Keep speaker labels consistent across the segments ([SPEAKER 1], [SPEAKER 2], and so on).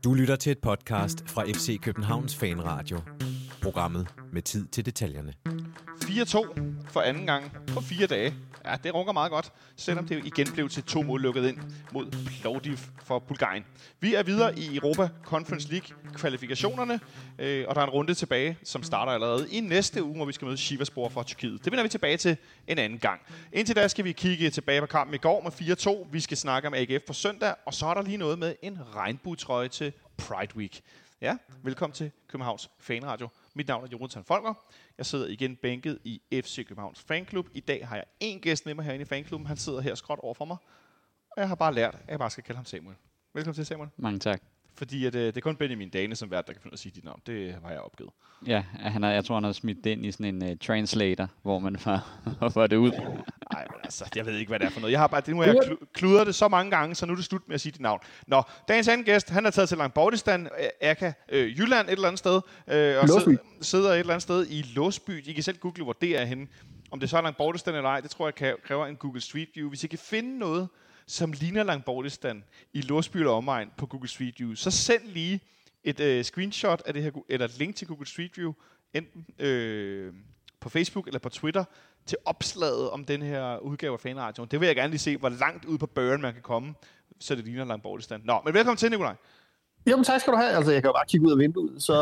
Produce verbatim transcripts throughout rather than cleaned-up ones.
[SPEAKER 1] Du lytter til et podcast fra F C Københavns Fanradio. Programmet med tid til detaljerne.
[SPEAKER 2] fire to for anden gang på fire dage. Ja, det runker meget godt, selvom det igen blev til to mål lukket ind mod Plovdiv for Bulgarien. Vi er videre i Europa Conference League-kvalifikationerne, øh, og der er en runde tilbage, som starter allerede i næste uge, hvor vi skal møde Sivasspor fra Tyrkiet. Det vender vi tilbage til en anden gang. Indtil da skal vi kigge tilbage på kampen i går med fire to. Vi skal snakke om A G F på søndag, og så er der lige noget med en regnbuetrøje til Pride Week. Ja, velkommen til Københavns Fanradio. Mit navn er Jonathan Folker. Jeg sidder igen bænket i F C Københavns Fanklub. I dag har jeg en gæst med mig herinde i fanklubben. Han sidder her skråt over for mig. Og jeg har bare lært, at jeg bare skal kalde ham Samuel. Velkommen til, Samuel.
[SPEAKER 3] Mange tak.
[SPEAKER 2] Fordi at, uh, det er kun Benjamin Dane som vært, der kan finde ud af at sige dit navn. Det har jeg opgivet.
[SPEAKER 3] Ja, han er, jeg tror, han har smidt det ind i sådan en uh, translator, hvor man får, får det ud.
[SPEAKER 2] Nej, men altså, jeg ved ikke, hvad det er for noget. Jeg har bare, det, nu har jeg kludret det så mange gange, så nu er det slut med at sige dit navn. Nå, dagens anden gæst, han er taget til Langbordistan, Aka, øh, Jylland et eller andet sted. Øh, og sidder, sidder et eller andet sted i Låsby. I kan selv google, hvor det er henne. Om det så er Langbordistan eller ej, det tror jeg kræver en Google Street View. Hvis I kan finde noget, som ligner Langbordistan i Låsby eller omegn på Google Street View, så send lige et øh, screenshot af det her, eller et link til Google Street View, enten øh, på Facebook eller på Twitter, til opslaget om den her udgave af Fanradioen. Det vil jeg gerne lige se, hvor langt ud på børen man kan komme, så det ligner Langbordistan. Nå, men velkommen til, Nikolaj.
[SPEAKER 4] Jamen tak skal du have. Altså, jeg kan jo bare kigge ud af vinduet, så...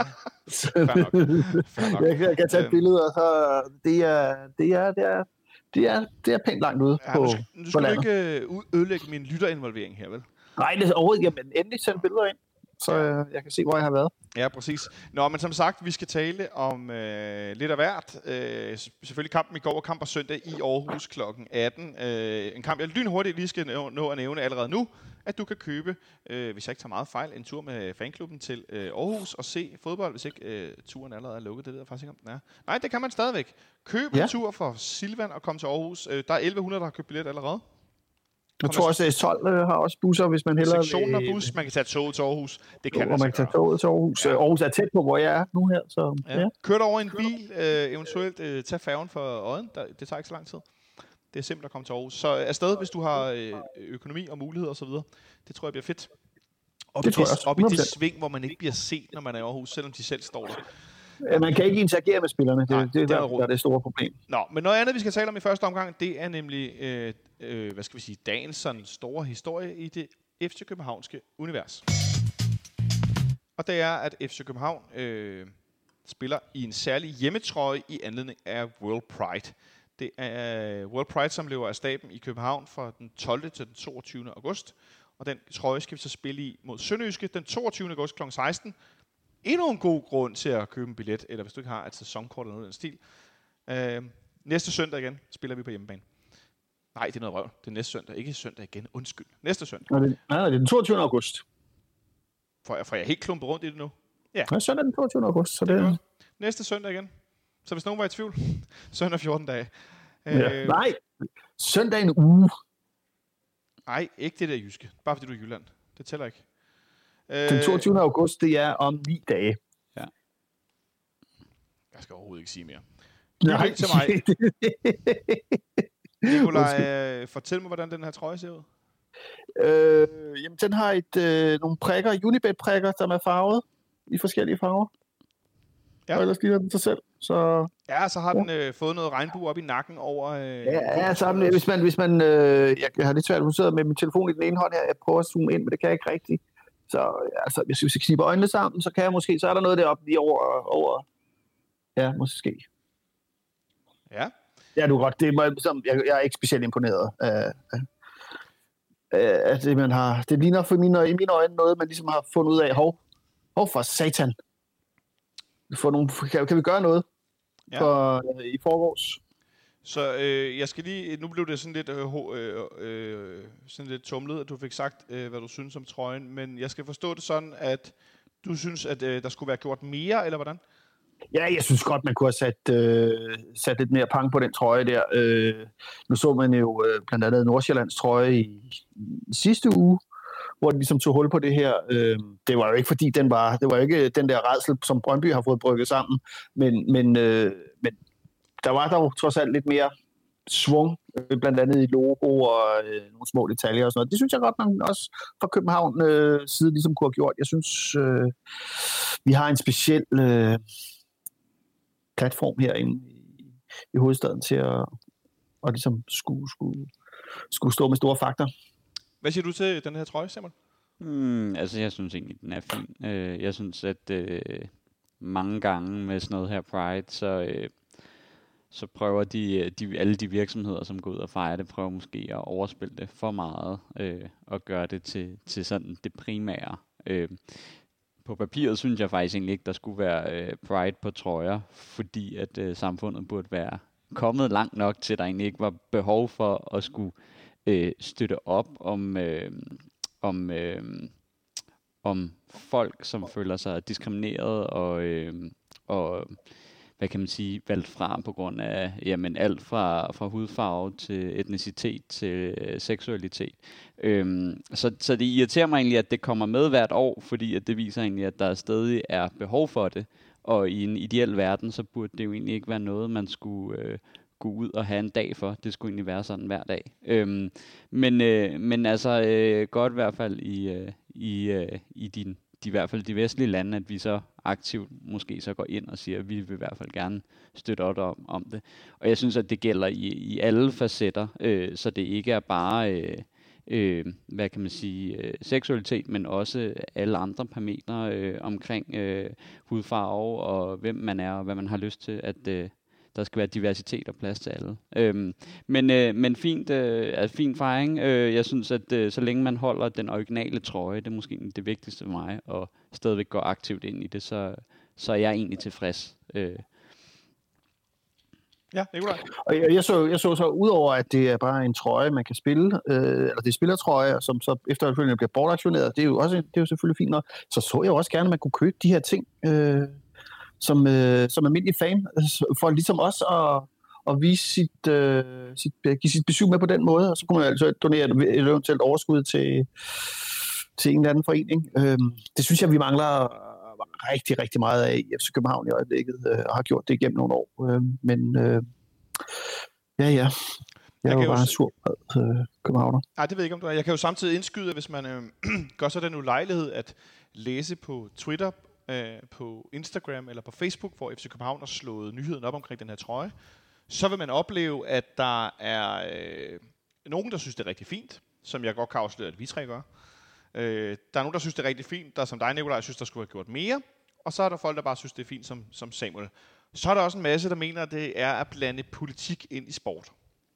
[SPEAKER 2] Fair nok. Fair nok.
[SPEAKER 4] Jeg, kan, jeg kan tage et billede, og så... Det er, det er, det er, det er, det er pænt langt ude ja, på
[SPEAKER 2] Nu skal, nu skal du ikke uh, ødelægge min lytterinvolvering her, vel?
[SPEAKER 4] Nej, det er overhovedet ikke. Men endelig send billeder ind, så ja. jeg kan se, hvor jeg har været.
[SPEAKER 2] Ja, præcis. Nå, men som sagt, vi skal tale om øh, lidt af hvert. Øh, selvfølgelig kampen i går og kamp på søndag i Aarhus klokken atten. Øh, en kamp, jeg lynhurtigt lige skal nå, nå at nævne allerede nu, at du kan købe, øh, hvis jeg ikke tager meget fejl, en tur med fanklubben til øh, Aarhus og se fodbold, hvis ikke øh, turen allerede er lukket. Det ved jeg faktisk ikke, om den er. Nej, det kan man stadigvæk. Køb ja. en tur for Silvan og kom til Aarhus. Øh, der er elleve hundrede, der har købt billet allerede.
[SPEAKER 4] Jeg tror også, at S tolv øh, har også busser, hvis man hellere...
[SPEAKER 2] Sektionen af bus, man kan tage toget til Aarhus. Det kan
[SPEAKER 4] jo, man kan tage toget til Aarhus. Ja. Aarhus er tæt på, hvor jeg er nu her. Så,
[SPEAKER 2] ja. Ja. Kør dig over en bil, øh, eventuelt øh, tag færgen for Odden. Der, det tager ikke så lang tid. Det er simpelt at komme til Aarhus. Så afsted, hvis du har øh, økonomi og muligheder osv. Det tror jeg bliver fedt. Op det i, det, op i det sving, hvor man ikke bliver set, når man er i Aarhus, selvom de selv står der.
[SPEAKER 4] Ja, man kan ikke interagere med spillerne. Det, Nej, det, det, det er der, der er det store problem.
[SPEAKER 2] Nå, men noget andet, vi skal tale om i første omgang, det er nemlig, øh, øh, hvad skal vi sige, dagens sådan store historie i det F C Københavnske univers. Og det er, at F C København øh, spiller i en særlig hjemmetrøje i anledning af World Pride. Det er World Pride, som lever af staben i København fra den tolvte til den toogtyvende august. Og den trøje skal vi så spille i mod Sønderjyske den toogtyvende august klokken seksten. Endnu en god grund til at købe en billet, eller hvis du ikke har et sæsonkort eller noget af den stil. Øh, næste søndag igen spiller vi på hjemmebane. Nej, det er noget røv. Det er næste søndag. Ikke søndag igen. Undskyld. Næste søndag.
[SPEAKER 4] Nej, det, nej, det er den toogtyvende august.
[SPEAKER 2] Får jeg, får jeg helt klumpet rundt i det nu?
[SPEAKER 4] Ja. Nej, søndag den toogtyvende august. Så det er...
[SPEAKER 2] Næste søndag igen. Så hvis nogen var i tvivl, søndag fjorten dage.
[SPEAKER 4] Ja. Øh, nej, søndag en uge.
[SPEAKER 2] Nej, ikke det der jyske. Bare fordi du er i Jylland. Det tæller ikke.
[SPEAKER 4] Den toogtyvende august, det er om ni dage. Ja.
[SPEAKER 2] Jeg skal overhovedet ikke sige mere. Lyt ind til mig. Nikolaj, fortæl mig, hvordan den her trøje ser ud.
[SPEAKER 4] Øh, jamen, den har et, øh, nogle prikker, Unibet-prikker, som er farvet i forskellige farver. Ja. Og ellers giver den sig selv. Så...
[SPEAKER 2] Ja, så har den øh, fået noget regnbue op i nakken over... Øh,
[SPEAKER 4] ja, ja så hvis man... Hvis man øh, jeg har lidt svært at sidde med min telefon i den ene hånd her. Jeg prøver at zoome ind, men det kan jeg ikke rigtigt. Så altså, hvis jeg kniber øjnene sammen, så kan jeg måske... Så er der noget deroppe lige over... over ja, måske.
[SPEAKER 2] Ja.
[SPEAKER 4] Ja, du godt. Det er, som, jeg, jeg er ikke specielt imponeret af... af at det, man har, det ligner for mine, i mine øjne noget, man ligesom har fundet ud af, hov, hov for satan. For nogle, kan, kan vi gøre noget ja. for, øh, i forgårs?
[SPEAKER 2] Så øh, jeg skal lige, nu blev det sådan lidt, øh, øh, sådan lidt tumlet, at du fik sagt, øh, hvad du synes om trøjen, men jeg skal forstå det sådan, at du synes, at øh, der skulle være gjort mere, eller hvordan?
[SPEAKER 4] Ja, jeg synes godt, man kunne have sat, øh, sat lidt mere pang på den trøje der. Øh, nu så man jo øh, blandt andet Nordsjællands trøje i, i sidste uge, hvor de ligesom tog hul på det her. Øh, det var jo ikke fordi, den var, det var jo ikke den der rædsel, som Brøndby har fået brygget sammen, men, men, øh, men der var der jo trods alt lidt mere svung, øh, blandt andet i logo og øh, nogle små detaljer og sådan noget. Det synes jeg godt, man også fra København øh, side ligesom kunne have gjort. Jeg synes, øh, vi har en speciel øh, platform herinde i, i hovedstaden til at og ligesom skulle, skulle, skulle stå med store fakta.
[SPEAKER 2] Hvad siger du til den her trøje, Samuel?
[SPEAKER 3] Mm, altså, jeg synes egentlig, den er fin. Uh, jeg synes, at uh, mange gange med sådan noget her Pride, så, uh, så prøver de, de, alle de virksomheder, som går ud og fejrer det, prøver måske at overspille det for meget uh, og gøre det til, til sådan det primære. Uh, på papiret synes jeg faktisk egentlig ikke, der skulle være uh, Pride på trøjer, fordi at uh, samfundet burde være kommet langt nok til, at der egentlig ikke var behov for at skulle uh, støtte op om... Uh, om, øh, om folk, som føler sig diskrimineret og, øh, og hvad kan man sige, valgt fra på grund af jamen, alt fra, fra hudfarve til etnicitet til øh, seksualitet. Øhm, så, så det irriterer mig egentlig, at det kommer med hvert år, fordi at det viser egentlig, at der stadig er behov for det. Og i en ideel verden, så burde det jo egentlig ikke være noget, man skulle... Øh, gå ud og have en dag for. Det skulle egentlig være sådan hver dag. Øhm, men, øh, men altså øh, godt i hvert fald i, øh, i, øh, i din, de, i hvert fald de vestlige lande, at vi så aktivt måske så går ind og siger, at vi vil i hvert fald gerne støtte op om, om det. Og jeg synes, at det gælder i, i alle facetter, øh, så det ikke er bare øh, øh, hvad kan man sige, øh, seksualitet, men også alle andre parametre øh, omkring øh, hudfarve og hvem man er og hvad man har lyst til, at øh, der skal være diversitet og plads til alle. Øhm, men, øh, men fint, øh, altså fin fejring. Øh, jeg synes, at øh, så længe man holder den originale trøje, det er måske det vigtigste for mig, og stadigvæk går aktivt ind i det, så, så er jeg egentlig tilfreds. Øh.
[SPEAKER 2] Ja, Nikolaj.
[SPEAKER 4] Og jeg, jeg, så, jeg så så, udover at det er bare en trøje, man kan spille, øh, eller det er spillertrøje, som så efterfølgende bliver bortaktioneret, det er jo også det er jo selvfølgelig fint nok, så så jeg også gerne, at man kunne købe de her ting, øh, som, øh, som almindelig fan, for ligesom også at, at vise sit, øh, sit, give sit besøg med på den måde, og så kunne man altså donere et eventuelt overskud til, til en eller anden forening. Øh, det synes jeg, vi mangler rigtig, rigtig meget af i F C København i øjeblikket, øh, og har gjort det igennem nogle år. Øh, men øh, ja, ja. Jeg, jeg er jo bare en sur øh, københavner.
[SPEAKER 2] Nej, det ved jeg ikke, om du er. Jeg kan jo samtidig indskyde, hvis man øh, gør så den ulejlighed at læse på Twitter, på Instagram eller på Facebook, hvor F C København har slået nyheden op omkring den her trøje, så vil man opleve, at der er øh, nogen, der synes, det er rigtig fint, som jeg godt kan afsløre, at vi tre gør. Øh, der er nogen, der synes, det er rigtig fint, der som dig, Nikolaj, synes, der skulle have gjort mere, og så er der folk, der bare synes, det er fint, som, som Samuel. Så er der også en masse, der mener, at det er at blande politik ind i sport.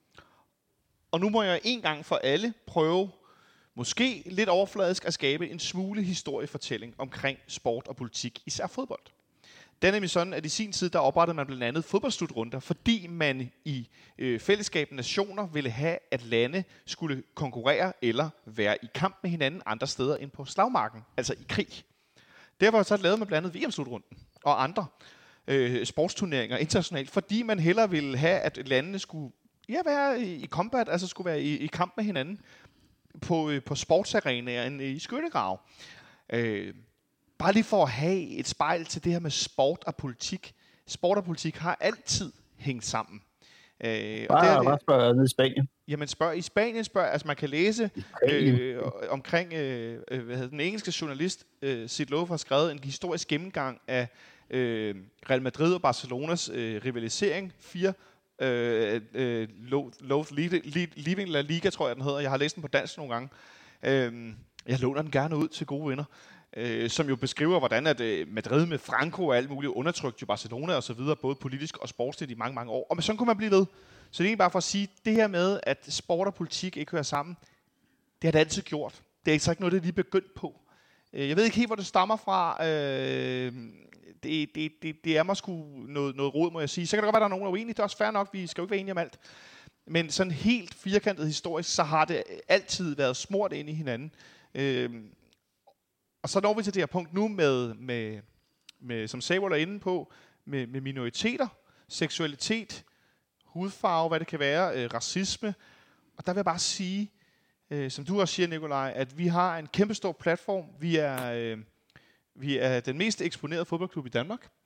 [SPEAKER 2] Og nu må jeg en gang for alle prøve måske lidt overfladisk at skabe en smule historiefortælling omkring sport og politik, især fodbold. Det er nemlig sådan, at i sin tid, der oprettede man blandt andet fodboldslutrunder, fordi man i øh, fællesskab nationer ville have, at lande skulle konkurrere eller være i kamp med hinanden andre steder end på slagmarken, altså i krig. Derfor så lavede man blandt andet V M-slutrunden og andre øh, sportsturneringer internationalt, fordi man hellere ville have, at landene skulle ja, være i combat, altså skulle være i, i kamp med hinanden på, på sportsarenaer end i skyttegrave. Øh, bare lige for at have et spejl til det her med sport og politik. Sport og politik har altid hængt sammen. Øh,
[SPEAKER 4] bare,
[SPEAKER 2] og det er,
[SPEAKER 4] bare spørg ned i Spanien.
[SPEAKER 2] Jamen spørg i Spanien, spørg, altså man kan læse øh, omkring, øh, hvad hedder den engelske journalist, øh, Sid Lowe har skrevet en historisk gennemgang af øh, Real Madrid og Barcelonas øh, rivalisering. Fire Øh, øh, Love Leaving La Liga, tror jeg den hedder. Jeg har læst den på dansk nogle gange. øh, Jeg låner den gerne ud til gode venner, øh, som jo beskriver, hvordan at øh, Madrid med Franco og alt muligt undertrykte jo Barcelona og så videre, både politisk og sportsligt i mange, mange år. Og sådan kunne man blive ved. Så det er egentlig bare for at sige, det her med, at sport og politik ikke hører sammen, det har det altid gjort. Det er ikke sagt noget, det er lige begyndt på. øh, Jeg ved ikke helt, hvor det stammer fra. øh, Det, det, det, det er mig sgu noget, noget rod, må jeg sige. Så kan det godt være, der er nogen, der er uenige. Det er også fair nok, vi skal jo ikke være enige om alt. Men sådan helt firkantet historisk, så har det altid været smurt ind i hinanden. Øhm, og så når vi til det her punkt nu med, med, med som Samuel er inde på, med, med minoriteter, seksualitet, hudfarve, hvad det kan være, øh, racisme. Og der vil jeg bare sige, øh, som du også siger, Nikolaj, at vi har en kæmpestor platform. Vi er... Øh, Vi er den mest eksponerede fodboldklub i Danmark.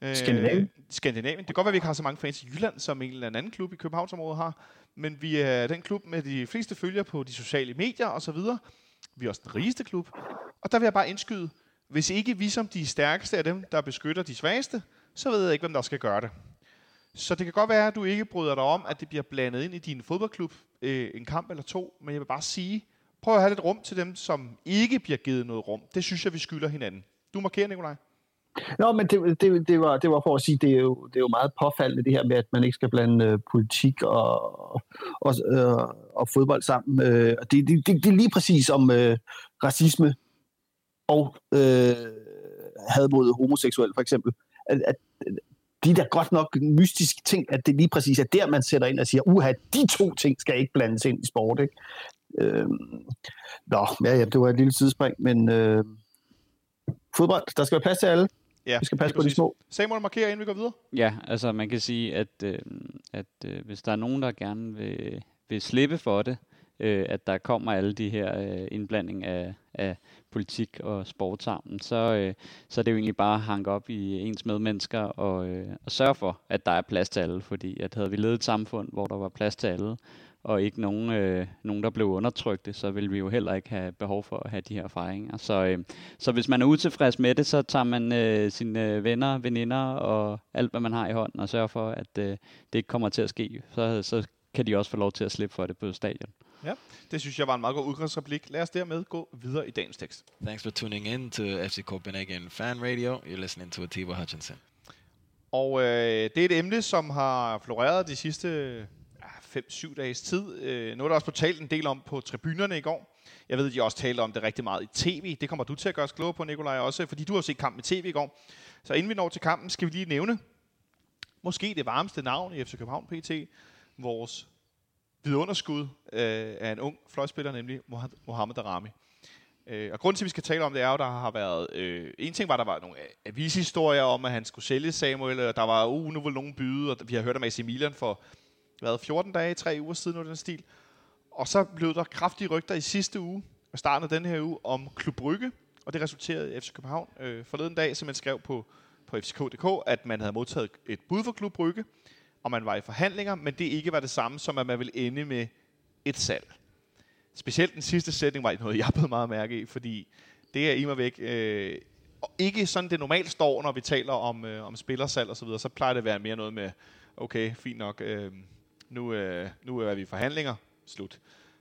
[SPEAKER 4] Skandinavien.
[SPEAKER 2] Øh, Skandinavien. Det kan godt være, at vi ikke har så mange fans i Jylland, som en eller anden klub i Københavnsområdet har, men vi er den klub med de fleste følgere på de sociale medier osv. Vi er også den rigeste klub. Og der vil jeg bare indskyde, hvis ikke vi som de stærkeste af dem, der beskytter de svageste, så ved jeg ikke, hvem der skal gøre det. Så det kan godt være, at du ikke bryder dig om, at det bliver blandet ind i din fodboldklub øh, en kamp eller to, men jeg vil bare sige, prøv at have lidt rum til dem, som ikke bliver givet noget rum. Det synes jeg, vi skylder hinanden. Du markerer, Nikolaj.
[SPEAKER 4] Nå, men det, det, det, var, det var for at sige, det er, jo, det er jo meget påfaldende det her med, at man ikke skal blande øh, politik og, og, øh, og fodbold sammen. Øh, det, det, det, det er lige præcis om øh, racisme og øh, had mod homoseksuel for eksempel. At, at, de er da godt nok mystiske ting, at det lige præcis er der, man sætter ind og siger, uha, de to ting skal ikke blandes ind i sport, ikke? Øh, nå, ja, ja, det var et lille sidespring, men øh, fodbold, der skal være plads til alle.
[SPEAKER 2] Ja,
[SPEAKER 4] vi skal passe på de små.
[SPEAKER 2] Samuel, markerer, inden vi går videre.
[SPEAKER 3] Ja, altså man kan sige, at, øh, at øh, hvis der er nogen, der gerne vil, vil slippe for det, øh, at der kommer alle de her øh, indblanding af, af politik og sport sammen, så, øh, så er det jo egentlig bare at hanke op i ens medmennesker og, øh, og sørge for, at der er plads til alle. Fordi at havde vi levet et samfund, hvor der var plads til alle, og ikke nogen, øh, nogen, der blev undertrykte, så vil vi jo heller ikke have behov for at have de her fejringer. Så, øh, så hvis man er utilfreds med det, så tager man øh, sine venner, veninder og alt, hvad man har i hånden, og sørger for, at øh, det ikke kommer til at ske. Så, så kan de også få lov til at slippe for det på stadion.
[SPEAKER 2] Ja, det synes jeg var en meget god udgangsreplik. Lad os dermed gå videre i dagens tekst.
[SPEAKER 5] Thanks for tuning in to F C Copenhagen Fan Radio. You're listening to Atiba Hutchinson.
[SPEAKER 2] Og øh, det er et emne, som har floreret de sidste fem syv dages tid. Øh, noget, der også blev talt en del om på tribunerne i går. Jeg ved, at de også talte om det rigtig meget i tv. Det kommer du til at gøre os klogere på, Nikolaj, også, fordi du har set kampen i tv i går. Så inden vi når til kampen, skal vi lige nævne, måske det varmeste navn i F C København P T, vores vidunderskud øh, af en ung fløjspiller, nemlig Mohamed Daramy. Øh, og grunden til, at vi skal tale om det, er jo, der har været... Øh, en ting var, at der var nogle avishistorier om, at han skulle sælge Samuel, og der var, uh, nu vil nogen byde, og vi har hørt om A C Milan for hvad, fjorten dage, tre uger siden, noget den stil. Og så blev der kraftige rygter i sidste uge, og starten af den her uge, om Klub Brygge, og det resulterede i F C København øh, forleden dag, som man skrev på, på F C K punktum d k, at man havde modtaget et bud for Klub Brygge, og man var i forhandlinger, men det ikke var det samme, som at man ville ende med et salg. Specielt den sidste sætning var noget, jeg blev meget mærke i, fordi det er i mig væk øh, ikke sådan, det normalt står, når vi taler om, øh, om spillersalg og så videre. Så plejer det at være mere noget med, okay, fint nok, øh, nu, øh, nu er vi i forhandlinger, slut.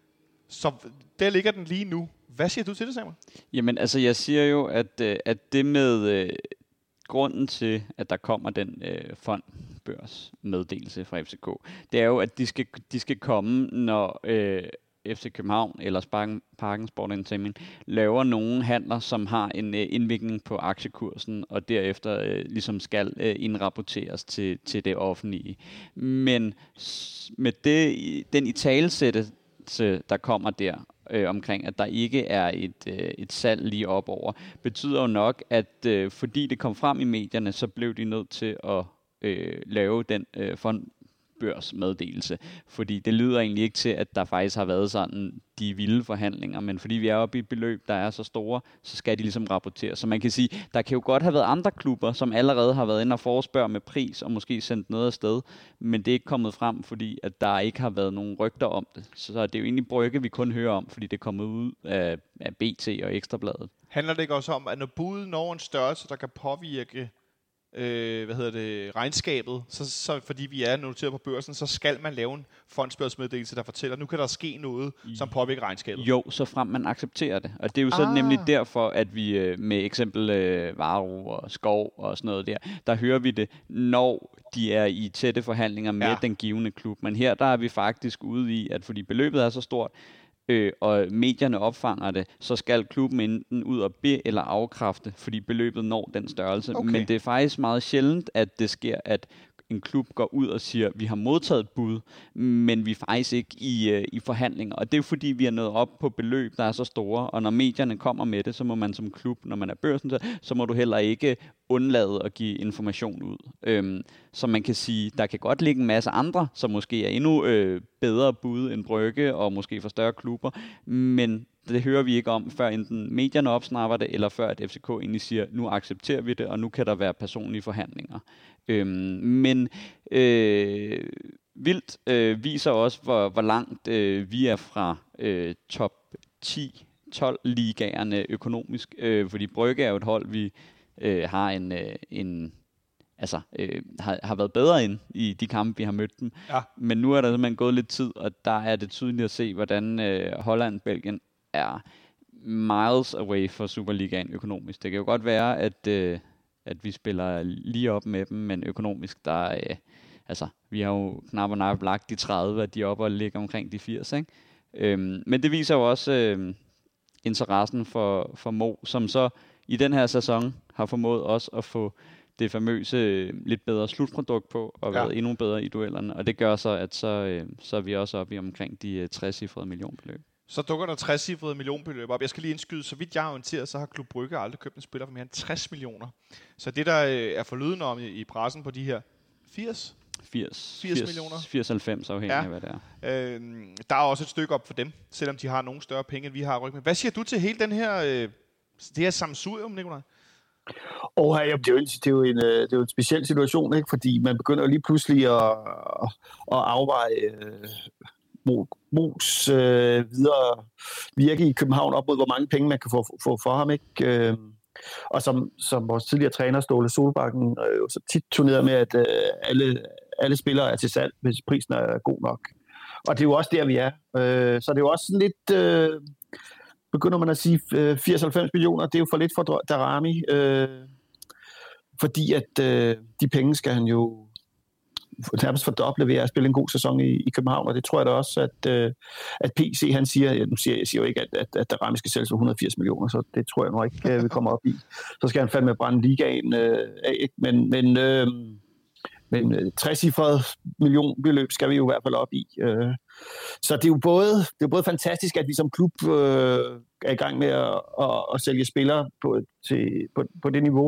[SPEAKER 2] Så der ligger den lige nu. Hvad siger du til det, Samuel?
[SPEAKER 3] Jamen, altså, jeg siger jo, at, øh, at det med øh, grunden til, at der kommer den øh, fondbørsmeddelelse fra F C K, det er jo, at de skal, de skal komme, når øh, F C København eller Sparken, Parken Sport Entertainment laver nogle handler, som har en øh, indvirkning på aktiekursen, og derefter øh, ligesom skal øh, indrapporteres til, til det offentlige. Men s- med det, den italesættelse, der kommer der, øh, omkring, at der ikke er et, øh, et salg lige op over, betyder jo nok, at øh, fordi det kom frem i medierne, så blev de nødt til at øh, lave den øh, fond børsmeddelelse, fordi det lyder egentlig ikke til, at der faktisk har været sådan de vilde forhandlinger, men fordi vi er oppe i et beløb, der er så store, så skal de ligesom rapportere. Så man kan sige, der kan jo godt have været andre klubber, som allerede har været inde og forespørge med pris, og måske sendt noget afsted, men det er ikke kommet frem, fordi at der ikke har været nogen rygter om det. Så det er jo egentlig Brygge, vi kun hører om, fordi det er kommet ud af, af B T og Ekstrabladet.
[SPEAKER 2] Handler det ikke også om, at når budet når en størrelse, der kan påvirke Øh, hvad hedder det, regnskabet, så, så fordi vi er noteret på børsen, så skal man lave en fondsbørsmeddelelse, der fortæller, nu kan der ske noget, som påvirker regnskabet.
[SPEAKER 3] Jo, så frem man accepterer det. Og det er jo så
[SPEAKER 2] ah.
[SPEAKER 3] nemlig derfor, at vi øh, med eksempel øh, Varo og Skov og sådan noget der, der hører vi det, når de er i tætte forhandlinger med ja. den givende klub. Men her der er vi faktisk ude i, at fordi beløbet er så stort, Øh, og medierne opfanger det, så skal klubben enten ud og be- eller afkræfte, fordi beløbet når den størrelse.
[SPEAKER 2] Okay.
[SPEAKER 3] Men det er faktisk meget sjældent, at det sker, at en klub går ud og siger, vi har modtaget et bud, men vi er faktisk ikke i, øh, i forhandlinger. Og det er jo fordi, vi er nået op på beløb, der er så store, og når medierne kommer med det, så må man som klub, når man er børsen, så, så må du heller ikke undlade at give information ud. Øhm, så man kan sige, der kan godt ligge en masse andre, som måske er endnu øh, bedre bud end Brygge, og måske for større klubber, men det hører vi ikke om, før enten medierne opsnapper det, eller før at F C K egentlig siger, nu accepterer vi det, og nu kan der være personlige forhandlinger. Øhm, men øh, Vildt øh, viser også, hvor, hvor langt øh, vi er fra øh, top ti tolv ligaerne økonomisk, øh, fordi Brygge er jo et hold, vi øh, har en, øh, en altså øh, har, har været bedre ind i de kampe, vi har mødt dem.
[SPEAKER 2] Ja.
[SPEAKER 3] Men nu er der simpelthen gået lidt tid, og der er det tydeligt at se, hvordan øh, Holland, Belgien er miles away fra Superligaen økonomisk. Det kan jo godt være, at, øh, at vi spiller lige op med dem, men økonomisk, der øh, altså, vi har jo knap og nap lagt de tredive, at de er oppe og ligger omkring de firs, ikke? Øhm, men det viser jo også øh, interessen for, for Mo, som så i den her sæson har formået også at få det famøse øh, lidt bedre slutprodukt på, og ja. været endnu bedre i duellerne, og det gør så, at så, øh, så er vi også oppe i omkring de øh, tres-cifrede millionbeløb.
[SPEAKER 2] Så dukker der tres-cifrede millionbeløb op. Jeg skal lige indskyde, så vidt jeg er orienteret, så har Klub Brygge aldrig købt en spiller for mere end tres millioner. Så det, der øh, er forlydende om i, i pressen på de her firs
[SPEAKER 3] firs,
[SPEAKER 2] firs millioner.
[SPEAKER 3] firs halvfems afhængig
[SPEAKER 2] ja.
[SPEAKER 3] af, hvad det er.
[SPEAKER 2] Øh, der er også et stykke op for dem, selvom de har nogle større penge, end vi har ryg med. Hvad siger du til hele den her, øh, det her sammensurium, Nikolaj?
[SPEAKER 4] Og her, det, er jo en, det, er jo en, det er jo en speciel situation, ikke? Fordi man begynder jo lige pludselig at, at afveje øh, Mo's øh, videre virke i København op mod, hvor mange penge man kan få, få for ham, ikke? Øh, og som, som vores tidligere træner, Ståle Solbakken, øh, jo så tit turnerede med, at øh, alle, alle spillere er til salg, hvis prisen er god nok. Og det er jo også der, vi er. Øh, så det er jo også sådan lidt... Øh, begynder man at sige øh, firs til halvfems millioner, det er jo for lidt for Daramy, øh, fordi at øh, de penge skal han jo nærmest fordoble ved at spille en god sæson i, i København, og det tror jeg da også, at, øh, at P C, han siger, nu siger jeg siger jo ikke, at, at, at Daramy skal sælges for et hundrede og firs millioner, så det tror jeg nok ikke, øh, vi kommer op i. Så skal han fandme brænde ligaen øh, af, ikke? Men, men, øh, men tres-cifrede millionbeløb skal vi jo i hvert fald op i. Øh. Så det er jo både, det er jo både fantastisk, at vi som klub øh, er i gang med at, at, at sælge spillere på, til, på, på det niveau,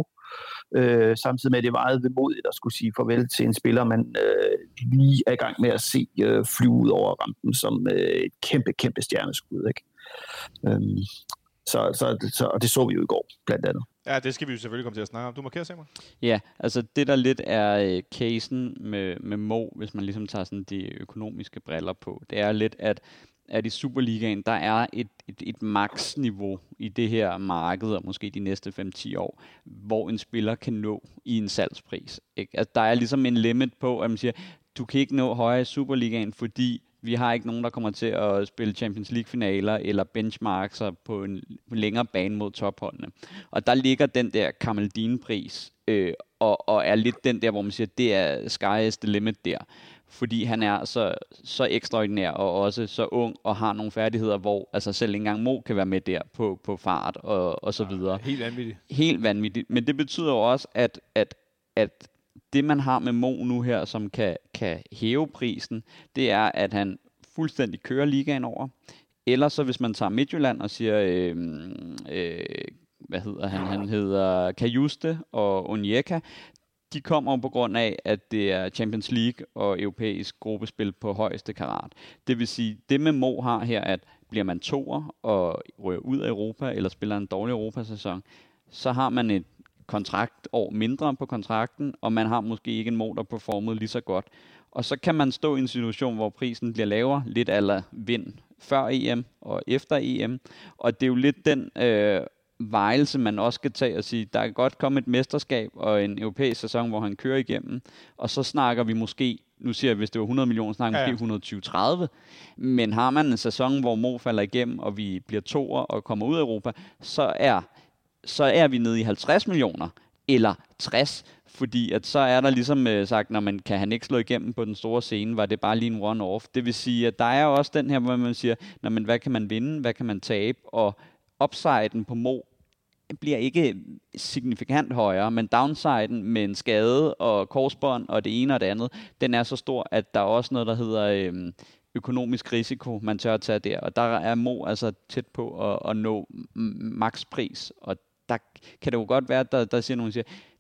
[SPEAKER 4] øh, samtidig med, at det er meget vemodigt at skulle sige farvel til en spiller, man øh, lige er i gang med at se øh, flyve ud over rampen som øh, et kæmpe, kæmpe stjerneskud, ikke? Øhm, så, så, så, og det så vi jo i går, blandt andet.
[SPEAKER 2] Ja, det skal vi jo selvfølgelig komme til at snakke om. Du markerer, Samuel?
[SPEAKER 3] Ja, altså det der lidt er uh, casen med, med Mo, hvis man ligesom tager sådan de økonomiske briller på, det er lidt, at, at i Superligaen, der er et, et, et max-niveau i det her marked, og måske de næste fem til ti år, hvor en spiller kan nå i en salgspris. Ikke? Altså, der er ligesom en limit på, at man siger, du kan ikke nå højere i Superligaen, fordi vi har ikke nogen, der kommer til at spille Champions League-finaler eller benchmarkser på en længere bane mod topholdene. Og der ligger den der Kamaldin-pris, øh, og, og er lidt den der, hvor man siger, det er sky is the limit der. Fordi han er så, så ekstraordinær og også så ung og har nogle færdigheder, hvor altså selv ikke engang Mo kan være med der på, på fart og, og så videre.
[SPEAKER 2] Helt vanvittigt.
[SPEAKER 3] Helt vanvittigt. Men det betyder jo også, at, at, at det, man har med Mo nu her, som kan, kan hæve prisen, det er, at han fuldstændig kører ligaen over. Eller så, hvis man tager Midtjylland og siger, øh, øh, hvad hedder han? Han hedder Kajuste og Onyeka. De kommer på grund af, at det er Champions League og europæisk gruppespil på højeste karat. Det vil sige, det med Mo har her, at bliver man toer og rører ud af Europa, eller spiller en dårlig Europasæson, så har man et kontraktår mindre på kontrakten, og man har måske ikke en Mo, der performet lige så godt. Og så kan man stå i en situation, hvor prisen bliver lavere, lidt ala vind før E M og efter E M. Og det er jo lidt den øh, vejelse, man også skal tage og sige, der kan godt komme et mesterskab og en europæisk sæson, hvor han kører igennem, og så snakker vi måske, nu siger jeg, hvis det var hundrede millioner, snakker vi ja, ja. måske et hundrede og tyve til tredive. Men har man en sæson, hvor Mo falder igennem, og vi bliver toer og kommer ud af Europa, så er så er vi nede i halvtreds millioner, eller tres, fordi at så er der ligesom øh, sagt, når man kan han ikke slå igennem på den store scene, var det bare lige en one-off. Det vil sige, at der er også den her, hvor man siger, når man, hvad kan man vinde, hvad kan man tabe, og upsiden på Mo bliver ikke signifikant højere, men downsiden med en skade og korsbånd og det ene og det andet, den er så stor, at der er også noget, der hedder øh, økonomisk risiko, man tør at tage der, og der er Mo altså tæt på at, at nå makspris, og der kan det jo godt være, at der, der siger nogen, siger,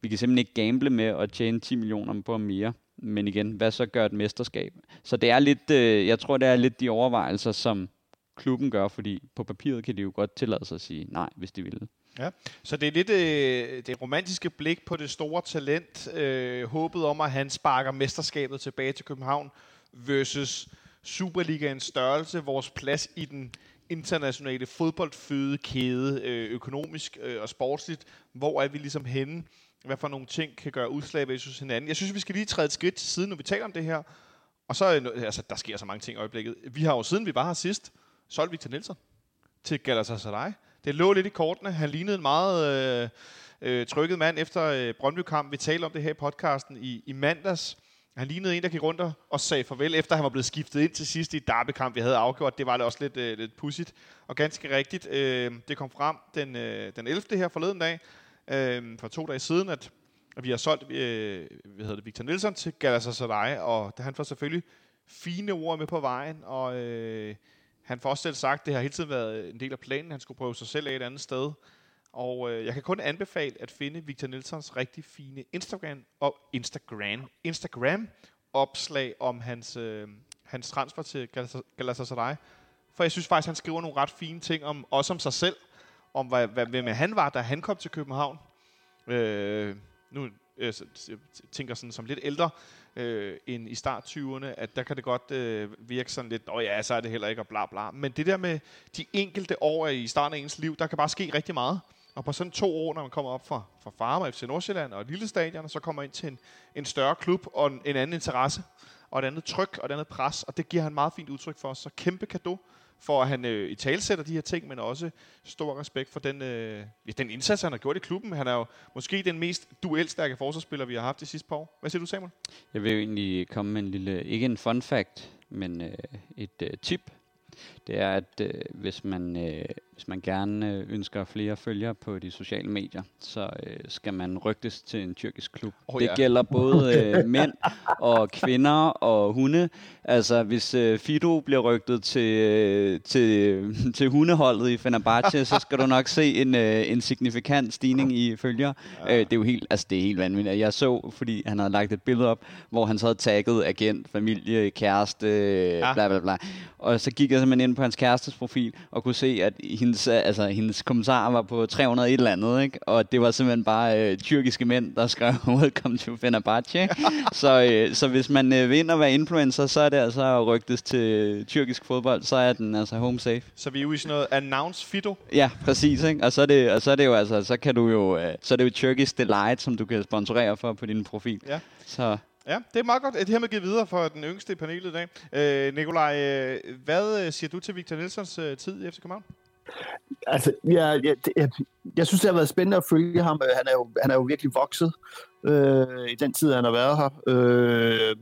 [SPEAKER 3] vi kan simpelthen ikke gamble med at tjene ti millioner på mere. Men igen, hvad så gør et mesterskab? Så det er lidt, øh, jeg tror, det er lidt de overvejelser, som klubben gør, fordi på papiret kan de jo godt tillade sig at sige nej, hvis de ville.
[SPEAKER 2] Ja, så det er lidt øh, det romantiske blik på det store talent, øh, håbet om, at han sparker mesterskabet tilbage til København, versus Superligaens størrelse, vores plads i den internationale fodboldfødekæde, øh, økonomisk øh, og sportsligt. Hvor er vi ligesom henne? Hvad for nogle ting kan gøre udslag versus hinanden? Jeg synes, vi skal lige træde et skridt til siden, når vi taler om det her. Og så, altså, der sker så mange ting i øjeblikket. Vi har jo, siden vi var her sidst, solgt Victor Nilsson til Galatasaray. Det lå lidt i kortene. Han lignede en meget øh, øh, trykket mand efter øh, Brøndby-kampen. Vi talte om det her i podcasten i, i mandags. Han lignede en, der gik rundt og sagde farvel, efter han var blevet skiftet ind til sidst i et derbykamp, vi havde afgjort. Det var det også lidt, øh, lidt pudsigt. Og ganske rigtigt, øh, det kom frem den, øh, den ellevte her forleden dag, øh, for to dage siden, at, at vi har solgt øh, hvad hedder det, Victor Nilsson til Galatasaray, og han får selvfølgelig fine ord med på vejen, og øh, han får også selv sagt, det har hele tiden været en del af planen, han skulle prøve sig selv af et andet sted. Og øh, jeg kan kun anbefale at finde Victor Nilssons rigtig fine Instagram og Instagram Instagram opslag om hans øh, hans transfer til Galatasaray. For jeg synes faktisk han skriver nogle ret fine ting om også om sig selv, om hvad, hvad, hvem han var, da han kom til København. Øh, nu øh, tænker sådan som lidt ældre øh, end i start tyverne, at der kan det godt øh, virke sådan lidt, åh ja, så er det heller ikke og bla bla. Men det der med de enkelte år i starten af ens liv, der kan bare ske rigtig meget. Og på sådan to år, når man kommer op fra, fra Farmer, F C Nordsjælland og et lille stadion, og så kommer ind til en, en større klub og en, en anden interesse, og et andet tryk og et andet pres, og det giver han meget fint udtryk for os. Så kæmpe cadeau for, at han øh, italesætter de her ting, men også stor respekt for den, øh, ja, den indsats, han har gjort i klubben. Han er jo måske den mest duelstærke forsvarsspiller, vi har haft de sidste par år. Hvad siger du, Samuel?
[SPEAKER 3] Jeg vil jo egentlig komme med en lille, ikke en fun fact, men øh, et øh, tip. Det er, at øh, hvis, man, øh, hvis man gerne øh, ønsker flere følgere på de sociale medier, så øh, skal man rygtes til en tyrkisk klub. Oh, det ja. gælder både øh, mænd og kvinder og hunde. Altså, hvis øh, Fido bliver rygtet til, øh, til, til hundeholdet i Fenerbahce, så skal du nok se en, øh, en signifikant stigning i følgere. Ja. Øh, det er jo helt, altså, det er helt vanvittigt. Jeg så, fordi han havde lagt et billede op, hvor han så havde tagget agent, familie, kæreste, ja. bla bla bla. Og så gik jeg simpelthen ind på hans kærestes profil og kunne se, at hendes, altså, hendes kommentarer var på tre hundrede et eller andet, ikke? Og det var simpelthen bare øh, tyrkiske mænd, der skrev welcome to Fenerbahce. så, øh, så hvis man øh, vil ind og være influencer, så er det altså rygtes til tyrkisk fodbold, så er den altså home safe.
[SPEAKER 2] Så vi er jo i sådan noget announce Fido?
[SPEAKER 3] Ja, præcis, ikke? Og så er det, og så er det jo altså, så kan du jo, øh, så er det jo Turkish Delight, som du kan sponsorere for på din profil. Ja. Så
[SPEAKER 2] ja, det er meget godt. Det her med at give videre for den yngste i panelet i dag. Øh, Nikolaj, øh, hvad siger du til Victor Nilssons øh, tid i F C København?
[SPEAKER 4] Altså, jeg, jeg, jeg, jeg synes, det har været spændende at følge ham. Han er jo, han er jo virkelig vokset øh, i den tid, han har været her. Øh,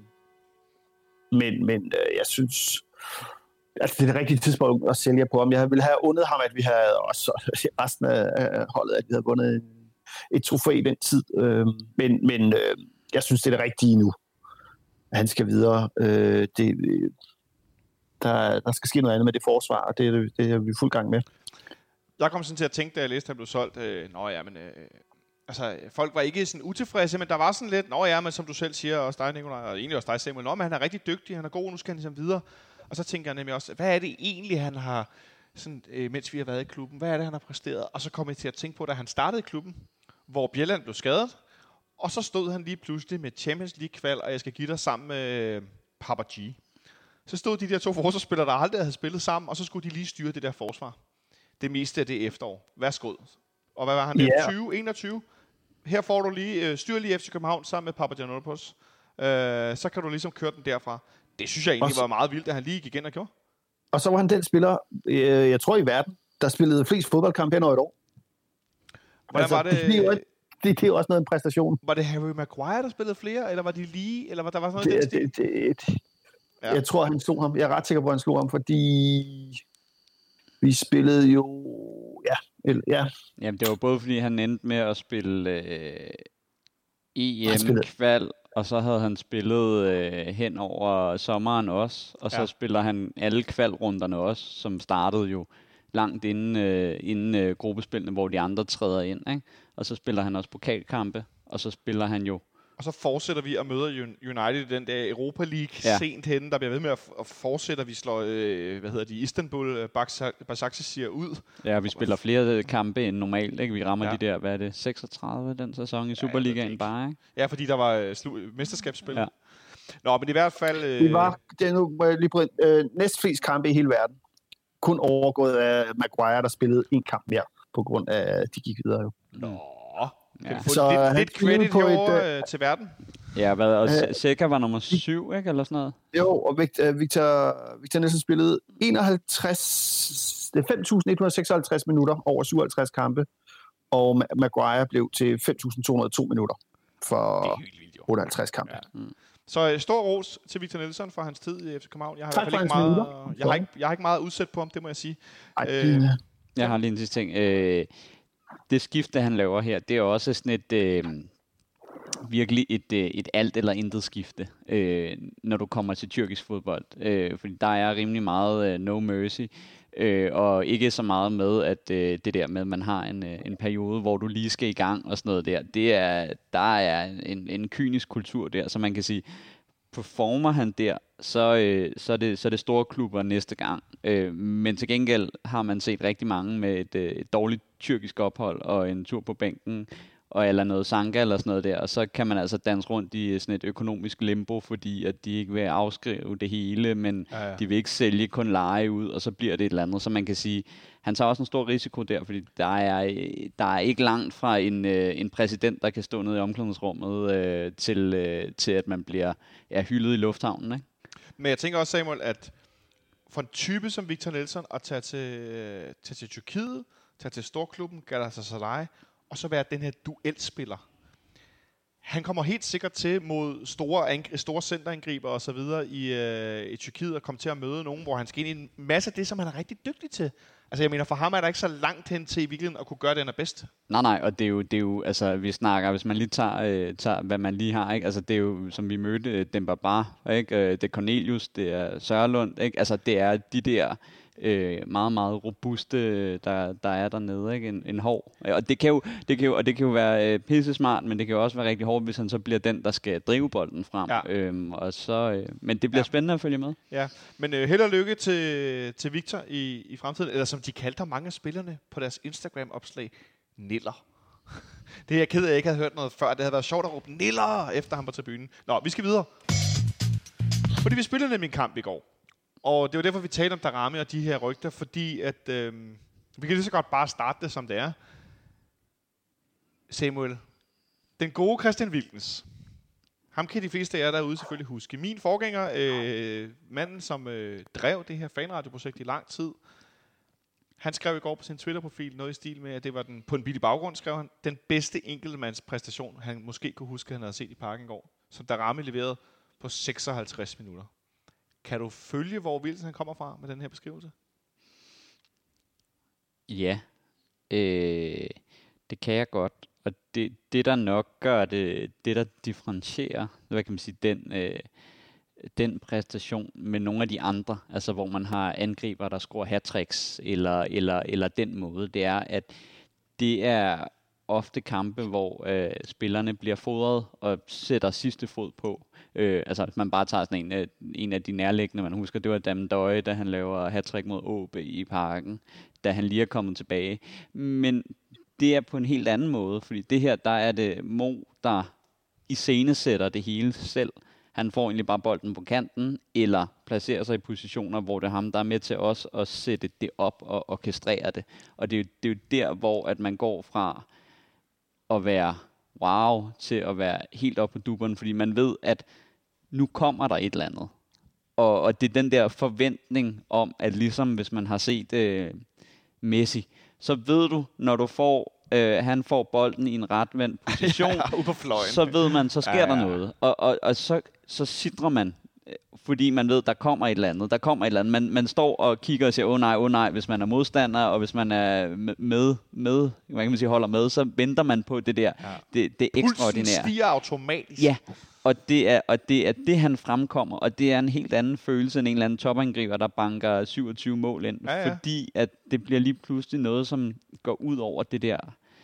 [SPEAKER 4] men men øh, jeg synes, altså, det er det rigtige tidspunkt at sælge på ham. Jeg ville have undet ham, at vi havde også resten af holdet, at vi havde vundet et trofæ i den tid. Øh, men men øh, jeg synes, det er det rigtige nu. Han skal videre. Øh, det, der, der skal ske noget andet med det forsvar, og det, det er vi fuld gang med.
[SPEAKER 2] Jeg kom sådan til at tænke, da jeg læste, at han blev solgt. Øh, nå ja, men øh, altså, folk var ikke sådan utilfredse, men der var sådan lidt, nå ja, men som du selv siger, også dig, Nikolaj, og egentlig også dig, Samuel, nå, men han er rigtig dygtig, han er god, nu skal han ligesom videre. Og så tænker jeg nemlig også, hvad er det egentlig, han har, sådan, øh, mens vi har været i klubben, hvad er det, han har præsteret? Og så kom jeg til at tænke på, da han startede i klubben, hvor Bjelland blev skadet, og så stod han lige pludselig med Champions League-kval, og jeg skal give dig sammen med Papa G. Så stod de der to forsvarsspillere, der aldrig havde spillet sammen, og så skulle de lige styre det der forsvar. Det meste af det efterår. Værsgo. Og hvad var han der? Yeah. tyve enogtyve. Her får du lige, øh, styr lige F C København sammen med Papagiannopoulos. Øh, så kan du ligesom køre den derfra. Det synes jeg egentlig var meget vildt, at han lige gik ind og gjorde.
[SPEAKER 4] Og så var han den spiller, øh, jeg tror i verden, der spillede flest fodboldkampe hen over et år.
[SPEAKER 2] Hvordan altså, var det?
[SPEAKER 4] Det, det, det er jo også noget en præstation.
[SPEAKER 2] Var det Harry Maguire, der spillede flere, eller var de lige, eller var der var sådan
[SPEAKER 4] noget? Det, det, det, det. Ja. Jeg tror, han slog ham. Jeg er ret sikker på, at han slog ham, fordi vi spillede jo... Ja, ja.
[SPEAKER 3] Jamen, det var både, fordi han endte med at spille øh, E M-kval, og så havde han spillet øh, hen over sommeren også, og så ja. spiller han alle kvalrunderne også, som startede jo langt inden, øh, inden øh, gruppespillene, hvor de andre træder ind, ikke? Og så spiller han også pokalkampe, og så spiller han jo.
[SPEAKER 2] Og så fortsætter vi at møde United i den der Europa League
[SPEAKER 3] Ja.
[SPEAKER 2] sent henne, der bliver ved med at, f- at fortsætte, at vi slår, øh, hvad hedder de, Istanbul, Başakşehir ud.
[SPEAKER 3] Ja, vi spiller flere kampe end normalt, ikke? Vi rammer
[SPEAKER 2] Ja.
[SPEAKER 3] ja. de der, hvad er det, seksogtredive den sæson i
[SPEAKER 2] Ja,
[SPEAKER 3] Superligaen
[SPEAKER 2] ikke.
[SPEAKER 3] bare, ikke?
[SPEAKER 2] Ja, fordi der var øh, slu- mesterskabsspil.
[SPEAKER 3] Ja.
[SPEAKER 2] Nå, men i hvert fald... Øh,
[SPEAKER 4] Det var, det er nu må jeg lige på, øh, næstflest kampe i hele verden. Kun overgået af Maguire, der spillede en kamp mere, på grund af, at de gik videre jo.
[SPEAKER 2] Nå, kan
[SPEAKER 3] Ja.
[SPEAKER 2] vi få
[SPEAKER 4] Så
[SPEAKER 2] lidt,
[SPEAKER 4] han
[SPEAKER 2] lidt
[SPEAKER 4] spillede
[SPEAKER 2] credit
[SPEAKER 4] på et,
[SPEAKER 2] herovre øh, til verden?
[SPEAKER 3] Ja, hvad, og
[SPEAKER 4] Øh,
[SPEAKER 3] Seca var nummer syv, ikke? Eller sådan noget.
[SPEAKER 4] Jo, og Victor, Victor, Victor Nielsen spillede enoghalvtreds, det er fem tusind et hundrede seksoghalvtreds minutter over syvoghalvtreds kampe, og Ma- Maguire blev til fem tusind to hundrede og to minutter
[SPEAKER 2] Det
[SPEAKER 4] for
[SPEAKER 2] er helt vildt, jo.
[SPEAKER 4] otteoghalvtreds kampe.
[SPEAKER 2] Ja. Så øh, stor ros til Victor Nielsen for hans tid i F C København. Jeg har, i
[SPEAKER 4] Tak
[SPEAKER 2] hvert fald
[SPEAKER 4] for
[SPEAKER 2] ikke
[SPEAKER 4] hans
[SPEAKER 2] meget,
[SPEAKER 4] minutter.
[SPEAKER 2] jeg, har ikke, jeg har ikke meget udsat på ham, det må jeg sige.
[SPEAKER 4] Ej,
[SPEAKER 2] Øh,
[SPEAKER 4] det,
[SPEAKER 3] Jeg har lige en sidste ting. Øh, det skifte, han laver her, det er også sådan et... Øh, virkelig et, øh, et alt eller intet skifte, øh, når du kommer til tyrkisk fodbold. Øh, fordi der er rimelig meget øh, no mercy, øh, og ikke så meget med, at øh, det der med, at man har en, øh, en periode, hvor du lige skal i gang og sådan noget der. Det er, der er en, en kynisk kultur der, så man kan sige, performer han der, så, øh, så, er det, så er det store klubber næste gang. Øh, men til gengæld har man set rigtig mange med et, øh, et dårligt tyrkisk ophold og en tur på bænken, og eller noget Sanka eller sådan noget der, og så kan man altså danse rundt i sådan et økonomisk limbo, fordi at de ikke vil afskrive det hele, men
[SPEAKER 2] Ja, ja.
[SPEAKER 3] de vil ikke sælge, kun leje ud, og så bliver det et eller andet. Så man kan sige, han tager også en stor risiko der, fordi der er, der er ikke langt fra en, øh, en præsident, der kan stå nede i omklædningsrummet, øh, til, øh, til at man bliver ja, hyldet i lufthavnen, ikke?
[SPEAKER 2] Men jeg tænker også, Samuel, at for en type som Victor Nielsen at tage til, tage til Tyrkiet, tage til storklubben Galatasaray, og så være den her duelspiller. Han kommer helt sikkert til mod store, angri- store centerangriber og så videre i, øh, i Tyrkiet og komme til at møde nogen, hvor han skal ind i en masse af det, som han er rigtig dygtig til. Altså jeg mener, for ham er der ikke så langt hen til i virkeligheden at kunne gøre det, han er bedst.
[SPEAKER 3] Nej, nej, og det er jo, det er jo altså, vi snakker, hvis man lige tager, øh, tager, hvad man lige har, ikke? Altså, det er jo, som vi mødte, øh, Demba Ba, ikke? Øh, det er Cornelius, det er Sørlund, ikke? Altså, det er de der øh, meget, meget robuste, der, der er dernede, ikke? En, en hård. Og det kan jo, det kan jo, og det kan jo være øh, pisse smart, men det kan jo også være rigtig hårdt, hvis han så bliver den, der skal drive bolden frem.
[SPEAKER 2] Ja.
[SPEAKER 3] Øhm, og så, øh, men det bliver
[SPEAKER 2] Ja.
[SPEAKER 3] spændende at følge med.
[SPEAKER 2] Ja, men øh, held og lykke til, til Victor i, i fremtiden, eller som de kaldte ham mange af spillerne på deres Instagram-opslag, Niller. Det er jeg ked af, at jeg ikke havde hørt noget før. Det havde været sjovt at råbe Niller efter ham på tribunen. Nå, vi skal videre. Fordi vi spillede nemlig en kamp i går. Og det var derfor, vi talte om Darami og de her rygter, fordi at øh, vi kan lige så godt bare starte det, som det er. Samuel, den gode Christian Wilkens, ham kan de fleste af jer derude selvfølgelig huske. Min forgænger, øh, manden som øh, drev det her fanradioprojekt i lang tid, han skrev i går på sin Twitter-profil noget i stil med, at det var den, på en billig baggrund, skrev han, den bedste enkeltmandspræstation, han måske kunne huske, at han havde set i parken i går, som Darami leverede på seksoghalvtreds minutter. Kan du følge, hvor Wilson han kommer fra med den her beskrivelse?
[SPEAKER 3] Ja, øh, det kan jeg godt. Og det, det der nok gør det, det der differentierer, hvad kan man sige, den, øh, den præstation med nogle af de andre, altså hvor man har angriber, der scorer hattricks, eller, eller, eller den måde, det er, at det er ofte kampe, hvor øh, spillerne bliver fodret og sætter sidste fod på. Øh, altså hvis man bare tager sådan en, øh, en af de nærliggende, man husker, det var Dam Døje, da han laver hattrick mod O B i parken, da han lige er kommet tilbage. Men det er på en helt anden måde, fordi det her, der er det Mo, der iscenesætter det hele selv. Han får egentlig bare bolden på kanten, eller placerer sig i positioner, hvor det er ham, der er med til os at sætte det op og orkestrere det. Og det er jo, det er jo der, hvor at man går fra at være wow, til at være helt op på duberen, fordi man ved, at nu kommer der et eller andet. Og, og det er den der forventning om, at ligesom hvis man har set øh, Messi, så ved du, når du får, øh, han får bolden i en retvendt position,
[SPEAKER 2] ja, ude på fløjen.
[SPEAKER 3] så ved man, så sker
[SPEAKER 2] Ja, ja.
[SPEAKER 3] der noget. Og, og, og så, så sidder man, øh, fordi man ved, der kommer et eller andet. Der kommer et eller andet. Man, man står og kigger og siger, åh oh, nej, åh oh, nej, hvis man er modstander, og hvis man er med, med, hvad kan man sige, holder med, så venter man på det der,
[SPEAKER 2] Ja.
[SPEAKER 3] det, det
[SPEAKER 2] Pulsen
[SPEAKER 3] ekstraordinære.
[SPEAKER 2] stiger automatisk.
[SPEAKER 3] Ja, og det, er, og det er det, han fremkommer, og det er en helt anden følelse end en eller anden topangriber, der banker syvogtyve mål ind,
[SPEAKER 2] Ja, ja.
[SPEAKER 3] fordi at det bliver lige pludselig noget, som går ud over det der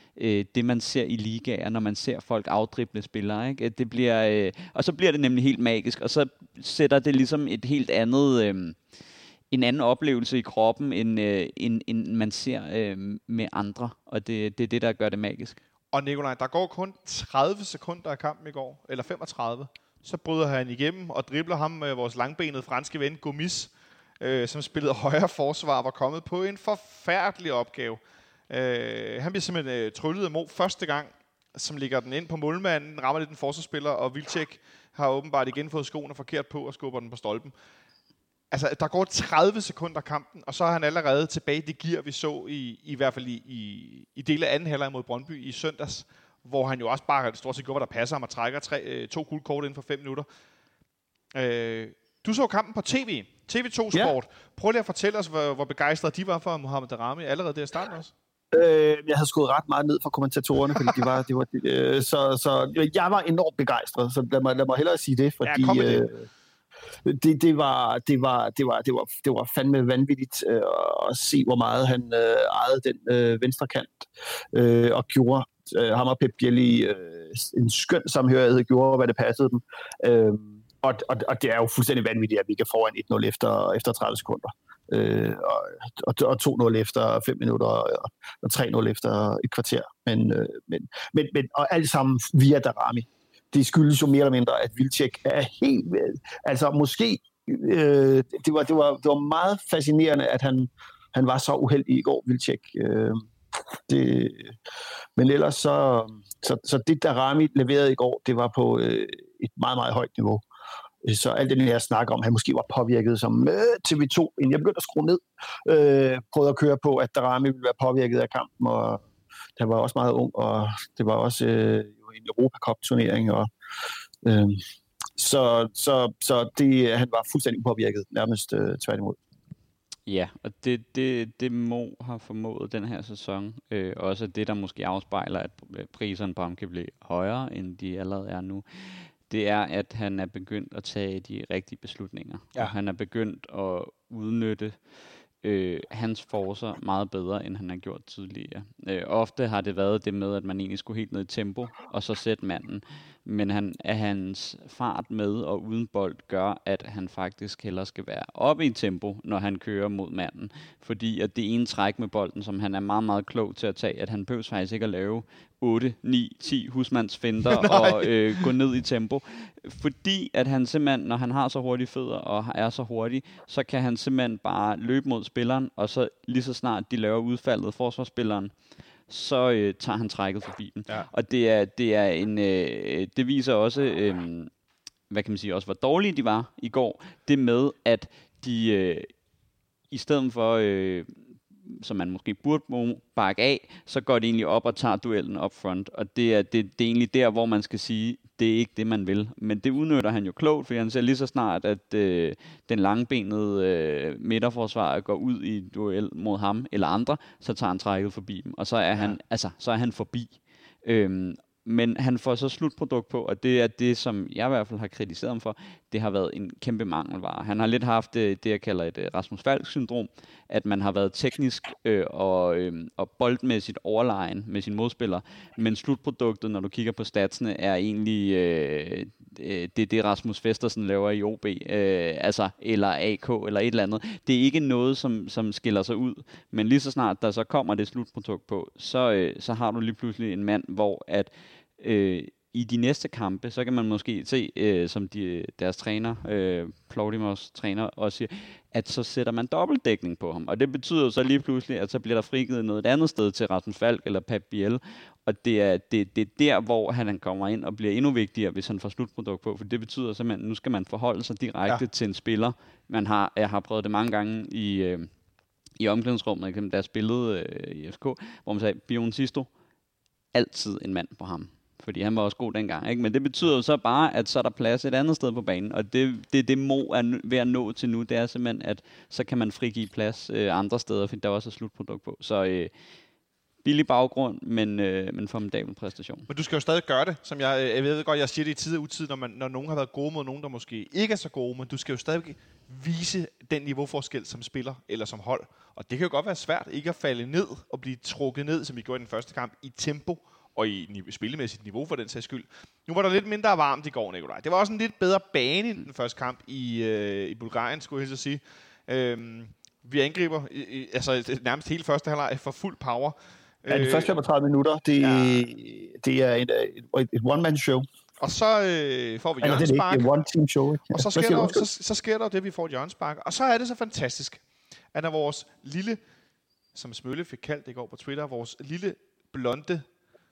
[SPEAKER 3] øh, det, man ser i ligaer, når man ser folk afdrible spillere. Ikke? Det bliver, øh, og så bliver det nemlig helt magisk, og så sætter det ligesom et helt andet... Øh, en anden oplevelse i kroppen, end, øh, end, end man ser øh, med andre. Og det, det er det, der gør det magisk.
[SPEAKER 2] Og Nikolaj, der går kun tredive sekunder af kampen i går, eller femogtredive. Så bryder han igennem og dribler ham med vores langbenede franske ven Gomis, øh, som spillede højre forsvar, var kommet på en forfærdelig opgave. Øh, han bliver simpelthen øh, tryllet af Mo første gang, som ligger den ind på målmanden, rammer lidt den forsvarsspiller, og Wilczek har åbenbart igen fået skoene forkert på og skubber den på stolpen. Altså, der går tredive sekunder kampen, og så er han allerede tilbage i det gear, vi så i, i hvert fald i, i, i dele af anden halvleg mod Brøndby i søndags, hvor han jo også bare stort set gjorde, hvad der passer ham og trækker tre, øh, to gule kort inden for fem minutter. Øh, du så kampen på T V, T V to Sport. Ja. Prøv lige at fortælle os, hvor, hvor begejstrede de var for Mohamed Daramy allerede der i starten også.
[SPEAKER 4] Øh, jeg havde skruet ret meget ned for kommentatorerne, fordi de var, de var øh, så, så jeg var enormt begejstret, så lad mig, lad mig hellere sige det, fordi... Ja, kom med det. Øh, Det, det, var, det, var, det, var, det, var, det var fandme vanvittigt øh, at se, hvor meget han øh, ejede den øh, venstre kant øh, og gjorde øh, ham og Pep Bielli øh, en skøn samhørighed, gjorde, hvad det passede dem. Øh, og, og, og det er jo fuldstændig vanvittigt, at vi kan foran et nul efter, efter tredive sekunder. Øh, og, og, og to nul efter fem minutter, og, og tre nul efter et kvarter. Men, øh, men, men, men, og alt sammen via Daramy. Det skyldes jo mere eller mindre, at Wilczek er helt... Altså måske... Øh, det, var, det, var, det var meget fascinerende, at han, han var så uheldig i går, Wilczek. Øh, det, men ellers så... Så, så det, Daramy leverede i går, det var på øh, et meget, meget højt niveau. Så alt det, jeg snakker om, han måske var påvirket som øh, T V to, inden jeg begyndte at skrue ned. Øh, prøvede at køre på, at Daramy ville være påvirket af kampen, og han var også meget ung, og det var også... Øh, en Europa-Cup-turnering, og øh, så, så, så det, han var fuldstændig upåvirket, nærmest øh, tværtimod.
[SPEAKER 3] Ja, og det, det, det Mo har formået den her sæson, øh, også det, der måske afspejler, at priserne på ham kan blive højere, end de allerede er nu, det er, at han er begyndt at tage de rigtige beslutninger. Ja. Og han er begyndt at udnytte Øh, hans forcer meget bedre, end han har gjort tidligere. Øh, ofte har det været det med, at man egentlig skulle helt ned i tempo, og så sætte manden. Men han, at hans fart med og uden bold gør, at han faktisk hellere skal være oppe i tempo, når han kører mod manden. Fordi at det ene træk med bolden, som han er meget, meget klog til at tage, at han behøver faktisk ikke at lave otte, ni, ti husmandsfinter og øh, gå ned i tempo. Fordi at han simpelthen, når han har så hurtige fødder og er så hurtig, så kan han simpelthen bare løbe mod spilleren, og så lige så snart de laver udfaldet forsvarsspilleren, så øh, tager han trækket forbi dem. Ja. Og det er, det er en, øh, det viser også, øh, hvad kan man sige, også hvor dårlige de var i går. Det med, at de øh, i stedet for, øh, som man måske burde bakke af, så går de egentlig op og tager duellen up front. Og det er, det, det er egentlig der, hvor man skal sige, det er ikke det, man vil. Men det udnytter han jo klogt, fordi han ser lige så snart, at øh, den langbenede øh, midterforsvarer går ud i duel mod ham eller andre, så tager han trækket forbi dem. Og så er, ja. han, altså, så er han forbi. Øhm, men han får så slutprodukt på, og det er det, som jeg i hvert fald har kritiseret ham for. Det har været en kæmpe mangelvare. Han har lidt haft det, det jeg kalder et Rasmus Falk-syndrom, at man har været teknisk øh, og, øh, og boldmæssigt overlegen med sine modspillere, men slutproduktet, når du kigger på statsene, er egentlig øh, det, det Rasmus Vestersen laver i O B, øh, altså, eller A K, eller et eller andet. Det er ikke noget, som, som skiller sig ud, men lige så snart der så kommer det slutprodukt på, så, øh, så har du lige pludselig en mand, hvor at øh, i de næste kampe, så kan man måske se, øh, som de, deres træner, øh, Plowdimos træner, også siger, at så sætter man dobbeltdækning på ham. Og det betyder jo så lige pludselig, at så bliver der frigivet noget et andet sted til Rasmus Falk eller Pep Biel. Og det er, det, det er der, hvor han kommer ind og bliver endnu vigtigere, hvis han får slutprodukt på. For det betyder simpelthen, at nu skal man forholde sig direkte ja. til en spiller. Man har, jeg har prøvet det mange gange i, øh, i omklædningsrummet, der spillede øh, i F C K, hvor man sagde, Bion Sisto, altid en mand på ham. Fordi han var også god dengang, ikke? Men det betyder jo så bare, at så er der plads et andet sted på banen. Og det, det, det Mo er ved at nå til nu, det er simpelthen, at så kan man frigive plads øh, andre steder, fordi der også er slutprodukt på. Så øh, billig baggrund, men, øh, men formidabel præstation. Men
[SPEAKER 2] du skal jo stadig gøre det, som jeg, jeg ved godt, jeg siger det i tid og utid, når, man, når nogen har været gode mod nogen, der måske ikke er så gode, men du skal jo stadig vise den niveauforskel som spiller eller som hold. Og det kan jo godt være svært ikke at falde ned og blive trukket ned, som vi gjorde i den første kamp, i tempo og i spillemæssigt niveau for den sags skyld. Nu var der lidt mindre varmt i går, Nikolaj. Det var også en lidt bedre bane end den første kamp i, øh, i Bulgarien, skulle jeg helst sige. Øhm, vi angriber øh, altså nærmest hele første halvleg for fuld power.
[SPEAKER 4] Ja, de første femogtredive minutter, det, ja. det er et, et, et one-man-show.
[SPEAKER 2] Og så øh, får vi
[SPEAKER 4] hjørnespark. Det er ikke et one-team-show. Ikke?
[SPEAKER 2] Og så sker, der, så, så sker der det, vi får et hjørnespark. Og så er det så fantastisk, at når vores lille, som Smølle fik kaldt det i går på Twitter, vores lille blonde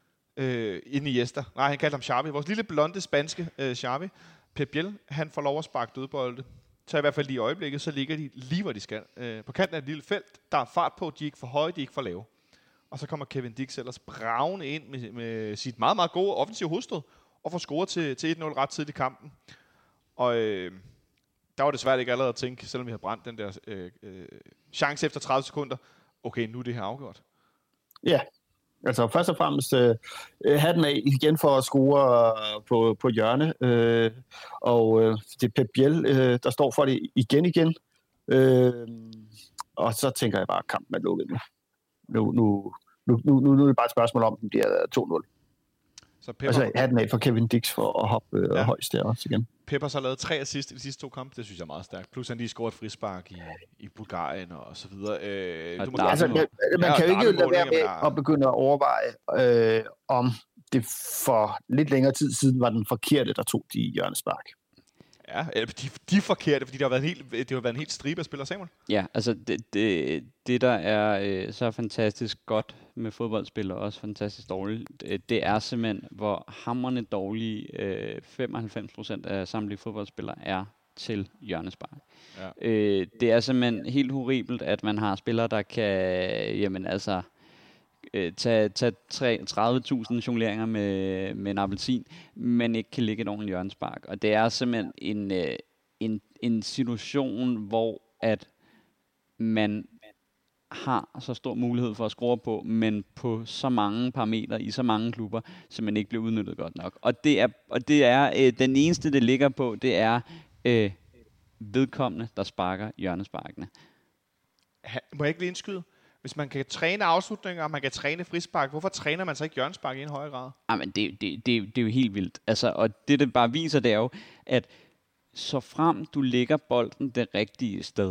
[SPEAKER 2] øh, Iniesta, nej, han kaldte ham Xavi, vores lille blonde spanske øh, Xavi, Pep Biel, han får lov at sparke dødbolde. Så i hvert fald lige i øjeblikket, så ligger de lige, hvor de skal. Øh, på kanten af et lille felt, der er fart på, de er ikke for høje, de er ikke for lave. Og så kommer Kevin Dix ellers bravende ind med, med sit meget, meget gode offensive hovedstød, og får scoret til, til et nul ret tidligt i kampen. Og øh, der var det svært ikke allerede at tænke, selvom vi har brændt den der øh, øh, chance efter tredive sekunder, okay, nu er det her afgjort.
[SPEAKER 4] Ja, altså først og fremmest øh, hatten af igen for at score på, på hjørne, øh, og øh, det er Pep Biel, øh, der står for det igen igen. Øh, og så tænker jeg bare, at kampen er lukket nu. Nu, nu, nu, nu, nu er det bare et spørgsmål om, den bliver to nul.
[SPEAKER 2] Så Pepper,
[SPEAKER 4] altså hatten af for Kevin Dix for at hoppe øh,
[SPEAKER 2] ja.
[SPEAKER 4] højst der også igen.
[SPEAKER 2] Peppers har lavet tre assist i de sidste to kampe, det synes jeg er meget stærkt. Plus han lige scoret et frispark i, i Bulgarien og så videre. Øh,
[SPEAKER 4] du må altså, man, man kan jo ikke lade være med at begynde at overveje, øh, om det for lidt længere tid siden var den forkerte, der tog de hjørnespark.
[SPEAKER 2] Ja, de, de er forkerte, fordi det har været en helt, det har været en helt stribe af spillere, Samuel.
[SPEAKER 3] Ja, altså det, det, det der er øh, så fantastisk godt med fodboldspillere, også fantastisk dårligt, det, det er simpelthen, hvor hamrende dårlige øh, femoghalvfems procent af samtlige fodboldspillere er til hjørnespark. Ja. Øh, det er simpelthen helt horribelt, at man har spillere, der kan, jamen altså, øh, tage, tage tredive tusind jongleringer med, med en appelsin, men ikke kan ligge et ordentligt hjørnespark. Og det er simpelthen en, øh, en, en situation, hvor at man har så stor mulighed for at score på, men på så mange parametre i så mange klubber, så man ikke bliver udnyttet godt nok. Og det er, og det er øh, den eneste, det ligger på, det er øh, vedkommende, der sparker hjørnesparkene.
[SPEAKER 2] Ha, må jeg ikke lige indskyde? Hvis man kan træne afslutninger, og man kan træne frispark, hvorfor træner man så ikke hjørnespark i en højere grad?
[SPEAKER 3] Jamen, det, det, det, det er jo helt vildt. Altså, og det, det bare viser, det er jo, at så frem du lægger bolden det rigtige sted,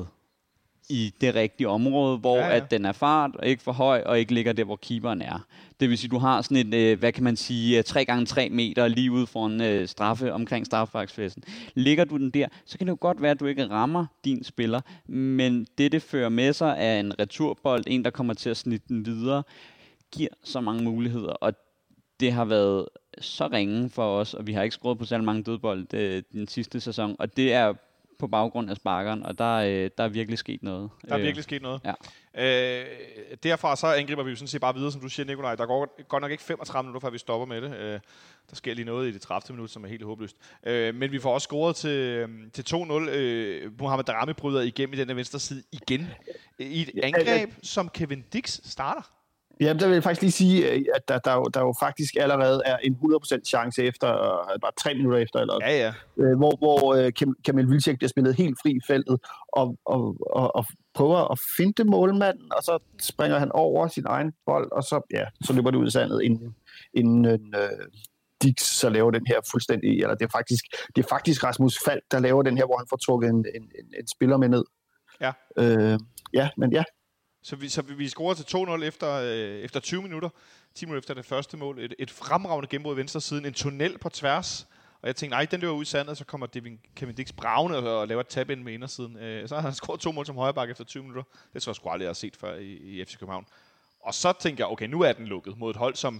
[SPEAKER 3] i det rigtige område, hvor ja, ja. at den er fart og ikke for høj, og ikke ligger der, hvor keeperen er. Det vil sige, du har sådan et, øh, hvad kan man sige, tre gange tre meter lige ude foran øh, straffe, omkring straffesparksflæsen. Ligger du den der, så kan det jo godt være, at du ikke rammer din spiller, men det, det fører med sig, er en returbold, en, der kommer til at snitte den videre, giver så mange muligheder, og det har været så ringe for os, og vi har ikke scoret på så mange dødbold øh, den sidste sæson, og det er på baggrund af sparkeren, og der, øh, der er virkelig sket noget.
[SPEAKER 2] Der er virkelig sket noget.
[SPEAKER 3] Ja.
[SPEAKER 2] Øh, derfra så angriber vi jo sådan set bare videre, som du siger, Nikolaj. Der går godt nok ikke femogtredive minutter, før vi stopper med det. Øh, der sker lige noget i det tredivte minut, som er helt håbløst. Øh, men vi får også scoret til, til to nul. Øh, Mohamed Darami bryder igennem i den venstre side igen. I et angreb, som Kevin Dix starter.
[SPEAKER 4] Ja, der vil jeg faktisk lige sige, at der, der, jo, der jo faktisk allerede er en hundrede procent chance efter, uh, bare tre minutter efter, eller,
[SPEAKER 2] ja, ja.
[SPEAKER 4] Øh, hvor, hvor uh, Kamil Vilcek bliver spillet helt fri i feltet, og, og, og, og prøver at finde målmanden, og så springer han over sin egen bold, og så, ja, så løber det ud i sandet, inden, inden uh, Dix så laver den her fuldstændig, eller det er faktisk, det er faktisk Rasmus Falk, der laver den her, hvor han får trukket en, en, en, en spiller med ned.
[SPEAKER 2] Ja.
[SPEAKER 4] Uh, ja, men ja.
[SPEAKER 2] Så vi, så vi scorer til to nul efter, øh, efter tyve minutter. ti minutter efter det første mål. Et, et fremragende gennembrud i venstre siden. En tunnel på tværs. Og jeg tænkte, nej, den løber ud i sandet, så kommer Devin, Kevin Dix bravende og, og laver et tab ind med indersiden. Øh, så har han scoret to mål som højreback efter tyve minutter. Det tror jeg sgu aldrig, jeg har set før i, i F C København. Og så tænker jeg, okay, nu er den lukket mod et hold, som...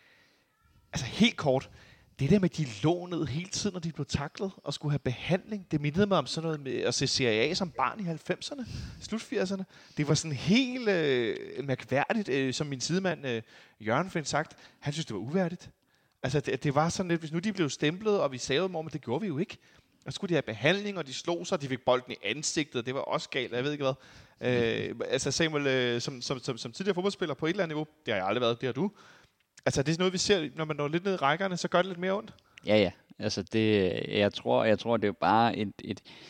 [SPEAKER 2] Altså helt kort... Det der med, de lå ned hele tiden, når de blev taklet og skulle have behandling, det mindede mig om sådan noget med at se Serie A som barn i halvfemserne, slut firserne. Det var sådan helt øh, mærkværdigt, øh, som min sidemand øh, Jørgen fik sagt. Han synes, det var uværdigt. Altså, det, det var sådan lidt, hvis nu de blev stemplet, og vi savede dem over, men det gjorde vi jo ikke. Og så skulle de have behandling, og de slog sig, og de fik bolden i ansigtet, og det var også galt, jeg ved ikke hvad. Øh, altså Samuel, øh, som, som, som, som tidligere fodboldspiller på et eller andet niveau, det har jeg aldrig været, det har du. Altså, det er noget, vi ser, når man når lidt ned i rækkerne, så gør det lidt mere ondt.
[SPEAKER 3] Ja, ja. Altså, det, jeg tror, jeg tror, det er jo bare et, et,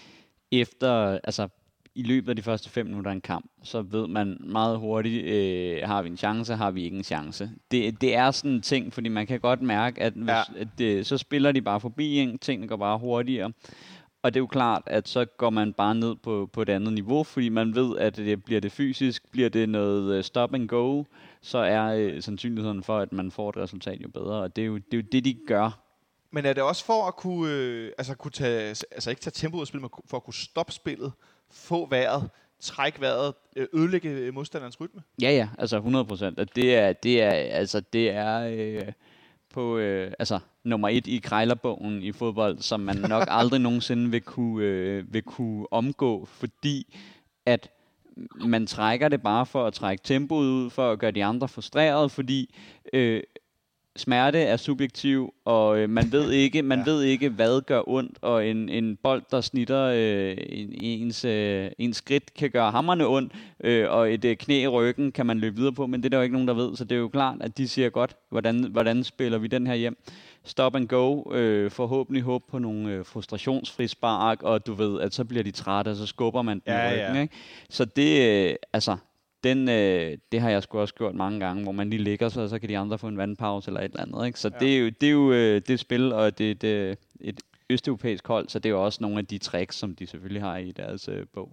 [SPEAKER 3] efter, altså i løbet af de første fem minutter af en kamp, så ved man meget hurtigt, øh, har vi en chance, har vi ikke en chance. Det, det er sådan en ting, fordi man kan godt mærke, at, hvis,
[SPEAKER 2] Ja.
[SPEAKER 3] at det, så spiller de bare forbi en, tingene går bare hurtigere. Og det er jo klart, at så går man bare ned på, på et andet niveau, fordi man ved, at det bliver det fysisk, bliver det noget stop and go, så er øh, sandsynligheden for, at man får et resultat jo bedre, og det er jo det, er jo det de gør.
[SPEAKER 2] Men er det også for at kunne, øh, altså kunne tage, altså ikke tage tempo ud af spillet, men for at kunne stoppe spillet, få vejret, trække vejret, øh, ødelægge modstanderens rytme?
[SPEAKER 3] Ja, ja, altså hundrede procent. Og det er, det er, altså det er øh, på, øh, altså nummer et i krejlerbogen i fodbold, som man nok aldrig nogensinde vil kunne, øh, vil kunne omgå, fordi at man trækker det bare for at trække tempoet ud, for at gøre de andre frustrerede, fordi øh, smerte er subjektiv, og øh, man ved ikke, man ja. ved ikke, hvad gør ondt, og en, en bold, der snitter øh, en, ens, øh, ens skridt, kan gøre hammerne ondt, øh, og et øh, knæ i ryggen kan man løbe videre på, men det er der jo ikke nogen, der ved, så det er jo klart, at de siger godt, hvordan, hvordan spiller vi den her hjem. Stop and go, øh, forhåbentlig håb på nogle øh, frustrationsfri spark, og du ved, at så bliver de trætte, og så skubber man den
[SPEAKER 2] Ja,
[SPEAKER 3] i ryggen,
[SPEAKER 2] ja.
[SPEAKER 3] ikke? Så det, øh, altså... Den, øh, det har jeg sgu også gjort mange gange, hvor man lige ligger sig, og så kan de andre få en vandpause eller et eller andet. Ikke? Så ja. det er jo, det er jo øh, det er spil, og det er et, øh, et østeuropæisk hold, så det er jo også nogle af de tricks, som de selvfølgelig har i deres øh, bog.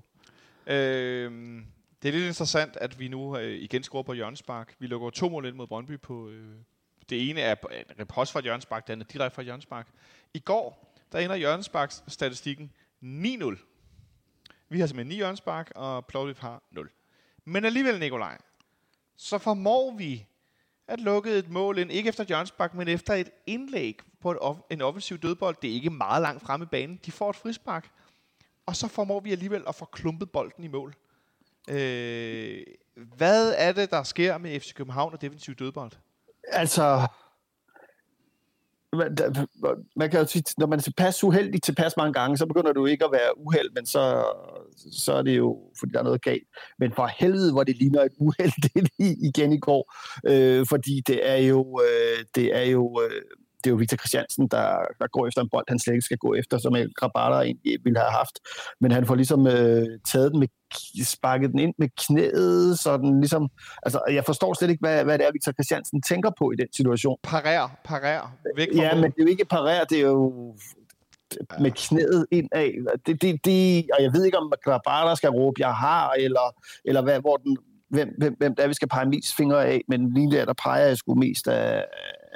[SPEAKER 2] Øh, det er lidt interessant, at vi nu øh, igen scorer på hjørnespark. Vi lukker to mål ind mod Brøndby på... Øh, det ene er en repost fra hjørnespark, det andet direkte fra hjørnespark. I går, der ender hjørnesparks statistikken ni nul. Vi har simpelthen ni hjørnespark, og Plovdiv har nul. Men alligevel, Nikolaj, så formår vi at lukke et mål ind, ikke efter hjørnespark, men efter et indlæg på et off- en offensiv dødbold. Det er ikke meget langt fremme i banen. De får et frispark, og så formår vi alligevel at få klumpet bolden i mål. Øh, hvad er det, der sker med F C København og defensiv dødbold?
[SPEAKER 4] Altså, man, der, man kan jo sige, når man er tilpas uheldig tilpas mange gange, så begynder du ikke at være uheld, men så, så er det jo, fordi der er noget galt. Men for helvede, hvor det ligner et uheld det igen i går, øh, fordi det er jo, øh, det er jo, øh, det er jo Victor Christiansen, der, der går efter en bold, han slet ikke skal gå efter, som El Grabara egentlig ville have haft. Men han får ligesom øh, taget den med, sparket den ind med knæet, så den ligesom, altså jeg forstår slet ikke, hvad, hvad det er, Victor Christiansen tænker på i den situation.
[SPEAKER 2] Parer, parer, væk fra
[SPEAKER 4] Ja,
[SPEAKER 2] mål.
[SPEAKER 4] men det er jo ikke parer, det er jo med knæet indad. Det, det, det, og jeg ved ikke, om Grabara skal råbe, jeg har, eller, eller hvad, hvor den, hvem, hvem, hvem der vi skal pege mest fingre af, men lige der, der peger jeg sgu mest af,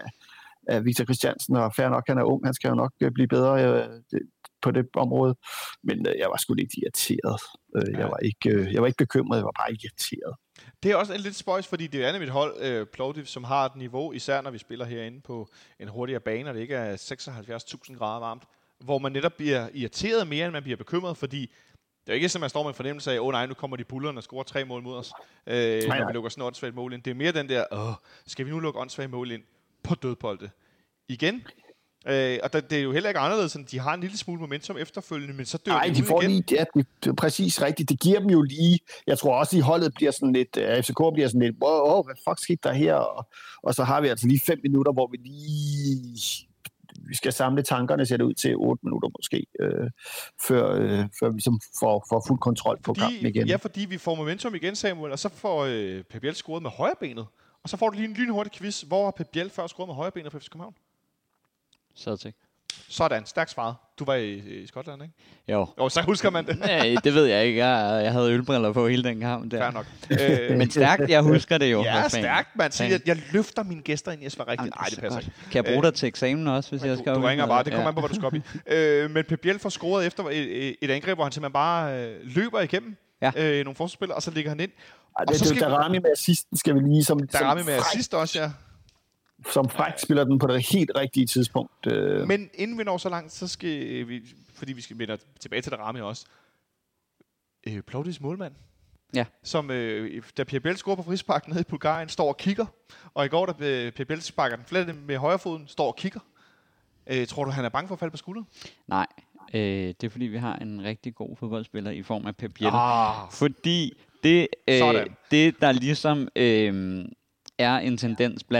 [SPEAKER 4] af Victor Christiansen, og fair nok, han er ung, han skal jo nok blive bedre øh, det, på det område, men øh, jeg var sgu lidt irriteret. Øh,
[SPEAKER 2] Ja.
[SPEAKER 4] jeg, var ikke, øh, jeg var ikke bekymret, jeg var bare irriteret.
[SPEAKER 2] Det er også en lidt spøjs, fordi det er mit hold, øh, Plovdiv, som har et niveau, især når vi spiller herinde på en hurtigere bane, og det ikke er seksoghalvfjerds tusind grader varmt, hvor man netop bliver irriteret mere, end man bliver bekymret, fordi det er jo ikke sådan, man står med en fornemmelse af, åh oh, nej, nu kommer de bullerne og scorer tre mål mod os, øh,
[SPEAKER 4] nej,
[SPEAKER 2] når
[SPEAKER 4] nej.
[SPEAKER 2] vi lukker sådan et åndssvagt mål ind. Det er mere den der, åh, skal vi nu lukke åndssvagt mål ind på dødbolde? Igen. Øh, og der, det er jo heller ikke anderledes, sådan, de har en lille smule momentum efterfølgende, men så dør
[SPEAKER 4] Nej,
[SPEAKER 2] de,
[SPEAKER 4] de
[SPEAKER 2] ud
[SPEAKER 4] får
[SPEAKER 2] igen.
[SPEAKER 4] lige, ja, det er præcis rigtigt. Det giver dem jo lige, jeg tror også, at holdet bliver sådan lidt, uh, F C K bliver sådan lidt, wow, wow, hvad fuck skete der her? Og, og så har vi altså lige fem minutter, hvor vi lige, vi skal samle tankerne, ser det ud til otte minutter måske, øh, før, øh, før vi ligesom får, får fuld kontrol på
[SPEAKER 2] Fordi,
[SPEAKER 4] kampen igen.
[SPEAKER 2] ja, fordi vi får momentum igen, Samuel, og så får øh, Pep Biel scoret med højrebenet, og så får du lige en lynhurtig quiz, hvor har Pep Biel før scoret med højrebenet for F C København?
[SPEAKER 3] Celtic.
[SPEAKER 2] Sådan, stærkt svaret. Du var i, i Skotland, ikke?
[SPEAKER 3] Jo.
[SPEAKER 2] Jo, så husker man det.
[SPEAKER 3] Nej, det ved jeg ikke. Jeg, jeg havde ølbriller på hele den kamp der.
[SPEAKER 2] Fair nok. Øh,
[SPEAKER 3] Men stærkt, jeg husker det jo.
[SPEAKER 2] ja,
[SPEAKER 3] for fanden.
[SPEAKER 2] stærkt, man siger,
[SPEAKER 3] Fan.
[SPEAKER 2] at jeg løfter mine gæster ind i at svare rigtigt. Nej, det passer ikke.
[SPEAKER 3] Kan jeg bruge
[SPEAKER 2] Øh,
[SPEAKER 3] dig til eksamen også, hvis jeg skal
[SPEAKER 2] Du, du
[SPEAKER 3] op i
[SPEAKER 2] ringer
[SPEAKER 3] noget?
[SPEAKER 2] bare, det kommer
[SPEAKER 3] Ja.
[SPEAKER 2] an på, hvad du skal op i. øh, men Pep Biel får scoret efter et, et angreb, hvor han simpelthen bare øh, løber igennem
[SPEAKER 3] Ja.
[SPEAKER 2] øh, nogle forsvarsspillere, og så ligger han ind.
[SPEAKER 4] Ej,
[SPEAKER 2] og
[SPEAKER 4] det,
[SPEAKER 2] så
[SPEAKER 4] det er
[SPEAKER 2] skal-
[SPEAKER 4] jo Darami med assisten, skal vi lige, som,
[SPEAKER 2] Der rammer
[SPEAKER 4] som,
[SPEAKER 2] med
[SPEAKER 4] fræk,
[SPEAKER 2] assist også, ja.
[SPEAKER 4] som fræk spiller den på det helt rigtige tidspunkt. Øh,
[SPEAKER 2] Men inden vi når så langt, så skal vi, fordi vi skal vende tilbage til Darami også, øh, Plovdivs målmand,
[SPEAKER 3] Ja.
[SPEAKER 2] som øh, da Pierre Biel scorer på frispark nede i Bulgarien, står og kigger, og i går, da øh, Pierre Biel sparker den flat med højrefoden, står og kigger. Øh, tror du, han er bange for at falde på skulderen?
[SPEAKER 3] Nej, øh, det er fordi, vi har en rigtig god fodboldspiller i form af Pep Biel.
[SPEAKER 2] Ah,
[SPEAKER 3] Fordi det, øh,
[SPEAKER 2] Sådan.
[SPEAKER 3] det der ligesom øh, er en tendens blandt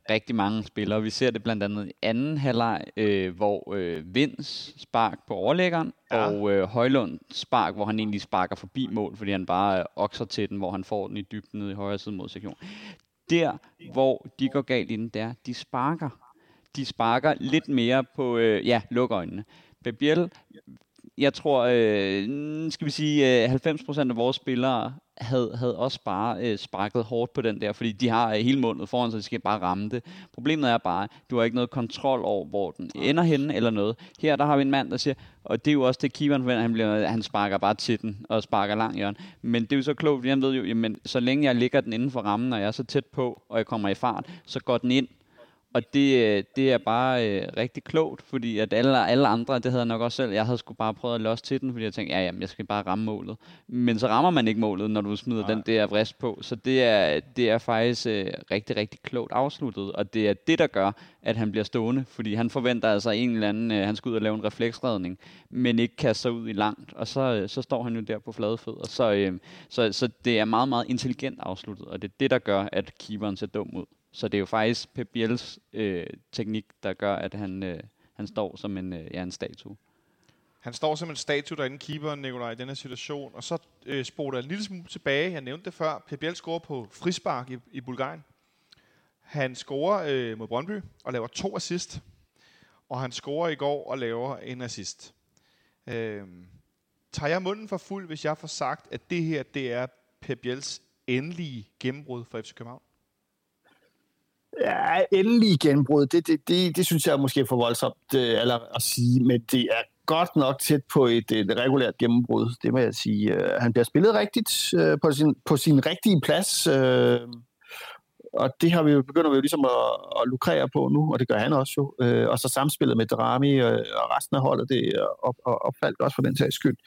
[SPEAKER 3] rigtig mange spillere. Vi ser det blandt andet i anden halvleg, øh, hvor øh, Vinds spark på overlæggeren, ja. og øh, Højlund spark, hvor han egentlig sparker forbi mål, fordi han bare øh, okser til den, hvor han får den i dybden nede i højre side mod sektion. Der, hvor de går galt i den, der, de sparker. De sparker lidt mere på, øh, ja, luk øjnene. Pep Biel, jeg tror, øh, skal vi sige, øh, halvfems procent af vores spillere havde, havde også bare øh, sparket hårdt på den der, fordi de har øh, hele måneden foran, så de skal bare ramme det. Problemet er bare, du har ikke noget kontrol over, hvor den ender henne eller noget. Her der har vi en mand, der siger, og det er jo også det, keeperen forventer, han, bliver, han sparker bare til den og sparker langt hjørne. Men det er jo så klogt, fordi han ved jo, jamen, så længe jeg ligger den inden for rammen, og jeg er så tæt på, og jeg kommer i fart, så går den ind. Og det, det er bare øh, rigtig klogt, fordi at alle, alle andre, det havde jeg nok også selv, jeg havde sgu bare prøvet at losse til den, fordi jeg tænkte, ja, jamen, jeg skal bare ramme målet. Men så rammer man ikke målet, når du smider Nej. den der vrist på. Så det er, det er faktisk øh, rigtig, rigtig klogt afsluttet, og det er det, der gør, at han bliver stående, fordi han forventer altså en eller anden, øh, han skal ud og lave en refleksredning, men ikke kaster sig ud i langt, og så, øh, så står han jo der på flade fødder. Så, øh, så, så det er meget, meget intelligent afsluttet, og det er det, der gør, at keeperen ser dum ud. Så det er jo faktisk Pep Biels øh, teknik, der gør, at han, øh, han står som en, øh, ja, en statue.
[SPEAKER 2] Han står som en statue derinde, keeperen, Nikolaj, i denne situation. Og så øh, spoler jeg en lille smule tilbage. Jeg nævnte det før. Pep Biel scorer på frispark i, i Bulgarien. Han scorer øh, mod Brøndby og laver to assist. Og han scorer i går og laver en assist. Øh, tager jeg munden for fuld, hvis jeg får sagt, at det her, det er Pep Biels endelige gennembrud for F C København?
[SPEAKER 4] Ja, endelig gennembrud, det, det, det, det synes jeg måske er for voldsomt øh, eller at sige, men det er godt nok tæt på et, et regulært gennembrud, det må jeg sige. Uh, han bliver spillet rigtigt uh, på, sin, på sin rigtige plads, uh, og det har vi jo, begynder vi jo ligesom at, at lukrere på nu, og det gør han også jo. Uh, og så samspillet med Darami og, og resten af holdet, det op, og opfaldt også for den sags skyld.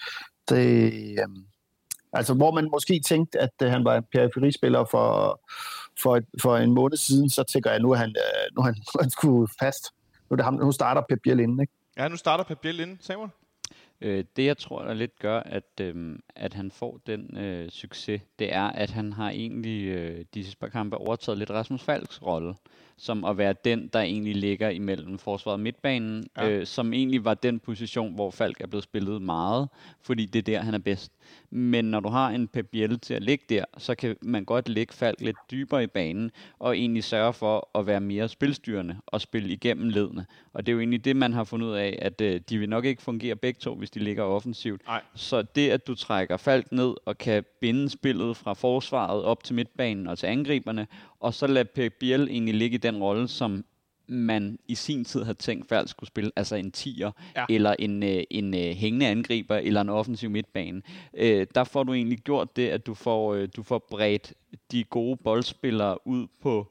[SPEAKER 4] Det, um, altså, hvor man måske tænkte, at uh, han var en periferispiller for... For, for en måned siden, så tænker jeg, nu er han, nu er han, nu er han sgu fast. Nu, er det ham, nu starter Pep Biel inden, ikke?
[SPEAKER 2] Ja, nu starter Pep Biel inden, Samuel.
[SPEAKER 3] Øh, det, jeg tror, der lidt gør, at, øh, at han får den øh, succes, det er, at han har egentlig øh, de sidste par kampe overtaget lidt Rasmus Falks rolle, som at være den, der egentlig ligger imellem forsvaret og midtbanen, ja. øh, som egentlig var den position, hvor Falk er blevet spillet meget, fordi det er der, han er bedst. Men når du har en Pep Biel til at ligge der, så kan man godt lægge Falk lidt dybere i banen, og egentlig sørge for at være mere spilstyrende og spille igennem ledene. Og det er jo egentlig det, man har fundet ud af, at øh, de vil nok ikke fungere begge to, hvis de ligger offensivt. Ej. Så det, at du trækker Falk ned og kan binde spillet fra forsvaret op til midtbanen og til angriberne, og så lade Pep Biel egentlig ligge i den rolle, som man i sin tid havde tænkt, Falk skulle spille, altså en tier, ja. eller en, en, en hængende angriber, eller en offensiv midtbane. Øh, der får du egentlig gjort det, at du får, du får bredt de gode boldspillere ud på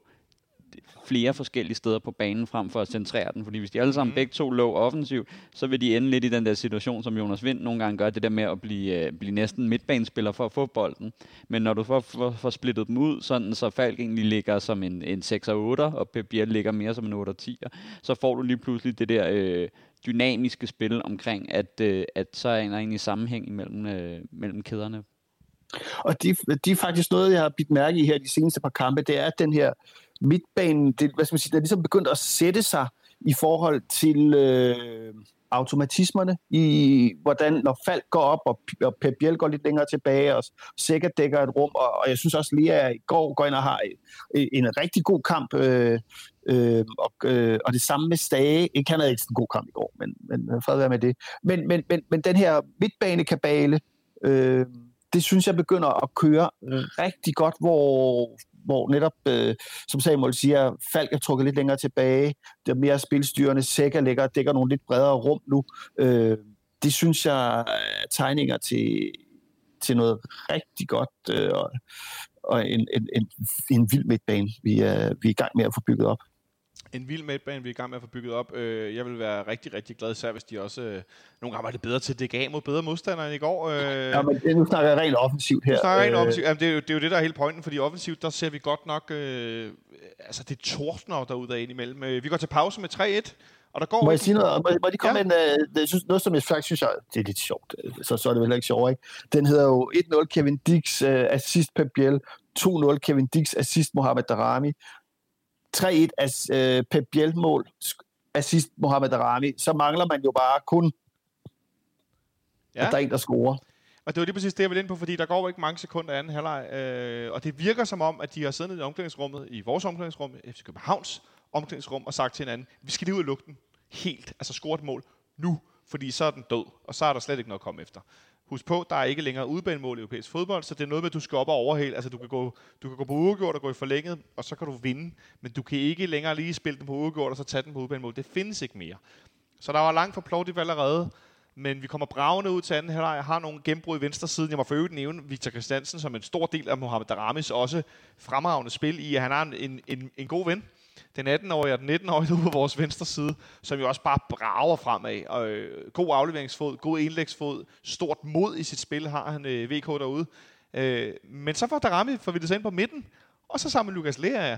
[SPEAKER 3] flere forskellige steder på banen frem for at centrere den, fordi hvis de alle sammen mm. begge to lå offensivt, så vil de ende lidt i den der situation, som Jonas Vind nogle gange gør, det der med at blive, blive næsten midtbanespiller for at få bolden. Men når du får, får, får splittet dem ud, sådan så Falk egentlig ligger som en, en seks og otte, og Pep Biel ligger mere som en otte og ti, så får du lige pludselig det der øh, dynamiske spil omkring, at, øh, at så er der egentlig sammenhæng imellem øh, mellem kæderne.
[SPEAKER 4] Og det de er faktisk noget, jeg har bidt mærke i her de seneste par kampe, det er, at den her midtbanen, det, hvad skal man sige, der er ligesom begyndt at sætte sig i forhold til øh, automatismerne, i hvordan, når Falk går op, og, og Pep Biel går lidt længere tilbage, og Sækker dækker et rum, og, og jeg synes også, Lea i går går ind og har en, en rigtig god kamp, øh, øh, og, øh, og det samme med Stage. Ikke, han havde ikke en god kamp i går, men, men fred være med det. Men, men, men, men den her midtbanekabale, øh, det synes jeg begynder at køre rigtig godt, hvor, hvor netop, øh, som Samuel siger, Falk er trukket lidt længere tilbage, det er mere spilstyrende, Sækker lægger dækker nogle lidt bredere rum nu. Øh, det synes jeg er tegninger til, til noget rigtig godt, øh, og, og en, en, en, en vild midtbane, vi er, vi er i gang med at få bygget op.
[SPEAKER 2] En vild midtbane, vi er i gang med at få bygget op. Jeg vil være rigtig, rigtig glad, især hvis de også øh, nogle gange var det bedre til at dække af mod bedre modstandere end i går. Øh,
[SPEAKER 4] ja, men nu snakker jeg rent offensivt her.
[SPEAKER 2] Nu snakker jeg rent offensivt. Jamen, det, er jo, det er jo det, der er hele pointen, fordi offensivt, der ser vi godt nok, øh, altså det tordner derude af indimellem. Vi går til pause med tre et, og der går...
[SPEAKER 4] Må jeg sige noget? Må, må de komme ja. en, uh, synes, noget, som jeg faktisk synes, jeg, det er lidt sjovt, så, så er det vel ikke sjovt, ikke? Den hedder jo et nul Kevin Dix, uh, assist Pep Biel, to nul Kevin Dix, assist Mohamed Darami. tre et as, øh, Pep Biel-mål, assist Mohamed Darami, så mangler man jo bare kun, ja. at der er en, der scorer.
[SPEAKER 2] Og det var lige præcis det, jeg ville ind på, fordi der går jo ikke mange sekunder anden halvleg, øh, og det virker som om, at de har siddet i omklædningsrummet, i vores omklædningsrum, F C Københavns omklædningsrum, og sagt til hinanden, vi skal lige ud og lukke den helt, altså score et mål nu, fordi så er den død, og så er der slet ikke noget at komme efter. Husk på, der er ikke længere udbanemål i europæisk fodbold, så det er noget med, at du skal op og overhale. Altså, du kan gå, du kan gå på uafgjort og gå i forlænget, og så kan du vinde. Men du kan ikke længere lige spille den på uafgjort, og så tage den på udbanemål. Det findes ikke mere. Så der var langt for Plovdiv allerede, men vi kommer bragende ud til anden halvleg. Jeg har nogle gennembrud i venstre side. Jeg må for øvrigt nævne Victor Christiansen som en stor del af Mohamed Daramis også fremragende spil i, at han har en, en, en god ven. Den atten-årige og den nitten-årige ude på vores venstre side, som jo også bare brager fremad. Og, øh, god afleveringsfod, god indlægsfod, stort mod i sit spil har han øh, V K derude. Øh, men så får Darami forvildet sig ind på midten, og så sammen med Lukas Lea.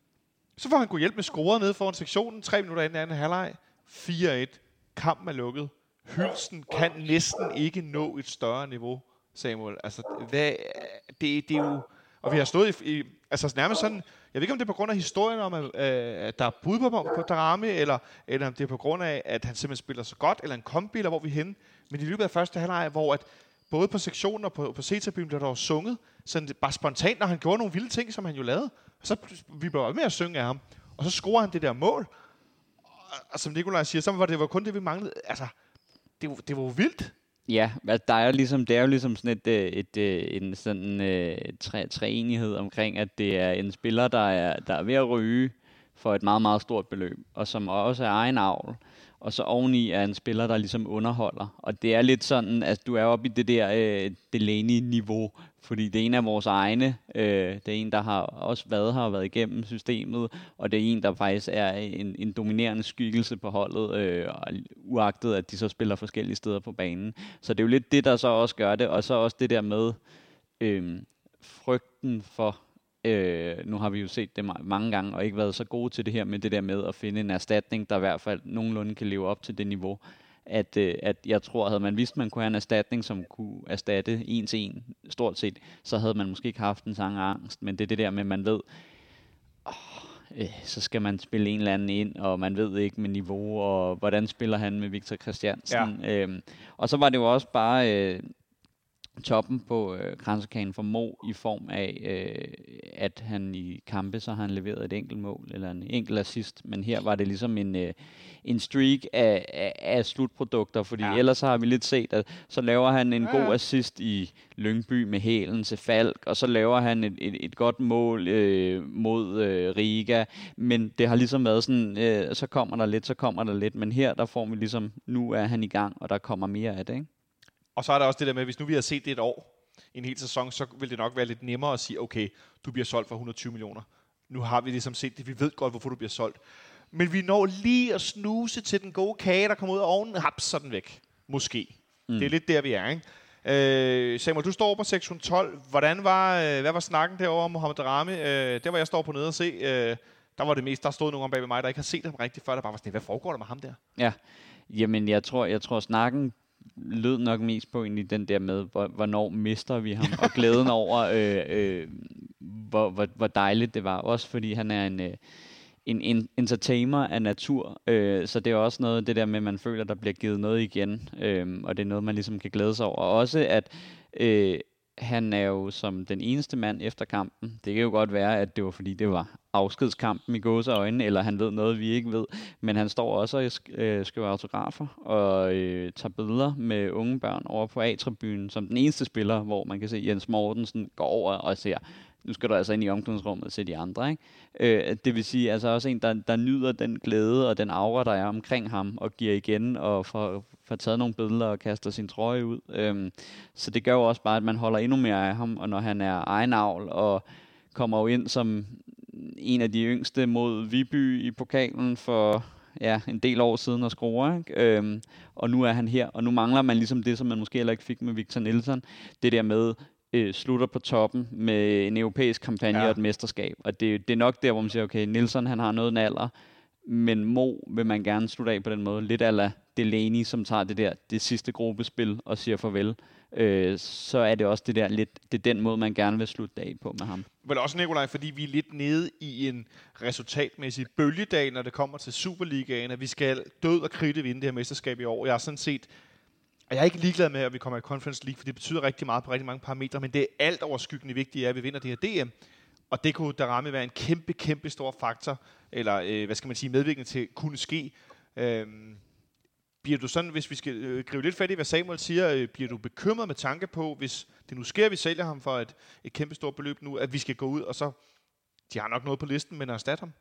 [SPEAKER 2] Så får han god hjælp med scoret nede foran sektionen, tre minutter inden anden halvleg, fire et. Kampen er lukket. Hylsten kan næsten ikke nå et større niveau, Samuel. Altså, hvad, det, det er jo... Og vi har stået i, i... Altså nærmest sådan... Jeg ved ikke, om det er på grund af historien om, at, at der er bud på, på Darami, eller, eller om det er på grund af, at han simpelthen spiller så godt, eller en kombi, eller hvor vi er henne. Men i løbet af første halvleg, hvor at både på sektionen og på, på C-tribunen blev der var sunget, sådan bare spontant, når han gjorde nogle vilde ting, som han jo lavede. Og så vi blev med at synge af ham. Og så scorer han det der mål. Og, og som Nikolaj siger, så var det var kun det, vi manglede. Altså, det, det var jo vildt.
[SPEAKER 3] Ja, der er jo ligesom, det er jo ligesom sådan et, et, et en sådan øh, tre, treenighed omkring, at det er en spiller, der er, der er ved at ryge for et meget, meget stort beløb, og som også er egen avl, og så oveni er en spiller, der ligesom underholder. Og det er lidt sådan, at du er oppe i det der øh, Delaney-niveau, fordi det er en af vores egne. Øh, det er en, der har også været her og været igennem systemet, og det er en, der faktisk er en, en dominerende skikkelse på holdet, øh, uagtet at de så spiller forskellige steder på banen. Så det er jo lidt det, der så også gør det, og så også det der med øh, frygten for... Øh, nu har vi jo set det mange gange, og ikke været så gode til det her med det der med at finde en erstatning, der i hvert fald nogenlunde kan leve op til det niveau. At, øh, at jeg tror, havde man vidst, man kunne have en erstatning, som kunne erstatte en til en, stort set, så havde man måske ikke haft en sang angst. Men det er det der med, at man ved, åh, øh, så skal man spille en eller anden ind, og man ved ikke med niveau, og hvordan spiller han med Victor Christiansen. Ja. Øhm, og så var det jo også bare... Øh, toppen på øh, kransekagen for Mo i form af, øh, at han i kampe, så har han leveret et enkelt mål, eller en enkelt assist, men her var det ligesom en, øh, en streak af, af, af slutprodukter, fordi ja. ellers har vi lidt set, at så laver han en ja. god assist i Lyngby med hælen til Falk, og så laver han et, et, et godt mål øh, mod øh, Riga, men det har ligesom været sådan, øh, så kommer der lidt, så kommer der lidt, men her der får vi ligesom, nu er han i gang, og der kommer mere af det, ikke?
[SPEAKER 2] Og så er der også det der med, at hvis nu vi har set det et år, en hel sæson, så vil det nok være lidt nemmere at sige, okay, du bliver solgt for et hundrede og tyve millioner. Nu har vi ligesom set det, vi ved godt, hvorfor du bliver solgt. Men vi når lige at snuse til den gode kage, der kommer ud af ovnen, haps, så den væk. Måske. Mm. Det er lidt der, vi er, ikke? Øh, Samuel, du står på sektion tolv. Hvordan var, øh, hvad var snakken derovre om Mohamed Darami? Øh, der var jeg står på nede og se. Øh, der var det mest, der stod nogen om bag ved mig, der ikke har set ham rigtigt før. Der bare var sådan, hvad foregår der med ham der?
[SPEAKER 3] Ja, jamen jeg tror, jeg tror snakken lød nok mest på egentlig den der med, hvornår mister vi ham, og glæden over, øh, øh, hvor, hvor, hvor dejligt det var. Også fordi han er en, øh, en, en entertainer af natur, øh, så det er også noget det der med, at man føler, at der bliver givet noget igen, øh, og det er noget, man ligesom kan glæde sig over. Og også, at øh, han er jo som den eneste mand efter kampen. Det kan jo godt være, at det var fordi, det var afskedskampen i gåseøjne, eller han ved noget, vi ikke ved. Men han står også og øh, skriver autografer og øh, tager billeder med unge børn over på A-tribunen, som den eneste spiller, hvor man kan se Jens Mortensen går over og siger, nu skal du altså ind i omklædningsrummet og se de andre, ikke? Øh, det vil sige, altså også en, der, der nyder den glæde og den aura, der er omkring ham, og giver igen og får, får taget nogle billeder og kaster sin trøje ud. Øh, så det gør jo også bare, at man holder endnu mere af ham, og når han er egen avl og kommer jo ind som en af de yngste mod Viby i pokalen for ja, en del år siden at score, ikke? Øhm, og nu er han her, og nu mangler man ligesom det, som man måske heller ikke fik med Victor Nilsson, det der med øh, slutter på toppen med en europæisk kampagne ja. og et mesterskab, og det, det er nok der, hvor man siger, okay, Nilsson han har noget en alder, men Mo vil man gerne slutte af på den måde, lidt a la Delaney, som tager det der, det sidste gruppespil og siger farvel. øh, så er det også det der lidt, det er den måde, man gerne vil slutte af på med ham.
[SPEAKER 2] Vel også, Nikolaj, fordi vi er lidt nede i en resultatmæssig bølgedag, når det kommer til Superligaen, at vi skal død og kridte vinde det her mesterskab i år. Jeg er sådan set, og jeg er ikke ligeglad med, at vi kommer i Conference League, for det betyder rigtig meget på rigtig mange parametre, men det er alt overskyggende vigtigt, at vi vinder det her D M. Og det kunne Daramy være en kæmpe, kæmpe stor faktor, eller øh, hvad skal man sige, medvirkende til at kunne ske. Øhm, bliver du sådan, hvis vi skal øh, gribe lidt fat i, hvad Samuel siger, øh, bliver du bekymret med tanke på, hvis det nu sker, at vi sælger ham for et, et kæmpe stort beløb nu, at vi skal gå ud, og så, de har nok noget på listen, men at erstatte ham?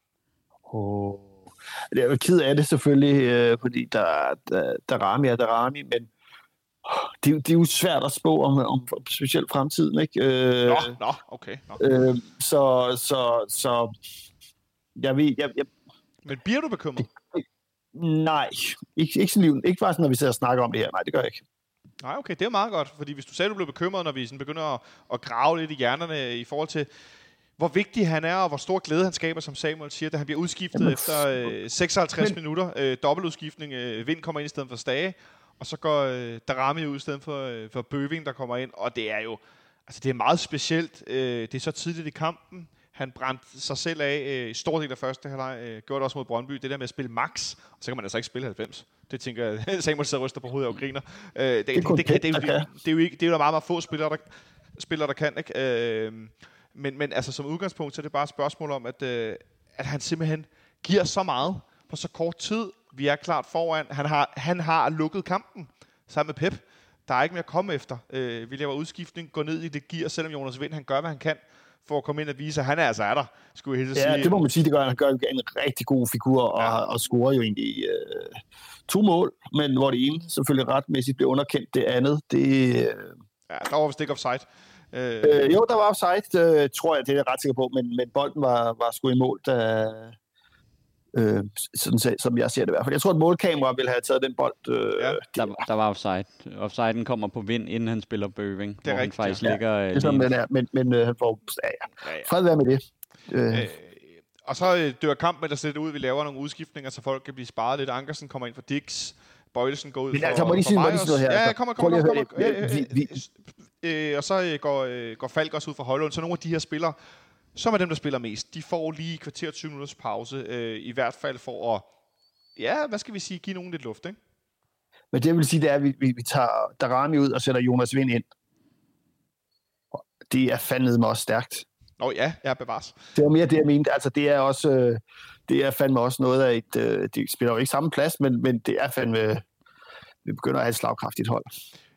[SPEAKER 4] Oh. Jeg er jo ked af det selvfølgelig, øh, fordi der, der, Daramy er Daramy, men det, det er jo svært at spå om, om, om specielt fremtiden, ikke? Øh,
[SPEAKER 2] nå, nå, okay. Nå.
[SPEAKER 4] Øh, så, så, så, jeg ved, jeg, jeg,
[SPEAKER 2] men bliver du bekymret?
[SPEAKER 4] Det, nej, ikke, ikke, sådan, ikke bare sådan, når vi sidder og snakker om det her. Nej, det gør jeg ikke.
[SPEAKER 2] Nej, okay, det er meget godt, fordi hvis du sagde, du blev bekymret, når vi sådan begynder at, at grave lidt i hjernerne i forhold til, hvor vigtig han er, og hvor stor glæde han skaber, som Samuel siger, da han bliver udskiftet Jamen, efter øh, seksoghalvtreds men, minutter. Øh, dobbeltudskiftning. Øh, Vind kommer ind i stedet for Stage, og så går øh, Daramy ud i stedet for, øh, for Bøving, der kommer ind. Og det er jo altså det er meget specielt. Øh, det er så tidligt i kampen. Han brændte sig selv af øh, i stor del af første halvleg. Øh, gjorde det også mod Brøndby. Det der med at spille max, og så kan man altså ikke spille halvfems. Det tænker jeg, Samuel sidder og ryster på hovedet og griner. Øh, det, det, det, det, det, det, det, det er jo ikke, det er jo der meget, meget få spillere, der, spillere, der kan. Ikke? Øh, Men, men altså som udgangspunkt, så er det bare et spørgsmål om, at, øh, at han simpelthen giver så meget på så kort tid. Vi er klart foran. Han har, han har lukket kampen sammen med Pep. Der er ikke mere at komme efter. Øh, vi laver udskiftning, går ned i det gear, selvom Jonas Vind, han gør, hvad han kan, for at komme ind og vise, at han er altså er der, skulle jeg helt
[SPEAKER 4] ja, sige. Ja, det må man sige, det gør. Han gør en rigtig god figur, og, ja. og scorer jo egentlig øh, to mål, men hvor det ene selvfølgelig retmæssigt bliver underkendt, det andet, det... Øh...
[SPEAKER 2] Ja, der var vist ikke offside.
[SPEAKER 4] Øh, øh, jo, der var offside, øh, tror jeg, det er jeg ret sikker på, men, men bolden var, var sgu i mål, da, øh, sådan, som jeg ser det i hvert fald. Jeg tror, at målkamera ville have taget den bold. Øh,
[SPEAKER 3] ja, der, der var offside. Offsiden kommer på Vind, inden han spiller Bøving, det er hvor rigtigt, han faktisk ja. ligger...
[SPEAKER 4] Ja, det er sådan, den er, men, men øh, han får... Ja, ja. Fred være med det. Øh.
[SPEAKER 2] Øh, og så øh, dør kampen, der ser det ud, vi laver nogle udskiftninger, så folk kan blive sparet lidt. Ankersen kommer ind for Dix. Bøjlesen går ud
[SPEAKER 4] men,
[SPEAKER 2] for,
[SPEAKER 4] altså, må lige sige,
[SPEAKER 2] for
[SPEAKER 4] noget her.
[SPEAKER 2] Ja, kommer, kommer, kommer. kommer. Øh, øh, og så øh, går, øh, går Falk også ud for Højlund. Så nogle af de her spillere, som er dem, der spiller mest, de får lige kvarter tyve minutters pause, øh, i hvert fald for at, ja, hvad skal vi sige, give nogen lidt luft, ikke?
[SPEAKER 4] Men det vil sige, det er, at vi, vi, vi tager Daramy ud og sætter Jonas Vind ind. Det er fandme også stærkt.
[SPEAKER 2] Nå ja, ja, bevares.
[SPEAKER 4] Det var mere det, jeg mente. Altså, det er også, øh, det er fandme også noget af et, øh, de spiller jo ikke samme plads, men, men det er fandme, vi begynder at have et slagkraftigt hold.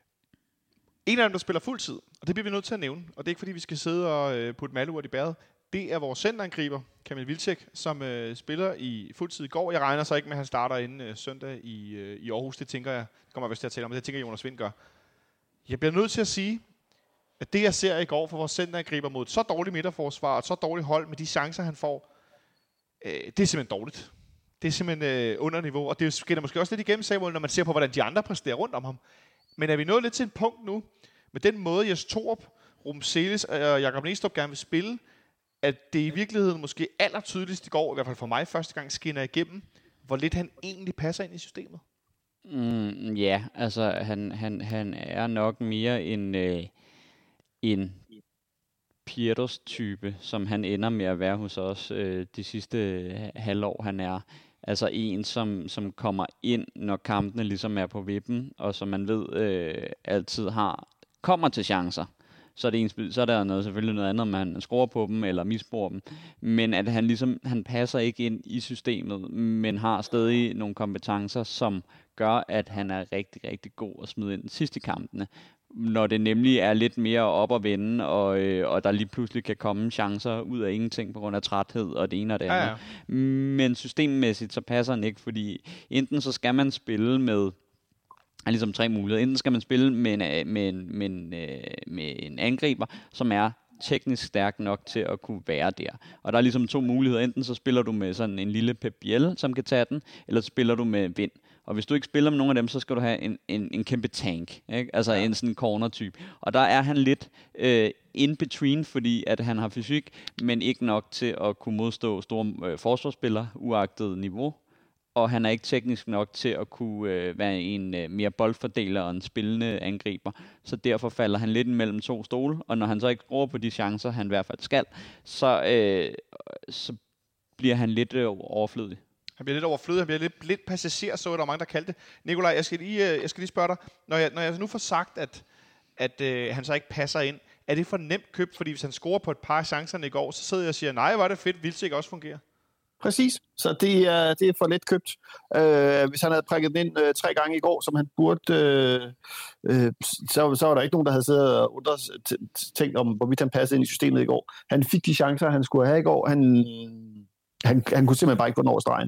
[SPEAKER 2] En af dem, der spiller fuldtid, og det bliver vi nødt til at nævne, og det er ikke fordi, vi skal sidde og øh, putte malurt i bæret, det er vores centerangriber, Kamil Vilcek, som øh, spiller i fuldtid i går. Jeg regner så ikke med, at han starter inden øh, søndag i, øh, i Aarhus. Det tænker jeg, det kommer jeg vist til at tale om, det tænker Jonas Vind gør. Jeg bliver nødt til at sige, at det, jeg ser i går for vores centerangriber mod et så dårligt midterforsvar, og et så dårligt hold med de chancer, han får, øh, det er simpelthen dårligt. Det er simpelthen øh, under niveau, og det skinner måske også lidt igennem, Samuel, når man ser på, hvordan de andre præsterer rundt om ham. Men er vi nået lidt til et punkt nu, med den måde, Jes Torup, Ruben Seles og Jakob Næstrup gerne vil spille, at det i virkeligheden måske allertydeligst i går, i hvert fald for mig første gang, skinner igennem, hvor lidt han egentlig passer ind i systemet?
[SPEAKER 3] Mm, ja, altså han, han, han er nok mere en, øh, en Pietos-type, som han ender med at være hos os øh, de sidste halvår, han er. Altså en, som, som kommer ind, når kampene ligesom er på vippen, og som man ved øh, altid har, kommer til chancer. Så er, det en, så er der noget, selvfølgelig noget andet, om han scorer på dem eller misbruger dem. Men at han ligesom, han passer ikke ind i systemet, men har stadig nogle kompetencer, som gør, at han er rigtig, rigtig god at smide ind sidst i kampene. Når det nemlig er lidt mere op at vende, og, øh, og der lige pludselig kan komme chancer ud af ingenting på grund af træthed og det ene og det andet. Ja, ja. Men systemmæssigt så passer han ikke, fordi enten så skal man spille med er ligesom tre muligheder. Enten skal man spille med en, med en, med en, med en angriber, som er teknisk stærk nok til at kunne være der. Og der er ligesom to muligheder. Enten så spiller du med sådan en lille Pep Biel, som kan tage den, eller så spiller du med Vind. Og hvis du ikke spiller med nogen af dem, så skal du have en, en, en kæmpe tank, ikke? Altså ja. En sådan corner-type. Og der er han lidt øh, in between, fordi at han har fysik, men ikke nok til at kunne modstå store øh, forsvarsspillere, uagtet niveau. og han er ikke teknisk nok til at kunne øh, være en øh, mere boldfordeler og en spillende angriber. Så derfor falder han lidt mellem to stole, og når han så ikke scorer på de chancer, han i hvert fald skal, så, øh, så bliver han lidt øh, overflødig.
[SPEAKER 2] Han bliver lidt overflødig, han bliver lidt, lidt passager, så er der mange, der kaldte det. Nikolaj, jeg skal lige, jeg skal lige spørge dig, når jeg, når jeg nu får sagt, at, at øh, han så ikke passer ind, er det for nemt købt? Fordi hvis han scorer på et par af chancerne i går, så sidder jeg og siger, nej, var det fedt, Vilcek også fungerer.
[SPEAKER 4] Præcis, så det er, det er for let købt. Øh, hvis han havde prikket den ind øh, tre gange i går, som han burde, øh, øh, så, så var der ikke nogen, der havde siddet og undret, tænkt om, hvorvidt han passede ind i systemet i går. Han fik de chancer, han skulle have i går. Han, han, han kunne simpelthen bare ikke gå den over stregen.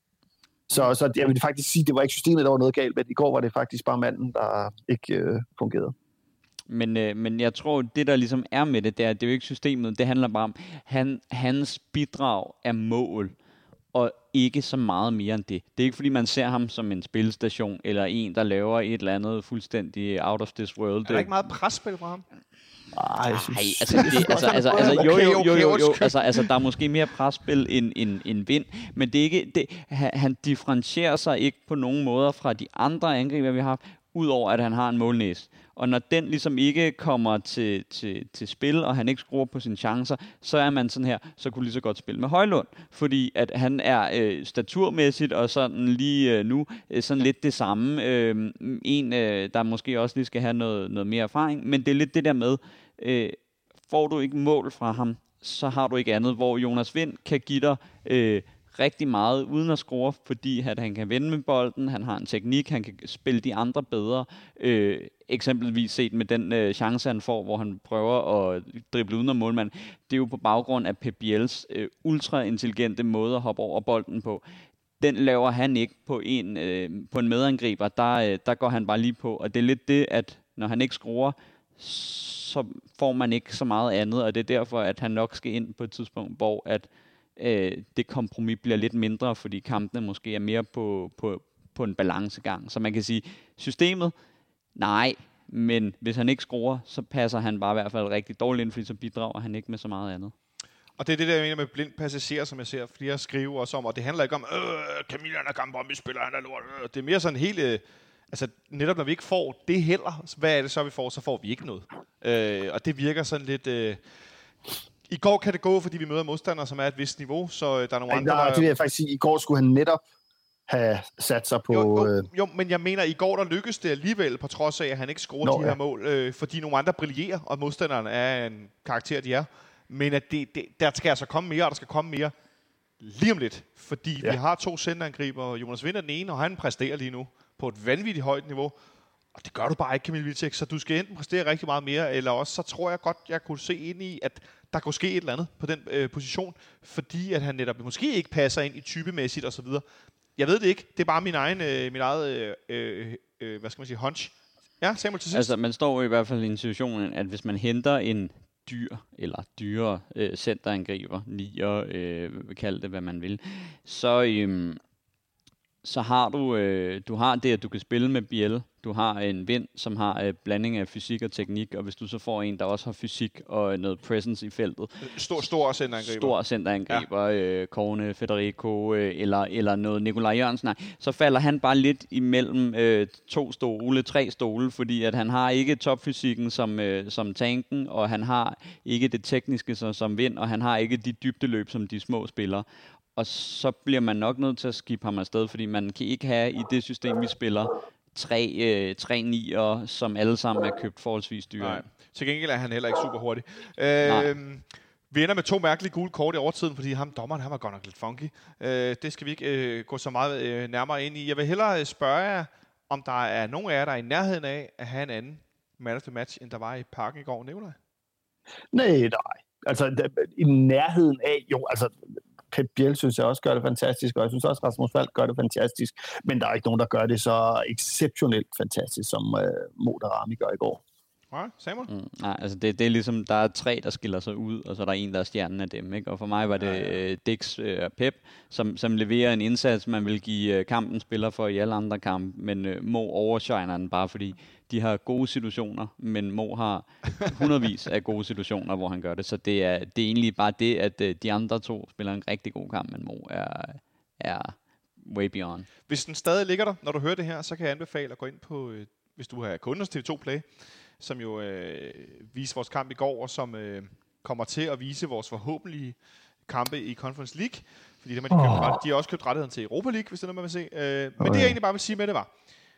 [SPEAKER 4] Så, så jeg vil faktisk sige, at det var ikke systemet, der var noget galt, men i går var det faktisk bare manden, der ikke øh, fungerede.
[SPEAKER 3] Men, øh, men jeg tror, det der ligesom er med det, det er, det er jo ikke systemet, det handler bare om, han, hans bidrag er mål, og ikke så meget mere end det. Det er ikke fordi, man ser ham som en spilstation, eller en, der laver et eller andet fuldstændig out of this world.
[SPEAKER 2] Er der ikke meget presspil fra ham?
[SPEAKER 3] Nej, altså, det, altså, altså, altså, jo, jo, jo, jo, jo, altså, altså, der er måske mere presspil end, end, end vind, men det er ikke, det, han, han differentierer sig ikke på nogen måder fra de andre angriber, vi har haft, udover at han har en målnæs. Og når den ligesom ikke kommer til, til, til spil, og han ikke skruer på sine chancer, så er man sådan her, så kunne lige så godt spille med Højlund. Fordi at han er øh, staturmæssigt og sådan lige øh, nu øh, sådan lidt det samme. Øh, en, øh, der måske også lige skal have noget, noget mere erfaring. Men det er lidt det der med, øh, får du ikke mål fra ham, så har du ikke andet. Hvor Jonas Vind kan give dig Øh, rigtig meget uden at score, fordi at han kan vende med bolden, han har en teknik, han kan spille de andre bedre. Øh, eksempelvis set med den øh, chance, han får, hvor han prøver at drible uden om målmanden. Det er jo på baggrund af Pep Biels øh, ultra-intelligente måde at hoppe over bolden på. Den laver han ikke på en, øh, på en medangriber. Der, øh, der går han bare lige på, og det er lidt det, at når han ikke scorer, så får man ikke så meget andet, og det er derfor, at han nok skal ind på et tidspunkt, hvor at Øh, det kompromis bliver lidt mindre, fordi kampene måske er mere på, på, på en balancegang. Så man kan sige, systemet, nej, men hvis han ikke scorer, så passer han bare i hvert fald rigtig dårligt ind, fordi så bidrager han ikke med så meget andet.
[SPEAKER 2] Og det er det, der jeg mener med blind passager, som jeg ser flere skrive også om, og det handler ikke om, øh, Camille han er gammel, vi spiller, han er lort. Øh. Det er mere sådan helt, øh, altså netop når vi ikke får det heller, hvad er det så, vi får? Så får vi ikke noget. Øh, og det virker sådan lidt Øh, I går kan det gå, fordi vi møder modstandere, som er et vist niveau, så der er nogle
[SPEAKER 4] Ej,
[SPEAKER 2] andre,
[SPEAKER 4] der,
[SPEAKER 2] der...
[SPEAKER 4] Det vil jeg faktisk sige, i går skulle han netop have sat sig på...
[SPEAKER 2] Jo, jo,
[SPEAKER 4] øh...
[SPEAKER 2] jo, men jeg mener, i går der lykkedes det alligevel, på trods af, at han ikke scorer
[SPEAKER 4] Nå,
[SPEAKER 2] de her
[SPEAKER 4] ja.
[SPEAKER 2] mål, øh, fordi nogle andre brillerer, og modstanderne er en karakter, de er. Men at det, det, der skal altså komme mere, og der skal komme mere lige om lidt, fordi ja. vi har to centerangriber, Jonas Vind er den ene, og han præsterer lige nu på et vanvittigt højt niveau. Og det gør du bare ikke, Camille Vilcek, så du skal enten præstere rigtig meget mere, eller også så tror jeg godt, jeg kunne se ind i, at der kunne ske et eller andet på den øh, position, fordi at han netop måske ikke passer ind i typemæssigt og så videre. Jeg ved det ikke. Det er bare min egen, øh, min eget, øh, øh, hvad skal man sige, hunch. Ja, Samuel til sidst.
[SPEAKER 3] Altså, man står i hvert fald i en situation, at hvis man henter en dyr eller dyre øh, centerangriber, nier, øh, kald det hvad man vil, så øh, så har du øh, du har det, at du kan spille med Biel. Du har en Vind, som har øh, blanding af fysik og teknik, og hvis du så får en, der også har fysik og noget presence i feltet.
[SPEAKER 2] Stor, stor centerangriber.
[SPEAKER 3] Stor centerangriber, ja. øh, Korne, Federico, øh, eller, eller noget Nikolaj Jørgensen, nej, så falder han bare lidt imellem øh, to stole, tre stole, fordi at han har ikke topfysikken som, øh, som tanken, og han har ikke det tekniske som, som Vind, og han har ikke de dybdeløb som de små spillere. Og så bliver man nok nødt til at skifte ham afsted, fordi man kan ikke have i det system, vi spiller, tre, øh, tre nier, som alle sammen er købt forholdsvis dyre.
[SPEAKER 2] Nej. Til gengæld er han heller ikke super hurtig. Øh, vi ender med to mærkelige gule kort i overtiden, fordi ham dommeren, han var godt nok lidt funky. Øh, det skal vi ikke øh, gå så meget øh, nærmere ind i. Jeg vil hellere spørge jer, om der er nogen af jer, der er i nærheden af at have en anden man of the match, end der var i parken i går, Nikolaj?
[SPEAKER 4] Nej, nej. Altså, der, i nærheden af, jo, altså, Pep Biel synes jeg også gør det fantastisk, og jeg synes også, Rasmus Falk gør det fantastisk, men der er ikke nogen, der gør det så exceptionelt fantastisk, som uh, Modarami gør i går.
[SPEAKER 2] Nej, Samuel?
[SPEAKER 3] Mm, nej, altså det, det er ligesom, der er tre, der skiller sig ud, og så er der en, der er stjernen af dem, ikke? Og for mig var det ja, ja. Uh, Dix og uh, Pep, som, som leverer en indsats, man vil give uh, kampen spiller for i alle andre kampe, men uh, Mo overshiner den bare, fordi de har gode situationer, men Mo har hundredvis af gode situationer, hvor han gør det. Så det er, det er egentlig bare det, at uh, de andre to spiller en rigtig god kamp, men Mo er, er way beyond.
[SPEAKER 2] Hvis den stadig ligger der, når du hører det her, så kan jeg anbefale at gå ind på, øh, hvis du har kundet hos T V to Play, som jo øh, viste vores kamp i går, og som øh, kommer til at vise vores forhåbentlige kampe i Conference League. Fordi dem har de, oh. købt ret, de har også købt rettigheden til Europa League, hvis det er noget, man vil se. Øh, men oh, det jeg egentlig bare vil sige med det var,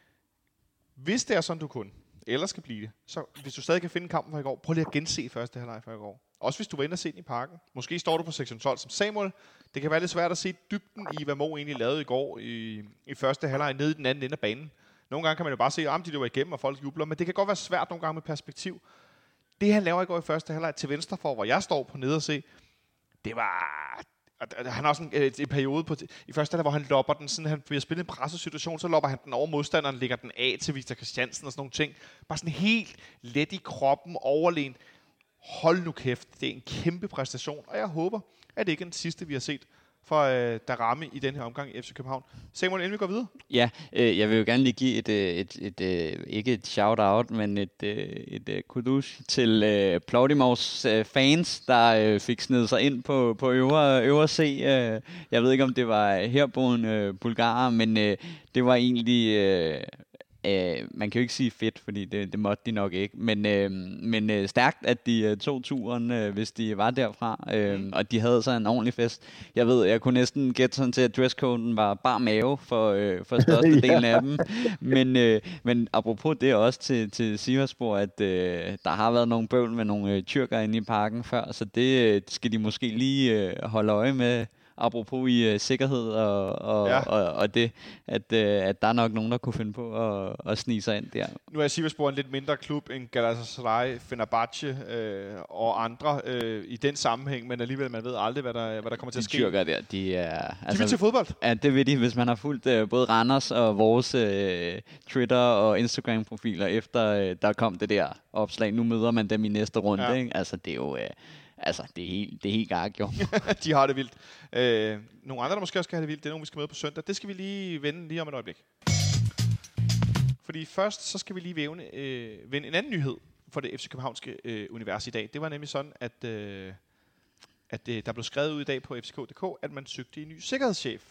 [SPEAKER 2] hvis det er sådan, du kun, eller skal blive det, så hvis du stadig kan finde kampen fra i går, prøv lige at gense første halvleg fra i går. Også hvis du var inde og se den i parken. Måske står du på sektion tolv som Samuel. Det kan være lidt svært at se dybden i, hvad Mo egentlig lavede i går i, i første halvleg nede i den anden ende af banen. Nogle gange kan man jo bare se, at de løber igennem, og folk jubler, men det kan godt være svært nogle gange med perspektiv. Det han laver i går i første halvleg til venstre for, hvor jeg står på nede og se, det var... Han har også en, en, en periode på, i første halvleg, hvor han lopper den, sådan han bliver spillet en pressesituation, så lopper han den over modstanderen, lægger den af til Victor Christiansen og sådan nogle ting. Bare sådan helt let i kroppen, overlegen. Hold nu kæft, det er en kæmpe præstation, og jeg håber, at det ikke er den sidste, vi har set fra øh, Daramy i den her omgang i F C København. Samuel, inden vi går videre?
[SPEAKER 3] Ja, øh, jeg vil jo gerne lige give et, et, et, et ikke et shout-out, men et, et, et kudos til øh, Plovdivs øh, fans, der øh, fik snedet sig ind på, på øvre, øvre C. Øh, jeg ved ikke, om det var herboende øh, bulgarer, men øh, det var egentlig... Øh, Uh, man kan jo ikke sige fedt, fordi det, det måtte de nok ikke, men, uh, men uh, stærkt, at de uh, tog turen, uh, hvis de var derfra, uh, mm. og de havde så en ordentlig fest. Jeg ved, jeg kunne næsten gætte sådan til, at dresscoden var bar mave for, uh, for størstedelen ja. af dem, men, uh, men apropos det også til, til Sivasspor, at uh, der har været nogle bøvl med nogle uh, tyrker inde i parken før, så det uh, skal de måske lige uh, holde øje med. Apropos i uh, sikkerhed og, og, ja. og, og det, at, uh, at der er nok nogen, der kunne finde på at, at snige sig ind der.
[SPEAKER 2] Nu er Sivasspor en lidt mindre klub end Galatasaray, Fenerbahce øh, og andre øh, i den sammenhæng, men alligevel, man ved aldrig, hvad der, hvad der kommer til
[SPEAKER 3] de
[SPEAKER 2] at ske.
[SPEAKER 3] De tyrker der, de er...
[SPEAKER 2] De altså, vil til fodbold?
[SPEAKER 3] Ja, det vil de, hvis man har fulgt uh, både Randers og vores uh, Twitter- og Instagram-profiler, efter uh, der kom det der opslag. Nu møder man dem i næste runde, ja. Ikke? Altså, det er jo... Uh, Altså, det er helt, det er helt gak, jo.
[SPEAKER 2] De har det vildt. Øh, nogle andre, der måske også skal have det vildt, det er nogen, vi skal møde på søndag. Det skal vi lige vende lige om et øjeblik. Fordi først, så skal vi lige vævne, øh, vende en anden nyhed for det F C Københavnske øh, univers i dag. Det var nemlig sådan, at, øh, at øh, der blev skrevet ud i dag på F C K punktum d k, at man søgte en ny sikkerhedschef.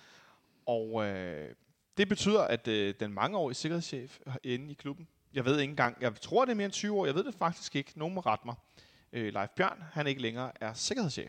[SPEAKER 2] Og øh, det betyder, at øh, den mangeårige sikkerhedschef inde i klubben, jeg ved ikke engang, jeg tror det er mere end tyve år, jeg ved det faktisk ikke, nogen må rette mig. Øh, Leif Bjørn, han ikke længere er sikkerhedschef.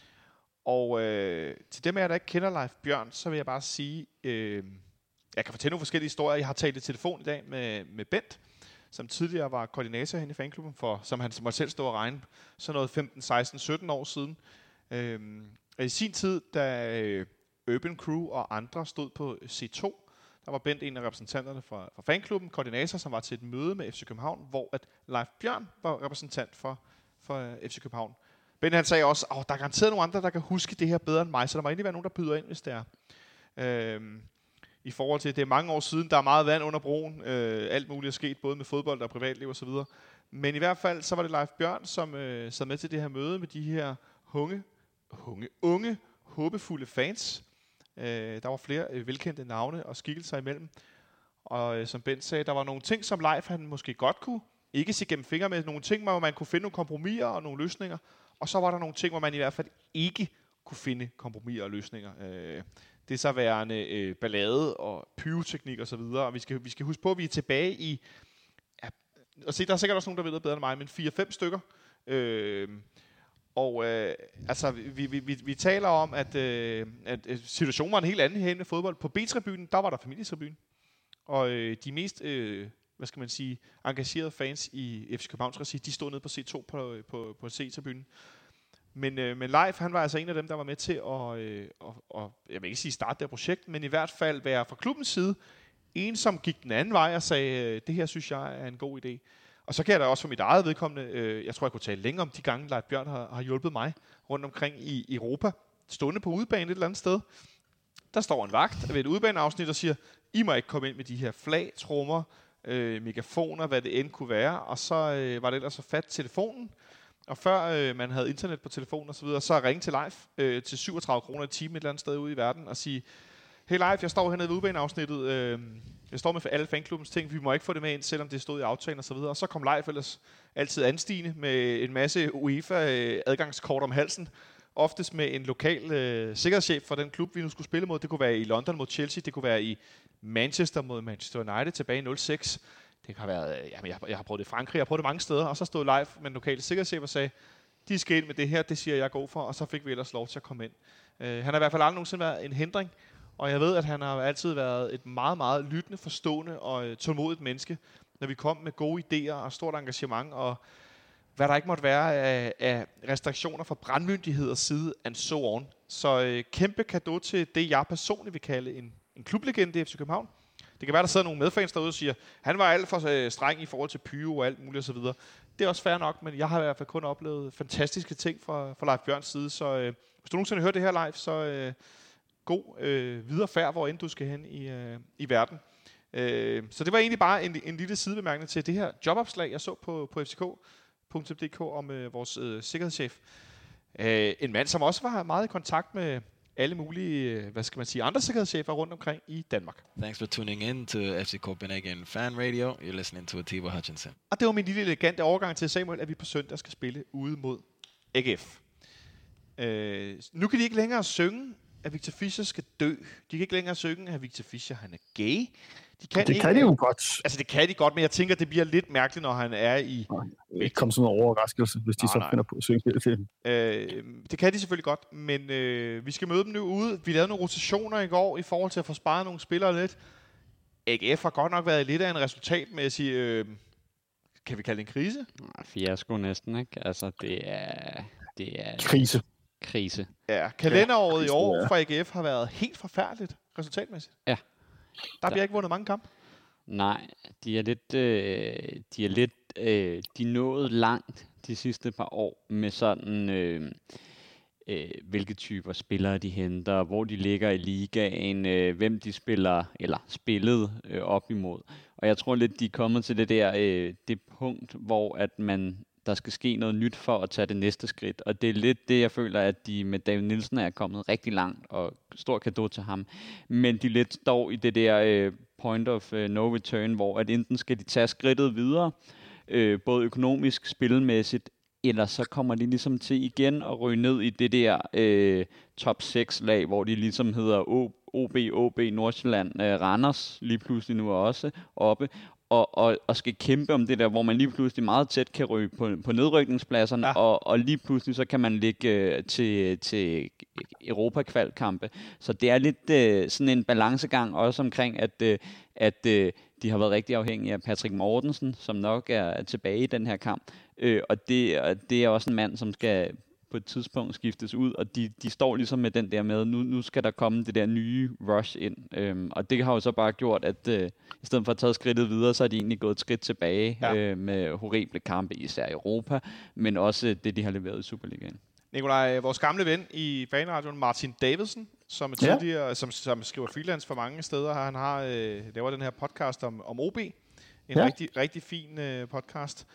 [SPEAKER 2] Og øh, til dem af jer, der ikke kender Leif Bjørn, så vil jeg bare sige, øh, jeg kan fortælle nogle forskellige historier. Jeg har talt i telefon i dag med, med Bent, som tidligere var koordinator henne i fanklubben, for, som han måtte selv stå og regne, sådan noget femten, seksten, sytten år siden. Øh, I sin tid, da øh, Urban Crew og andre stod på C to, der var Bent en af repræsentanterne fra, fra fanklubben, koordinator, som var til et møde med F C København, hvor at Leif Bjørn var repræsentant for for F C København. Ben han sagde også, at der er garanteret nogle andre, der kan huske det her bedre end mig, så der må egentlig være nogen, der byder ind, hvis det er. Øhm, I forhold til, at det er mange år siden, der er meget vand under broen, øh, alt muligt er sket, både med fodbold og privatliv osv. Men i hvert fald, så var det Leif Bjørn, som øh, sad med til det her møde med de her hunge, hunge, unge, håbefulde fans. Øh, der var flere øh, velkendte navne og skikkelser imellem. Og øh, som Ben sagde, der var nogle ting, som Leif han måske godt kunne ikke se gennem fingre med, nogle ting, hvor man kunne finde nogle kompromiser og nogle løsninger, og så var der nogle ting, hvor man i hvert fald ikke kunne finde kompromiser og løsninger. Øh, det er så værende øh, ballade og pyroteknik og så videre, og vi skal, vi skal huske på, at vi er tilbage i, ja, og se, der er sikkert også nogen, der ved det bedre end mig, men fire fem stykker. Øh, og øh, altså, vi, vi, vi, vi taler om, at, øh, at situationen var en helt anden herinde med fodbold. På B-tribunen, der var der familietribunen, og øh, de mest... Øh, hvad skal man sige, engagerede fans i F C Københavns regi, de stod nede på C to på, på, på C-tribunen. Men, øh, men Leif, han var altså en af dem, der var med til at, øh, og, og, jeg vil ikke sige starte det projekt, men i hvert fald være fra klubbens side, en som gik den anden vej og sagde, det her synes jeg er en god idé. Og så kan jeg da også for mit eget vedkommende, øh, jeg tror jeg kunne tale længere om de gange, Leif Bjørn har, har hjulpet mig rundt omkring i Europa, stående på udebane et eller andet sted. Der står en vagt ved et udebaneafsnit og siger, I må ikke komme ind med de her flag, trommer, Øh, megafoner, hvad det end kunne være, og så øh, var det ellers så fat telefonen, og før øh, man havde internet på telefonen og så videre, så ringe til Leif øh, til syvogtredive kroner i timen et eller andet sted ude i verden, og sige, hey Leif, jeg står hernede ved udbaneafsnittet, øh, jeg står med for alle fanklubbens ting, vi må ikke få det med ind, selvom det stod i aftalen og så videre, og så kom Leif ellers altid anstigende med en masse UEFA adgangskort om halsen, oftest med en lokal øh, sikkerhedschef for den klub, vi nu skulle spille mod. Det kunne være i London mod Chelsea, det kunne være i Manchester mod Manchester United tilbage i nul seks. Det har været, øh, jamen jeg, jeg har prøvet det i Frankrig, jeg har prøvet det mange steder, og så stod live med en lokal sikkerhedschef og sagde, de skal ind med det her, det siger jeg god for, og så fik vi ellers lov til at komme ind. Øh, han har i hvert fald aldrig nogensinde været en hindring, og jeg ved, at han har altid været et meget, meget lyttende, forstående og øh, tålmodigt menneske, når vi kom med gode idéer og stort engagement, og hvad der ikke måtte være af, af restriktioner fra brandmyndigheders side, and so on. Så øh, kæmpe cadeau til det, jeg personligt vil kalde en, en klublegende i F C København. Det kan være, der sidder nogle medfans derude og siger, han var alt for øh, streng i forhold til pyro og alt muligt osv. Det er også fair nok, men jeg har i hvert fald kun oplevet fantastiske ting fra, fra Leif Bjørns side. Så øh, hvis du nogensinde hører det her live, så øh, god øh, videre færd, hvor end du skal hen i, øh, i verden. Øh, så det var egentlig bare en, en lille sidebemærkning til det her jobopslag, jeg så på, på f c k punktum d k om øh, vores øh, sikkerhedschef. Øh, en mand, som også var meget i kontakt med alle mulige, hvad skal man sige, andre sikkerhedschefer rundt omkring i Danmark.
[SPEAKER 5] Thanks for tuning in to F C Copenhagen Fan Radio. You're listening to Atiba Hutchinson.
[SPEAKER 2] Og det var min lille elegante overgang til Samuel, at vi på søndag skal spille ude mod A G F. Øh, nu kan de ikke længere synge, at Victor Fischer skal dø. De kan ikke længere synge, at Victor Fischer han er gay. De kan
[SPEAKER 4] det
[SPEAKER 2] ikke,
[SPEAKER 4] kan de jo godt.
[SPEAKER 2] Altså det kan de godt, men jeg tænker, det bliver lidt mærkeligt, når han er i...
[SPEAKER 4] Det ikke kommer som en overraskelse, hvis de nej, så nej. finder på at synge hele tiden.
[SPEAKER 2] Øh, det kan de selvfølgelig godt, men øh, vi skal møde dem nu ude. Vi lavede nogle rotationer i går i forhold til at få sparet nogle spillere lidt. A G F har godt nok været lidt af en resultatmæssig... Øh, kan vi kalde det en krise?
[SPEAKER 3] Fiasko næsten, ikke? Altså, det er... Det er
[SPEAKER 4] krise.
[SPEAKER 3] Krise.
[SPEAKER 2] Ja, kalenderåret ja, i år for A G F har været helt forfærdeligt resultatmæssigt.
[SPEAKER 3] Ja.
[SPEAKER 2] Der bliver ikke vundet mange kampe.
[SPEAKER 3] Nej, de er lidt, øh, de er lidt, øh, de nåede langt de sidste par år med sådan, øh, øh, hvilke typer spillere de henter, hvor de ligger i ligaen, øh, hvem de spiller eller spillede øh, op imod. Og jeg tror lidt, de er kommet til det der, øh, det punkt, hvor at man der skal ske noget nyt for at tage det næste skridt. Og det er lidt det, jeg føler, at de med David Nielsen er kommet rigtig langt, og stor cadeau til ham. Men de lidt står i det der øh, point of øh, no return, hvor at enten skal de tage skridtet videre, øh, både økonomisk, spilmæssigt, eller så kommer de ligesom til igen at ryge ned i det der øh, top seks lag, hvor de ligesom hedder O B, O B, Nordsjælland, øh, Randers, lige pludselig nu også oppe, Og, og, og skal kæmpe om det der, hvor man lige pludselig meget tæt kan ryge på, på nedrykningspladserne, ja. og, og lige pludselig så kan man ligge øh, til, til Europa-kvalkampe. Så det er lidt øh, sådan en balancegang også omkring, at, øh, at øh, de har været rigtig afhængige af Patrick Mortensen, som nok er tilbage i den her kamp. Øh, og det, og det er også en mand, som skal på et tidspunkt skiftes ud, og de, de står ligesom med den der med, nu, nu skal der komme det der nye rush ind. Øhm, og det har jo så bare gjort, at øh, i stedet for at tage skridtet videre, så er de egentlig gået et skridt tilbage ja. øh, med horrible kampe, især i Europa, men også det, de har leveret i Superligaen.
[SPEAKER 2] Nikolaj, vores gamle ven i fanradioen, Martin Davidsen, som er tidligere, ja. som, som skriver freelance for mange steder, han har øh, laver den her podcast om, om O B. En ja. rigtig, rigtig fin øh, podcast.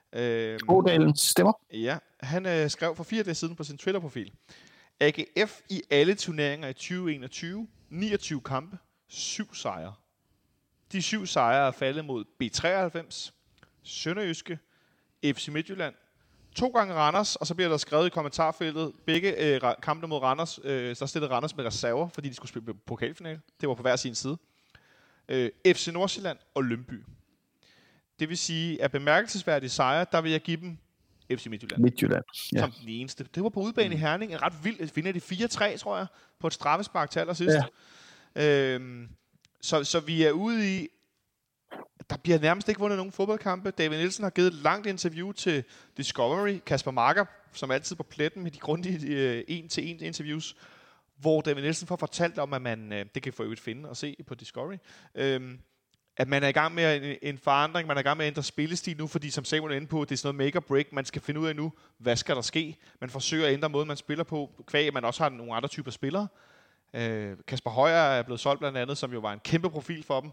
[SPEAKER 4] Ådalen stemmer.
[SPEAKER 2] Ja, han øh, skrev for fire dage siden på sin Twitter-profil. A G F i alle turneringer i tyve enogtyve, niogtyve kampe, syv sejre. De syv sejre er faldet mod B treoghalvfems, Sønderjyske, F C Midtjylland, to gange Randers, og så bliver der skrevet i kommentarfeltet, begge øh, kampe mod Randers, øh, så stillede Randers med reserver, fordi de skulle spille pokalfinale. Det var på hver sin side. Øh, F C Nordsjælland og Lyngby. Det vil sige, at bemærkelsesværdige sejre, der vil jeg give dem F C Midtjylland.
[SPEAKER 4] Midtjylland, ja.
[SPEAKER 2] Som den eneste. Det var på udebane mm. i Herning. En ret vild vinder de fire tre, tror jeg, på et straffespark til allersidst. Ja. Øhm, så, så vi er ude i, der bliver nærmest ikke vundet nogen fodboldkampe. David Nielsen har givet et langt interview til Discovery. Kasper Marker, som er altid på pletten med de grundige en-til-en interviews, hvor David Nielsen får fortalt om, at man, det kan for øvrigt finde og se på Discovery, øhm, at man er i gang med en, en forandring, man er i gang med at ændre spillestil nu, fordi som Samuel er inde på, det er sådan noget make or break, man skal finde ud af nu, hvad skal der ske? Man forsøger at ændre måden, man spiller på, kvæg, man også har nogle andre typer spillere. Øh, Kasper Højer er blevet solgt blandt andet, som jo var en kæmpe profil for dem.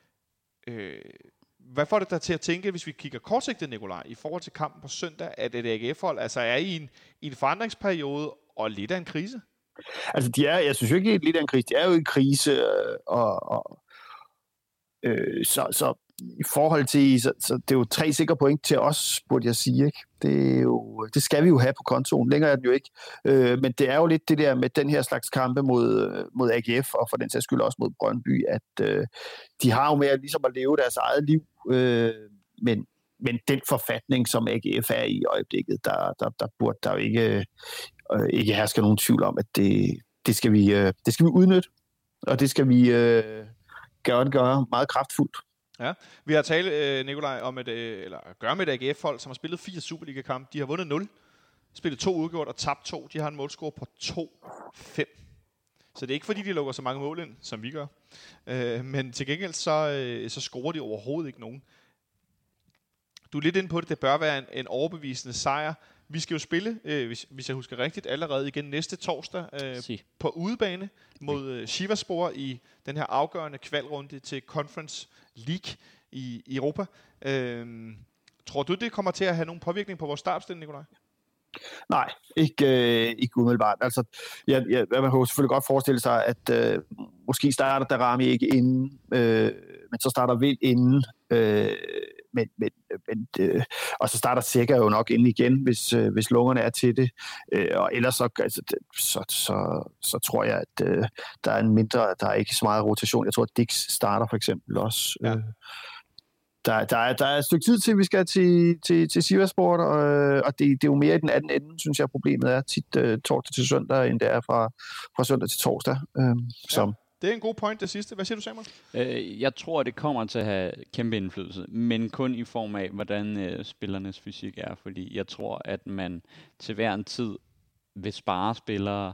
[SPEAKER 2] Øh, hvad får det der til at tænke, hvis vi kigger kortsigtet, Nikolaj, i forhold til kampen på søndag, at et A G F-hold altså er i en, i en forandringsperiode og lidt af en krise?
[SPEAKER 4] Altså, de er, jeg synes jo ikke, det er lidt af en krise. De er jo i en krise, og, og Øh, så, så i forhold til, så, så det er jo tre sikre point til os, burde jeg sige, ikke? Det, er jo, det skal vi jo have på kontoen. Længere er den jo ikke. Øh, men det er jo lidt det der med den her slags kampe mod, mod A G F, og for den sags skyld også mod Brøndby, at øh, de har jo med at, ligesom at leve deres eget liv, øh, men, men den forfatning, som A G F er i øjeblikket, der, der, der burde der jo ikke, øh, ikke herske nogen tvivl om, at det, det, skal vi, øh, det skal vi udnytte, og det skal vi øh, gøre, gøre meget kraftfuldt.
[SPEAKER 2] Ja, vi har talt, øh, Nikolaj, om et, øh, eller gør med et A G F-hold, som har spillet fire Superliga-kampe. De har vundet nul, spillet to udgjort og tabt to. De har en målscore på to fem. Så det er ikke fordi, de lukker så mange mål ind, som vi gør. Øh, men til gengæld, så, øh, så scorer de overhovedet ikke nogen. Du er lidt inde på det. Det bør være en, en overbevisende sejr. Vi skal jo spille, øh, hvis, hvis jeg husker rigtigt, allerede igen næste torsdag øh, si. på udebane mod øh, Sivasspor i den her afgørende kvalrunde til Conference League i, i Europa. Øh, tror du, det kommer til at have nogen påvirkning på vores startopstilling, Nikolaj?
[SPEAKER 4] Nej, ikke, øh, ikke umiddelbart. Altså, jeg, jeg, man kan jo selvfølgelig godt forestille sig, at øh, måske starter Darami ikke inden, øh, men så starter Vind inden. Øh, men, men, men, øh, og så starter Sækker jo nok inden igen, hvis, øh, hvis lungerne er til det. Øh, og ellers så, altså, så, så, så tror jeg, at øh, der er en mindre, der er ikke så meget rotation. Jeg tror, at Dix starter for eksempel også. Ja. Øh, Der, der, er, der er et stykke tid til, vi skal til, til, til Sivasspor, og, og det, det er jo mere i den anden ende, synes jeg, problemet er tit uh, torsdag til søndag, end det er fra, fra søndag til torsdag. Um, så.
[SPEAKER 2] Ja, det er en god point, det sidste. Hvad siger du, Samuel?
[SPEAKER 3] Øh, jeg tror, det kommer til at have kæmpe indflydelse, men kun i form af, hvordan øh, spillernes fysik er, fordi jeg tror, at man til hver en tid vil spare spillere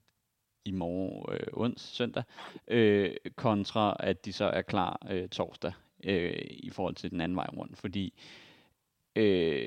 [SPEAKER 3] i morgen, øh, ons, søndag, øh, kontra at de så er klar øh, torsdag. Øh, i forhold til den anden vej rundt, fordi øh,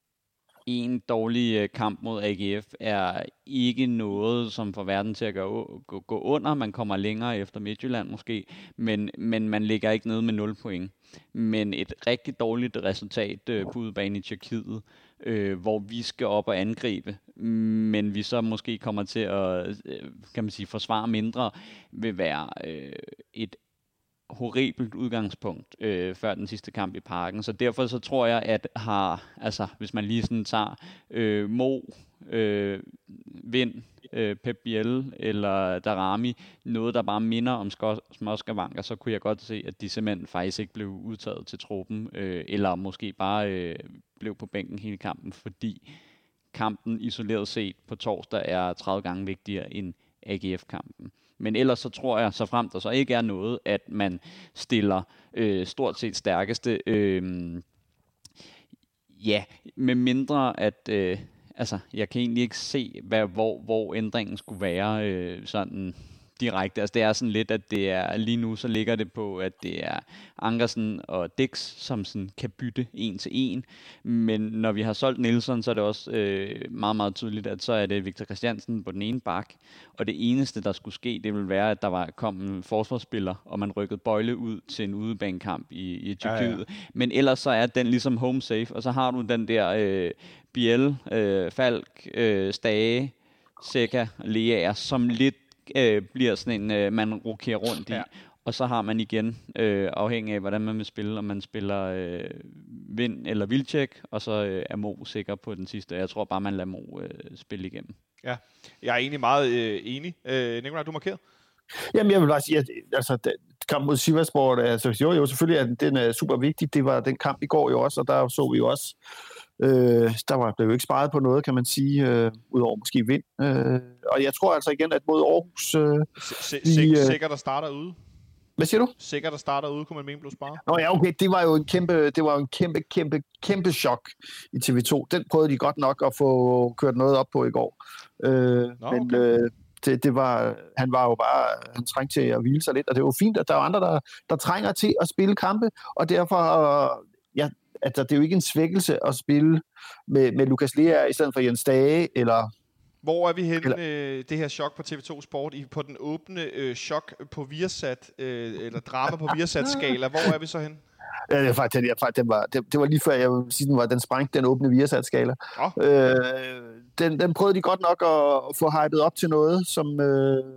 [SPEAKER 3] en dårlig øh, kamp mod A G F er ikke noget, som får verden til at gå, gå, gå under. Man kommer længere efter Midtjylland måske, men, men man ligger ikke nede med nul point. Men et rigtig dårligt resultat øh, på udebane i Tjekkiet, øh, hvor vi skal op og angribe, men vi så måske kommer til at øh, kan man sige, forsvare mindre, vil være øh, et horribelt udgangspunkt øh, før den sidste kamp i Parken. Så derfor så tror jeg, at har, altså, hvis man lige sådan tager øh, Mo, øh, Vind, øh, Pep Biel eller Darami, noget der bare minder om småskavanker, så kunne jeg godt se, at de simpelthen faktisk ikke blev udtaget til truppen, øh, eller måske bare øh, blev på bænken hele kampen, fordi kampen isoleret set på torsdag er tredive gange vigtigere end A G F-kampen. Men ellers så tror jeg, så frem der så ikke er noget, at man stiller øh, stort set stærkeste, øh, ja, med mindre at, øh, altså, jeg kan egentlig ikke se, hvad, hvor, hvor ændringen skulle være øh, sådan direkte. Altså det er sådan lidt, at det er lige nu, så ligger det på, at det er Ankersen og Dix, som sådan kan bytte en til en. Men når vi har solgt Nielsen, så er det også øh, meget, meget tydeligt, at så er det Victor Christiansen på den ene bak. Og det eneste, der skulle ske, det ville være, at der var kom en forsvarsspiller, og man rykkede Bøjle ud til en udebanekamp i, i Tyrkiet. Ja, ja. Men ellers så er den ligesom home safe, og så har du den der øh, Biel, øh, Falk, øh, Stage, Sækker, Leaer, som lidt Øh, bliver sådan en, øh, man rokerer rundt i, ja. Og så har man igen, øh, afhængig af, hvordan man vil spille, om man spiller øh, Vind eller Vilcek, og så øh, er Mo sikker på den sidste. Jeg tror bare, man lader Mo øh, spille igennem.
[SPEAKER 2] Ja, jeg er egentlig meget øh, enig. Øh, Nikolaj, du markeret?
[SPEAKER 4] Jamen, jeg vil bare sige, at altså, kamp mod Sivasspor, altså, jo, jo, selvfølgelig er den, den er super vigtig. Det var den kamp i går jo også, og der så vi jo også, øh, der var, blev jo ikke sparet på noget, kan man sige, øh, udover måske Vind. Øh, og jeg tror altså igen, at mod Aarhus... Øh,
[SPEAKER 2] Sikkert, der starter ude.
[SPEAKER 4] Hvad siger du?
[SPEAKER 2] Sikkert, der starter ude, kunne man mene blev sparet.
[SPEAKER 4] Nå ja, okay, det var jo en kæmpe, det var en kæmpe, kæmpe, kæmpe chok i T V to. Den prøvede de godt nok at få kørt noget op på i går. Øh, Nå, men okay. øh, det, det var, han var jo bare, han trængte til at hvile sig lidt, og det var fint, at der er andre, der, der trænger til at spille kampe, og derfor, ja, altså, det er jo ikke en svækkelse at spille med, med Lukas Leaer i stedet for Jens Dage, eller...
[SPEAKER 2] Hvor er vi henne, øh, det her chok på T V to Sport, i, på den åbne øh, chok på Viasat, øh, eller drama på Viasat-skala? Hvor er vi så henne?
[SPEAKER 4] Ja, det var faktisk, det, faktisk, det, var, det, det var lige før, jeg vil sige, den, var, den sprængte den åbne Viasat-skala. Oh. Øh, den, den prøvede de godt nok at få hypet op til noget, som, øh,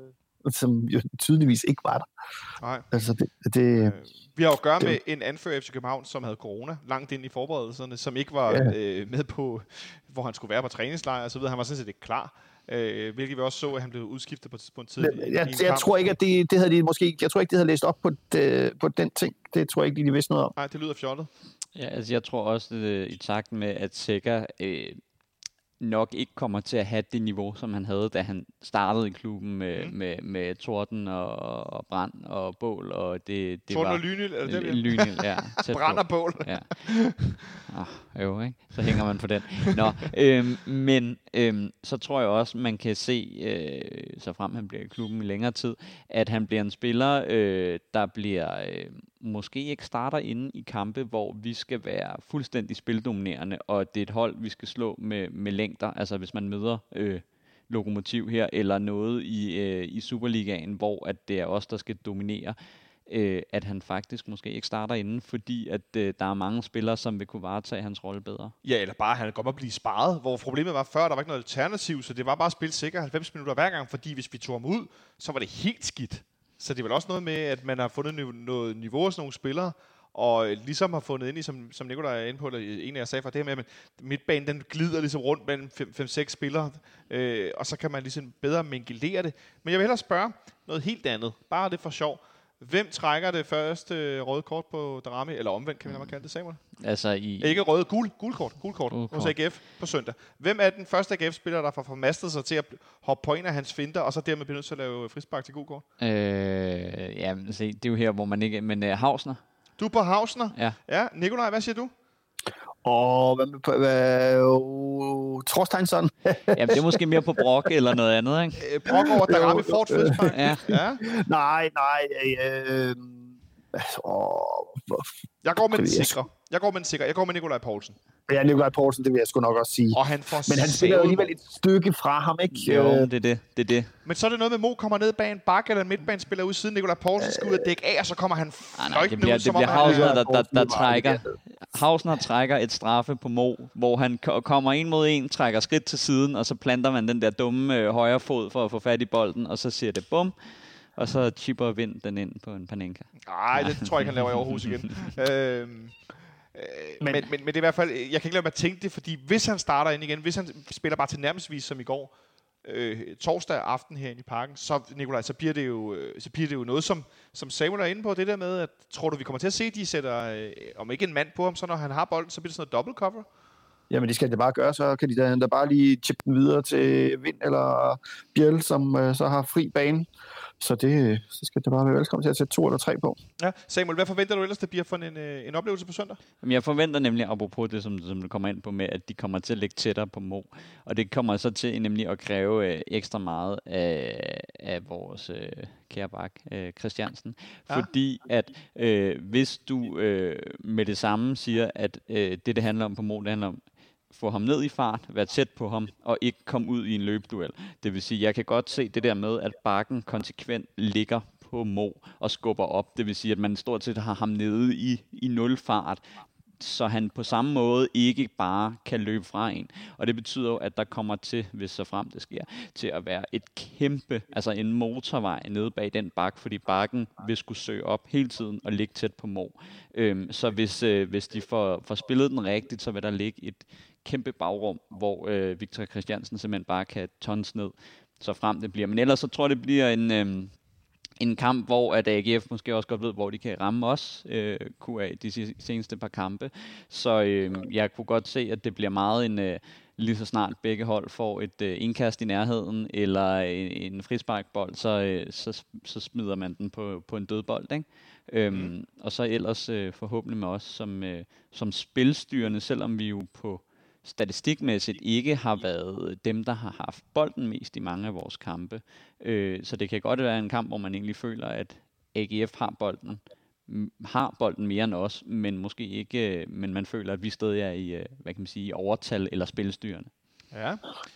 [SPEAKER 4] som jo tydeligvis ikke var der.
[SPEAKER 2] Nej.
[SPEAKER 4] Altså, det, det,
[SPEAKER 2] øh, vi har jo at gøre
[SPEAKER 4] det,
[SPEAKER 2] med en anfører F C København, som havde corona langt ind i forberedelserne, som ikke var
[SPEAKER 4] ja.
[SPEAKER 2] øh, med på, hvor han skulle være på træningslejr og så videre. Han var sådan set ikke klar. Øh, hvilket vi også så, at han blev udskiftet på, på en tid.
[SPEAKER 4] Jeg, jeg, jeg tror ikke, at det, det havde de måske, jeg tror ikke, de havde læst op på, det, på den ting. Det tror jeg ikke, de vidste noget om.
[SPEAKER 2] Nej, det lyder fjollet.
[SPEAKER 3] Ja, altså jeg tror også, at i takt med, at Seca øh, nok ikke kommer til at have det niveau, som han havde, da han startede i klubben med, mm. med, med Torden og, og Brand og Bål. Og det, det
[SPEAKER 2] Torden
[SPEAKER 3] var,
[SPEAKER 2] og Lynhild, er det det?
[SPEAKER 3] Lynhild, ja.
[SPEAKER 2] Brand og Bål.
[SPEAKER 3] Ja. Oh, jo, ikke? Så hænger man på den. Nå, øhm, men øhm, så tror jeg også, man kan se, øh, så frem han bliver i klubben i længere tid, at han bliver en spiller, øh, der bliver øh, måske ikke starter inde i kampe, hvor vi skal være fuldstændig spildominerende, og det er et hold, vi skal slå med, med længder. Altså hvis man møder øh, Lokomotiv her, eller noget i, øh, i Superligaen, hvor at det er os, der skal dominere, øh, at han faktisk måske ikke starter inden, fordi at øh, der er mange spillere, som vil kunne varetage hans rolle bedre.
[SPEAKER 2] Ja, eller bare, han godt må blive sparet, hvor problemet var før, der var ikke noget alternativ, så det var bare at spille sikkert halvfems minutter hver gang, fordi hvis vi tog ham ud, så var det helt skidt. Så det er vel også noget med, at man har fundet noget niveau hos nogle spillere, og ligesom har fundet ind i, som, som Nikolaj er inde på, eller en af jer sagde fra det her med, at midtbanen den glider ligesom rundt mellem fem seks spillere, øh, og så kan man ligesom bedre mingelere det. Men jeg vil hellere spørge noget helt andet, bare det for sjov. Hvem trækker det første øh, røde kort på Darami, eller omvendt, kan vi nok kalde det, Samuel?
[SPEAKER 3] Altså i...
[SPEAKER 2] Ikke røde, gul, gul kort, gul kort
[SPEAKER 3] Gul
[SPEAKER 2] hos
[SPEAKER 3] kort.
[SPEAKER 2] A G F på søndag. Hvem er den første A G F-spiller, der får formastet sig til at hoppe på en af hans finter, og så dermed bliver nødt til at lave frispark til gul kort?
[SPEAKER 3] Øh, ja, se, det er jo her, hvor man ikke... Men uh, Hausner?
[SPEAKER 2] Du er på Hausner?
[SPEAKER 3] Ja.
[SPEAKER 2] Ja, Nikolaj, hvad siger du?
[SPEAKER 4] Og hvad med på... Hvad, uh, Thorsteinsson?
[SPEAKER 3] Jamen, det er måske mere på Brock eller noget andet, ikke?
[SPEAKER 2] Øh, Brock over Darami får et frispark.
[SPEAKER 3] Ja.
[SPEAKER 2] Ja.
[SPEAKER 4] nej, nej. Øh, øh,
[SPEAKER 2] Jeg går med den
[SPEAKER 4] Det vil jeg
[SPEAKER 2] sikre. Jeg går med den sikre. Jeg går med Nikolaj Poulsen.
[SPEAKER 4] ja, Nikolaj Poulsen, det vil jeg sgu nok også sige.
[SPEAKER 2] Og han får
[SPEAKER 4] Men han spiller jo alligevel et stykke fra ham, ikke?
[SPEAKER 3] Jo,
[SPEAKER 4] Øh,
[SPEAKER 3] det er det. Det er det.
[SPEAKER 2] Men så er det noget med, Mo kommer ned bag en bakke, eller en midtbanespiller ude siden Nikolaj Poulsen skal ud og dække af, og så kommer han
[SPEAKER 3] Nej, nej, det
[SPEAKER 2] fløjtende
[SPEAKER 3] bliver,
[SPEAKER 2] ud,
[SPEAKER 3] det
[SPEAKER 2] som
[SPEAKER 3] bliver
[SPEAKER 2] om han
[SPEAKER 3] Hausner,
[SPEAKER 2] er...
[SPEAKER 3] der, der, der trækker. Hausner trækker et straffe på Mo, hvor han ko- kommer en mod en, trækker skridt til siden, og så planter man den der dumme øh, højre fod for at få fat i bolden, og så siger det bum, og så chipper Vind den ind på en Panenka.
[SPEAKER 2] Nej, det tror jeg ikke, han laver i Aarhus igen. øhm, øh, men, men, men, men det er i hvert fald, jeg kan ikke lade mig at tænke det, fordi hvis han starter ind igen, hvis han spiller bare til nærmestvis som i går, øh, torsdag aften herinde i parken, så Nikolaj, så bliver det jo, øh, så bliver det jo noget, som, som Samuel er inde på, det der med, at tror du, vi kommer til at se, de sætter, øh, om ikke en mand på ham, så når han har bolden, så bliver det sådan noget double cover?
[SPEAKER 4] Jamen, det skal det bare gøre, så kan de da, da bare lige chippe den videre til Vind eller Bjell, som øh, så har fri bane. Så det så skal det bare være velkommen til at sætte to eller tre på.
[SPEAKER 2] Ja, Samuel, hvad forventer du ellers, det bliver for en, øh, en oplevelse på søndag?
[SPEAKER 3] Jamen, jeg forventer nemlig, apropos det, som, som du kommer ind på med, at de kommer til at ligge tættere på Mo. Og det kommer så til nemlig at kræve øh, ekstra meget af, af vores øh, kære bak, øh, Christiansen.
[SPEAKER 2] Ja.
[SPEAKER 3] Fordi at øh, hvis du øh, med det samme siger, at øh, det, det handler om på Mo, det handler om få ham ned i fart, være tæt på ham, og ikke komme ud i en løbeduel. Det vil sige, jeg kan godt se det der med, at bakken konsekvent ligger på Mo og skubber op. Det vil sige, at man stort set har ham nede i, i nul fart, så han på samme måde ikke bare kan løbe fra en. Og det betyder jo, at der kommer til, hvis så frem det sker, til at være et kæmpe, altså en motorvej nede bag den bak, fordi bakken vil skulle søge op hele tiden og ligge tæt på Mo. Øhm, så hvis, øh, hvis de får, får spillet den rigtigt, så vil der ligge et kæmpe bagrum, hvor øh, Victor Christiansen simpelthen bare kan tons ned, så frem det bliver. Men ellers så tror jeg, det bliver en, øh, en kamp, hvor at A G F måske også godt ved, hvor de kan ramme os, øh, Q A, de seneste par kampe. Så øh, jeg kunne godt se, at det bliver meget en, øh, lige så snart begge hold får et øh, indkast i nærheden, eller en, en frisparkbold, så, øh, så, så smider man den på, på en dødbold, ikke? Øhm, mm. Og så ellers øh, forhåbentlig med os som, øh, som spilstyrende, selvom vi jo på statistikmæssigt ikke har været dem, der har haft bolden mest i mange af vores kampe. Øh, så det kan godt være en kamp, hvor man egentlig føler, at A G F har bolden, har bolden mere end os, men måske ikke, men man føler, at vi stadig er i, hvad kan man sige, overtal eller spilstyrende.
[SPEAKER 2] Ja.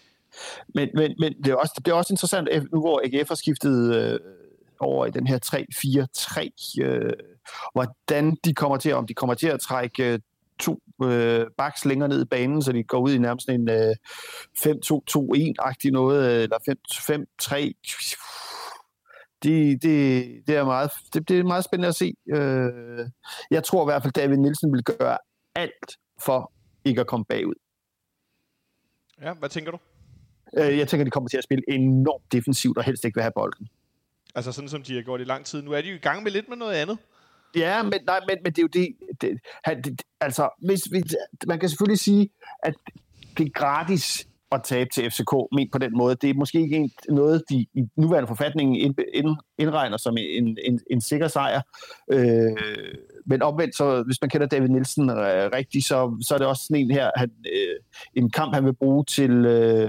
[SPEAKER 4] Men, men, men det, er også, det er også interessant, nu hvor A G F har skiftet øh, over i den her tre fire tre, øh, hvordan de kommer til, om de kommer til at trække øh, to øh, baks længere ned i banen, så de går ud i nærmest en øh, fem to to en-agtig noget, eller fem tre. det, det, det, er meget, det, det er meget spændende at se. Øh, jeg tror i hvert fald, David Nielsen vil gøre alt for ikke at komme bagud.
[SPEAKER 2] Ja, hvad tænker du?
[SPEAKER 4] Øh, jeg tænker, de kommer til at spille enormt defensivt og helst ikke vil have bolden.
[SPEAKER 2] Altså sådan, som de har gjort i lang tid. Nu er de jo i gang med lidt med noget andet.
[SPEAKER 4] Ja, men, nej, men, men det er jo det, det, han, det altså, hvis, hvis, man kan selvfølgelig sige, at det er gratis at tabe til F C K, ment på den måde. Det er måske ikke noget, de i nuværende forfatning ind, ind, indregner som en, en, en sikker sejr. Øh, men omvendt, så hvis man kender David Nielsen øh, rigtigt, så, så er det også sådan en her, han, øh, en kamp, han vil bruge til... Øh,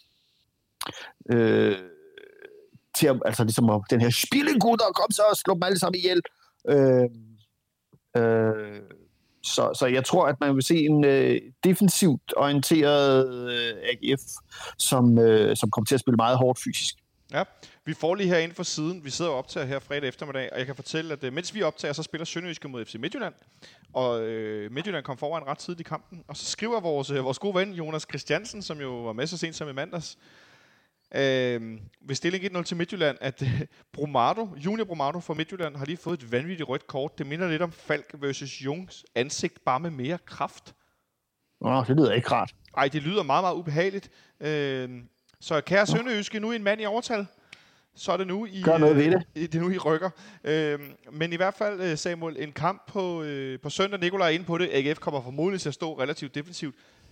[SPEAKER 4] øh, til at, altså ligesom at, den her spillegutter, kom så og slå dem alle sammen ihjel. Øh, øh, så, så jeg tror, at man vil se en øh, defensivt orienteret øh, A G F, som, øh, som kommer til at spille meget hårdt fysisk.
[SPEAKER 2] Ja, vi får lige her inden for siden. Vi sidder og optager her fredag eftermiddag, og jeg kan fortælle, at øh, mens vi optager, så spiller Sønderjyske mod F C Midtjylland. Og øh, Midtjylland kom foran ret tidligt i kampen. Og så skriver vores, øh, vores gode ven, Jonas Christiansen, som jo var med så sent som i mandags, Øh, ved stilling et nul til Midtjylland, at øh, Brumado, Junior Brumado fra Midtjylland har lige fået et vanvittigt rødt kort. Det minder lidt om Falk versus Jungs ansigt, bare med mere kraft.
[SPEAKER 4] Nå, det lyder ikke rart.
[SPEAKER 2] Ej, det lyder meget, meget ubehageligt. Øh, så kære Sønderjyske, nu en mand i overtal. Så er det nu i,
[SPEAKER 4] Gør noget ved det.
[SPEAKER 2] Øh, det er nu i rykker. Øh, men i hvert fald, Samuel, en kamp på, øh, på søndag. Nikolaj er inde på det. A G F kommer formodentlig til at stå relativt defensivt.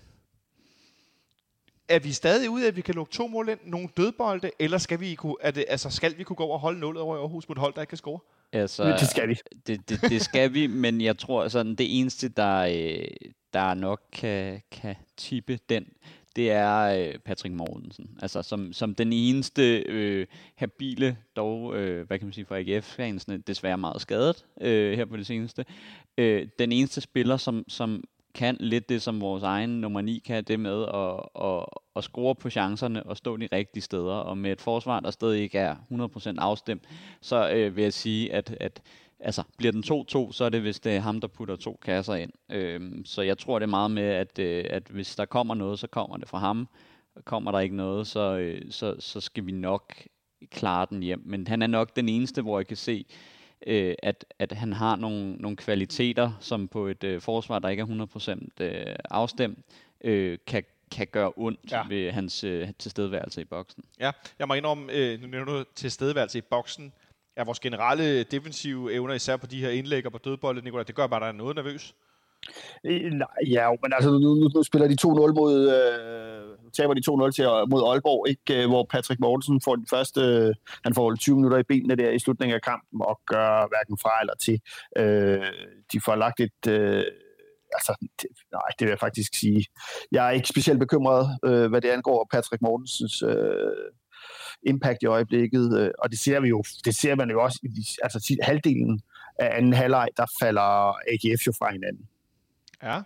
[SPEAKER 2] Er vi stadig ude af, at vi kan lukke to mål ind, nogle dødbolde, eller skal vi kunne, er det, altså skal vi kunne gå over og holde nullet over i Aarhus mod hold, der ikke kan score?
[SPEAKER 3] Altså,
[SPEAKER 4] det skal vi.
[SPEAKER 3] Det, det, det skal vi, men jeg tror, sådan, det eneste, der, der nok kan, kan tippe den, det er Patrick Mortensen. Altså som, som den eneste øh, habile, dog, øh, hvad kan man sige, for A G F-fansene, desværre meget skadet øh, her på det seneste. Øh, den eneste spiller, som, som kan lidt det, som vores egen nummer ni kan, det med at, at, at score på chancerne og stå de rigtige steder. Og med et forsvar, der stadig ikke er hundrede procent afstemt, så øh, vil jeg sige, at, at altså, bliver den to to, så er det, hvis det er ham, der putter to kasser ind. Øhm, så jeg tror, det er meget med, at, øh, at hvis der kommer noget, så kommer det fra ham. Kommer der ikke noget, så, øh, så, så skal vi nok klare den hjem. Men han er nok den eneste, hvor jeg kan se, øh, at, at han har nogle, nogle kvaliteter, som på et øh, forsvar, der ikke er hundrede procent øh, afstemt, øh, kan kan gøre ondt ja. ved hans øh, tilstedeværelse i boksen.
[SPEAKER 2] Ja, jeg må indrømme, øh, nu nævner du tilstedeværelse i boksen. Ja, vores generelle defensive evner, især på de her indlæg og på dødbolde, Nicolai, det gør bare, at der er noget nervøs.
[SPEAKER 4] Nej, ja, men altså nu, nu, nu spiller de to nul mod, øh, taber de to nul til mod Aalborg, ikke, hvor Patrick Mortensen får den første, øh, han får tyve minutter i benene der i slutningen af kampen og gør hverken fra eller til. Øh, de får lagt et, øh, altså det, nej, det vil jeg faktisk sige. Jeg er ikke specielt bekymret, øh, hvad det angår Patrick Mortensens øh, impact i øjeblikket, øh, og det ser vi jo, det ser man jo også, altså halvdelen af anden halvleg, der falder A G F jo fra hinanden.
[SPEAKER 2] Ja,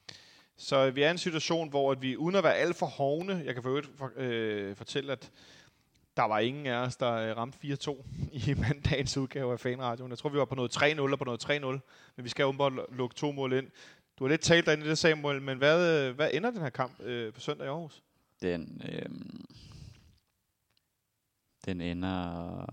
[SPEAKER 2] så vi er i en situation, hvor vi uden at være alt for hovne, jeg kan for øvrigt for, øh, fortælle, at der var ingen af os, der ramte fire to i mandagens udgave af Fanradioen. Jeg tror, vi var på noget tre nul og på noget tre nul, men vi skal åbenbart lukke to mål ind. Du har lidt talt derinde i det, Samuel, men hvad, hvad ender den her kamp øh, på søndag i Aarhus?
[SPEAKER 3] Den, øh, den ender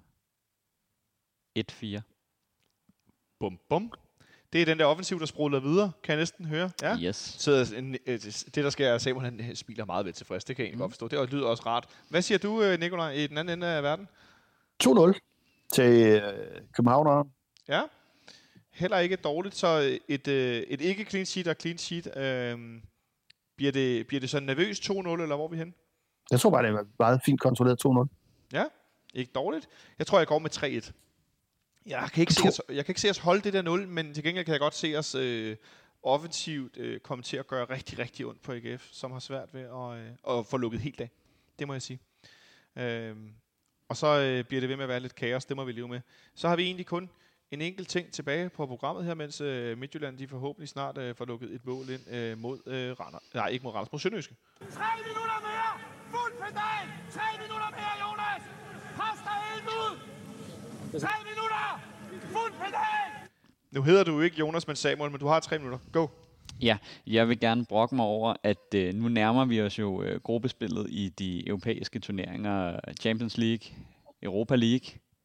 [SPEAKER 3] et fire.
[SPEAKER 2] Bum, bum. Det er den der offensiv, der spruller videre, kan jeg næsten høre. Ja.
[SPEAKER 3] Yes.
[SPEAKER 2] Så det, der sker, Samuel, han smiler meget ved tilfreds. Det kan jeg egentlig mm. godt forstå. Det lyder også rart. Hvad siger du, Nikolaj, i den anden ende af verden?
[SPEAKER 4] to nul til øh, København.
[SPEAKER 2] Ja. Heller ikke dårligt, så et, øh, et ikke clean sheet og clean sheet. Øh, bliver, det, bliver det så nervøst to nul, eller hvor er vi hen?
[SPEAKER 4] Jeg tror bare, det er meget fint kontrolleret to nul.
[SPEAKER 2] Ja, ikke dårligt. Jeg tror, jeg går med tre et. Jeg kan, ikke se os, jeg kan ikke se os holde det der nul, men til gengæld kan jeg godt se os øh, offensivt øh, komme til at gøre rigtig, rigtig ondt på A G F, som har svært ved at, øh, at få lukket helt af. Det må jeg sige. Øh, og så øh, bliver det ved med at være lidt kaos, det må vi leve med. Så har vi egentlig kun en enkelt ting tilbage på programmet her, mens øh, Midtjylland de forhåbentlig snart øh, får lukket et mål ind øh, mod øh, Randers. Nej, ikke mod Randers, mod Sønderjyske.
[SPEAKER 6] Tre minutter mere! Fuld pedal! Tre minutter mere, Jonas! Pres dig helt ud! Tre minutter! Fuld pedal!
[SPEAKER 2] Nu hedder du ikke Jonas, men Samuel, men du har tre minutter. Go!
[SPEAKER 3] Ja, jeg vil gerne brokke mig over, at øh, nu nærmer vi os jo øh, gruppespillet i de europæiske turneringer, Champions League, Europa League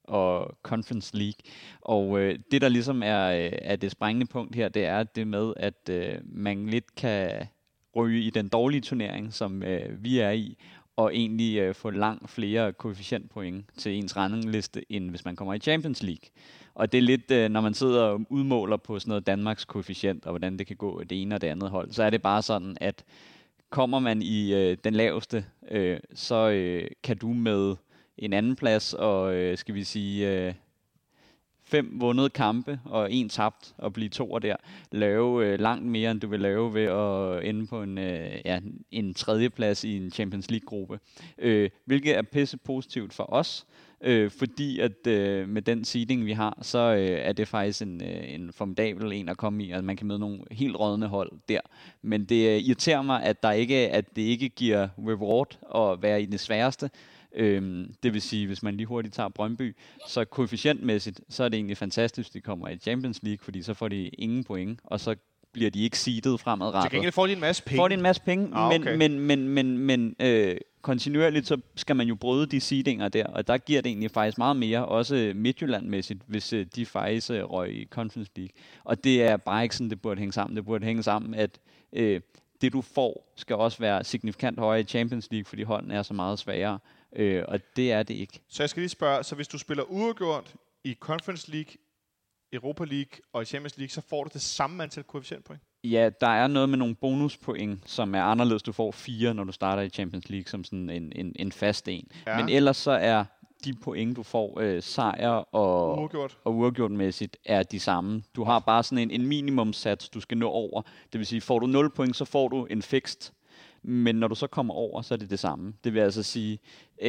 [SPEAKER 3] og Conference League. Og øh, det, der ligesom er, øh, er det sprængende punkt her, det er det med, at øh, man lidt kan ryge i den dårlige turnering, som øh, vi er i, og egentlig øh, få langt flere koefficientpoint til ens rangliste, end hvis man kommer i Champions League. Og det er lidt, øh, når man sidder og udmåler på sådan noget Danmarks koefficient, og hvordan det kan gå det ene og det andet hold, så er det bare sådan, at kommer man i øh, den laveste, øh, så øh, kan du med en anden plads og, øh, skal vi sige, øh, fem vundede kampe og en tabt og blive toer der, lave øh, langt mere, end du vil lave ved at ende på en, øh, ja, en tredje plads i en Champions League-gruppe. Øh, hvilket er pisse positivt for os, øh, fordi at øh, med den seeding, vi har, så øh, er det faktisk en, øh, en formidabel en at komme i, og man kan møde nogle helt rådne hold der. Men det øh, irriterer mig, at, der ikke, at det ikke giver reward at være i det sværeste. Øhm, det vil sige, hvis man lige hurtigt tager Brøndby, så koefficientmæssigt, så er det egentlig fantastisk, at de kommer i Champions League, fordi så får de ingen point, og så bliver de ikke seedet fremadrettet.
[SPEAKER 2] Til gengæld får de en masse penge.
[SPEAKER 3] Får de en masse penge,
[SPEAKER 2] ah, okay.
[SPEAKER 3] men, men, men, men, men øh, kontinuerligt, så skal man jo bryde de seedinger der, og der giver det egentlig faktisk meget mere, også Midtjylland-mæssigt, hvis øh, de faktisk øh, røg i Conference League. Og det er bare ikke sådan, det burde hænge sammen. Det burde hænge sammen, at øh, det du får, skal også være signifikant højere i Champions League, fordi holdene er så meget svagere. Øh, og det er det ikke.
[SPEAKER 2] Så jeg skal lige spørge, så hvis du spiller uafgjort i Conference League, Europa League og i Champions League, så får du det samme antal koefficientpoint?
[SPEAKER 3] Ja, der er noget med nogle bonuspoint, som er anderledes. Du får fire, når du starter i Champions League, som sådan en, en, en fast en. Ja. Men ellers så er de point, du får øh, sejr og
[SPEAKER 2] uafgjort.
[SPEAKER 3] og uafgjortmæssigt, er de samme. Du har bare sådan en, en minimumsats, du skal nå over. Det vil sige, får du nul point, så får du en fixed. Men når du så kommer over, så er det det samme. Det vil altså sige,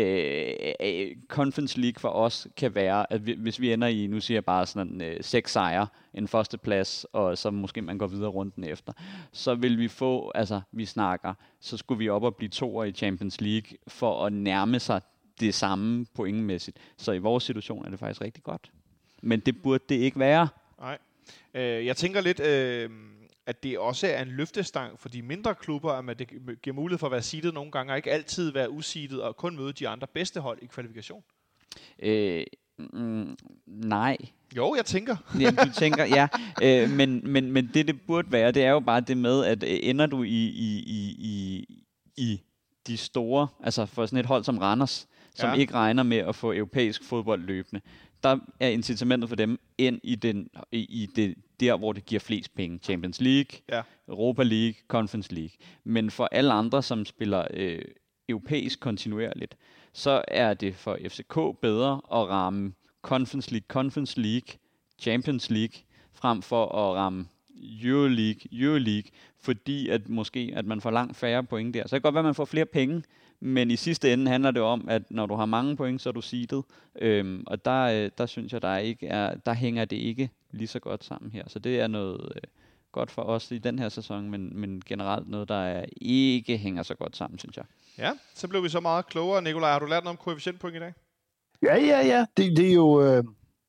[SPEAKER 3] øh, Conference League for os kan være, at vi, hvis vi ender i, nu siger jeg bare sådan øh, seks sejre, en første plads, og så måske man går videre runden efter, så vil vi få, altså vi snakker, så skulle vi op og blive toer i Champions League, for at nærme sig det samme pointmæssigt. Så i vores situation er det faktisk rigtig godt. Men det burde det ikke være.
[SPEAKER 2] Nej. Øh, jeg tænker lidt... Øh at det også er en løftestang for de mindre klubber, at det giver mulighed for at være seedet nogle gange, og ikke altid være useedet, og kun møde de andre bedste hold i kvalifikation?
[SPEAKER 3] Øh, mm, nej.
[SPEAKER 2] Jo, jeg tænker.
[SPEAKER 3] Ja, du tænker, ja. Øh, men, men, men det, det burde være, det er jo bare det med, at ender du i, i, i, i, i de store, altså for sådan et hold som Randers, som ja. ikke regner med at få europæisk fodbold løbende, der er incitamentet for dem ind i, den, i, i det, der, hvor det giver flest penge. Champions League, ja. Europa League, Conference League. Men for alle andre, som spiller øh, europæisk kontinuerligt, så er det for F C K bedre at ramme Conference League, Conference League, Champions League, frem for at ramme Euroleague, Euroleague, fordi at måske at man får langt færre point der. Så det kan godt være, at man får flere penge, men i sidste ende handler det om, at når du har mange point, så er du seedet. Øhm, og der, der synes jeg, der ikke er, der hænger det ikke lige så godt sammen her. Så det er noget øh, godt for os i den her sæson, men, men generelt noget, der er, ikke hænger så godt sammen, synes jeg.
[SPEAKER 2] Ja, så blev vi så meget klogere. Nikolaj, har du lært noget om koefficientpoint i dag?
[SPEAKER 4] Ja, ja, ja. Det, det er jo... Øh,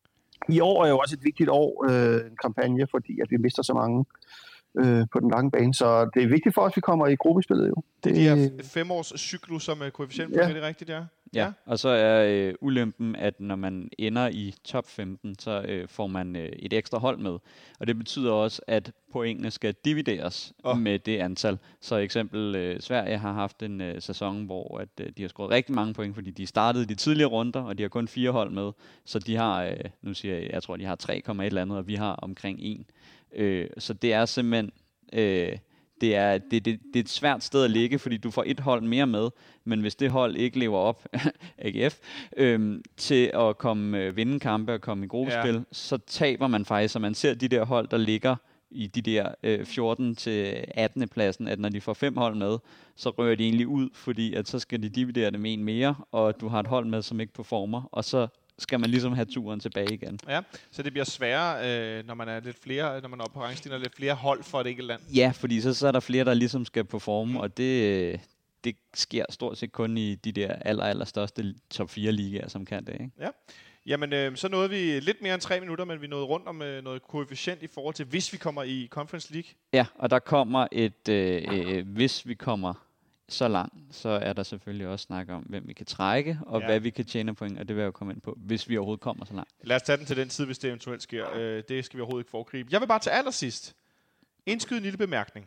[SPEAKER 4] I år er jo også et vigtigt år, øh, en kampagne, fordi at vi mister så mange øh, på den lange bane. Så det er vigtigt for os, at vi kommer i gruppespillet jo.
[SPEAKER 2] Det, det er de her femårs cykluser med koefficientpoint, ja. Er det rigtigt, ja?
[SPEAKER 3] Ja, ja. Og så er øh, ulempen, at når man ender i top femten, så øh, får man øh, et ekstra hold med. Og det betyder også, at pointene skal divideres oh. med det antal. Så eksempel øh, Sverige har haft en øh, sæson, hvor at, øh, de har scoret rigtig mange point, fordi de startede de tidligere runder, og de har kun fire hold med. Så de har, øh, nu siger jeg, jeg tror, de har tre komma et eller andet, og vi har omkring en. Øh, så det er simpelthen... Øh, Det er, det, det, det er et svært sted at ligge, fordi du får et hold mere med, men hvis det hold ikke lever op, A G F, øhm, til at komme øh, vinde kampe og komme i gruppespil, ja. Så taber man faktisk, og man ser de der hold, der ligger i de der øh, fjorten til attende pladsen, at når de får fem hold med, så rører de egentlig ud, fordi at så skal de dividere det med en mere, og du har et hold med, som ikke performer, og så skal man ligesom have turen tilbage igen.
[SPEAKER 2] Ja, så det bliver sværere, øh, når man er lidt flere, når man er oppe på rangstigen, og lidt flere hold for et enkelt land.
[SPEAKER 3] Ja, fordi så, så er der flere, der ligesom skal performe, mm. og det, det sker stort set kun i de der aller, aller største top fire ligaer, som kan det, ikke?
[SPEAKER 2] Ja. Jamen, øh, så nåede vi lidt mere end tre minutter, men vi nåede rundt om øh, noget koefficient i forhold til, hvis vi kommer i Conference League.
[SPEAKER 3] Ja, og der kommer et, øh, øh, hvis vi kommer så lang, så er der selvfølgelig også snak om, hvem vi kan trække, og
[SPEAKER 2] Ja.
[SPEAKER 3] hvad vi kan tjene point, og det vil jeg jo komme ind på, hvis vi overhovedet kommer så langt.
[SPEAKER 2] Lad os tage den til den tid, hvis det eventuelt sker. Øh, det skal vi overhovedet ikke foregribe. Jeg vil bare til allersidst indskyde en lille bemærkning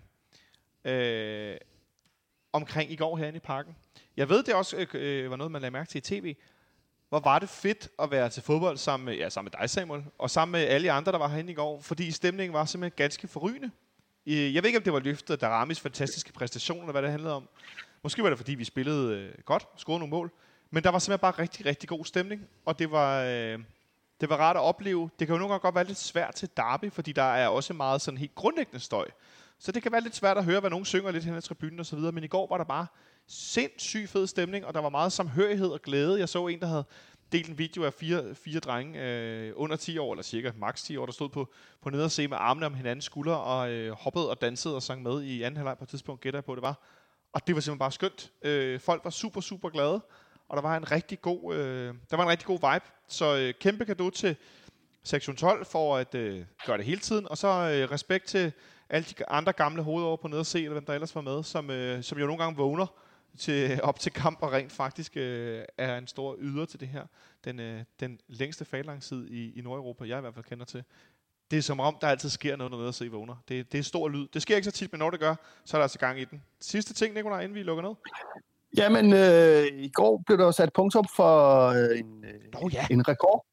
[SPEAKER 2] øh, omkring i går herinde i parken. Jeg ved, det også øh, var noget, man lagde mærke til i tv. Hvor var det fedt at være til fodbold sammen med, ja, sammen med dig, Samuel, og sammen med alle andre, der var herinde i går, fordi stemningen var simpelthen ganske forrygende. Jeg ved ikke, om det var løftet, der Ramis fantastiske præstation, eller hvad det handlede om. Måske var det, fordi vi spillede øh, godt, scorede nogle mål. Men der var simpelthen bare rigtig, rigtig god stemning. Og det var, øh, det var rart at opleve. Det kan jo nogle gange godt være lidt svært til derby, fordi der er også meget sådan helt grundlæggende støj. Så det kan være lidt svært at høre, hvad nogen synger lidt hen ad tribunen og så videre. Men i går var der bare sindssygt fed stemning, og der var meget samhørighed og glæde. Jeg så en, der havde delt en video af fire, fire drenge øh, under ti år, eller cirka max ti år, der stod på, på nederse med armene om hinandens skuldre, og øh, hoppede og dansede og sang med i anden halvleg på et tidspunkt, gætter jeg på, det var. Og det var simpelthen bare skønt. Øh, folk var super, super glade, og der var en rigtig god, øh, der var en rigtig god vibe. Så øh, kæmpe cadeau til sektion tolv for at øh, gøre det hele tiden, og så øh, respekt til alle de andre gamle hoveder over på nederse, eller hvem der ellers var med, som, øh, som jo nogle gange vågner til, op til kamp, og rent faktisk øh, er en stor yder til det her. Den, øh, den længste fanlangsid i, i Nordeuropa, jeg i hvert fald kender til. Det er som om, der altid sker noget, når nede se vågner. Det, det er stor lyd. Det sker ikke så tit, men når det gør, så er der altså gang i den. Sidste ting, Nikolaj, inden vi lukker ned.
[SPEAKER 4] Jamen, øh, i går blev der sat punktum for øh, en,
[SPEAKER 2] oh, ja.
[SPEAKER 4] en rekord.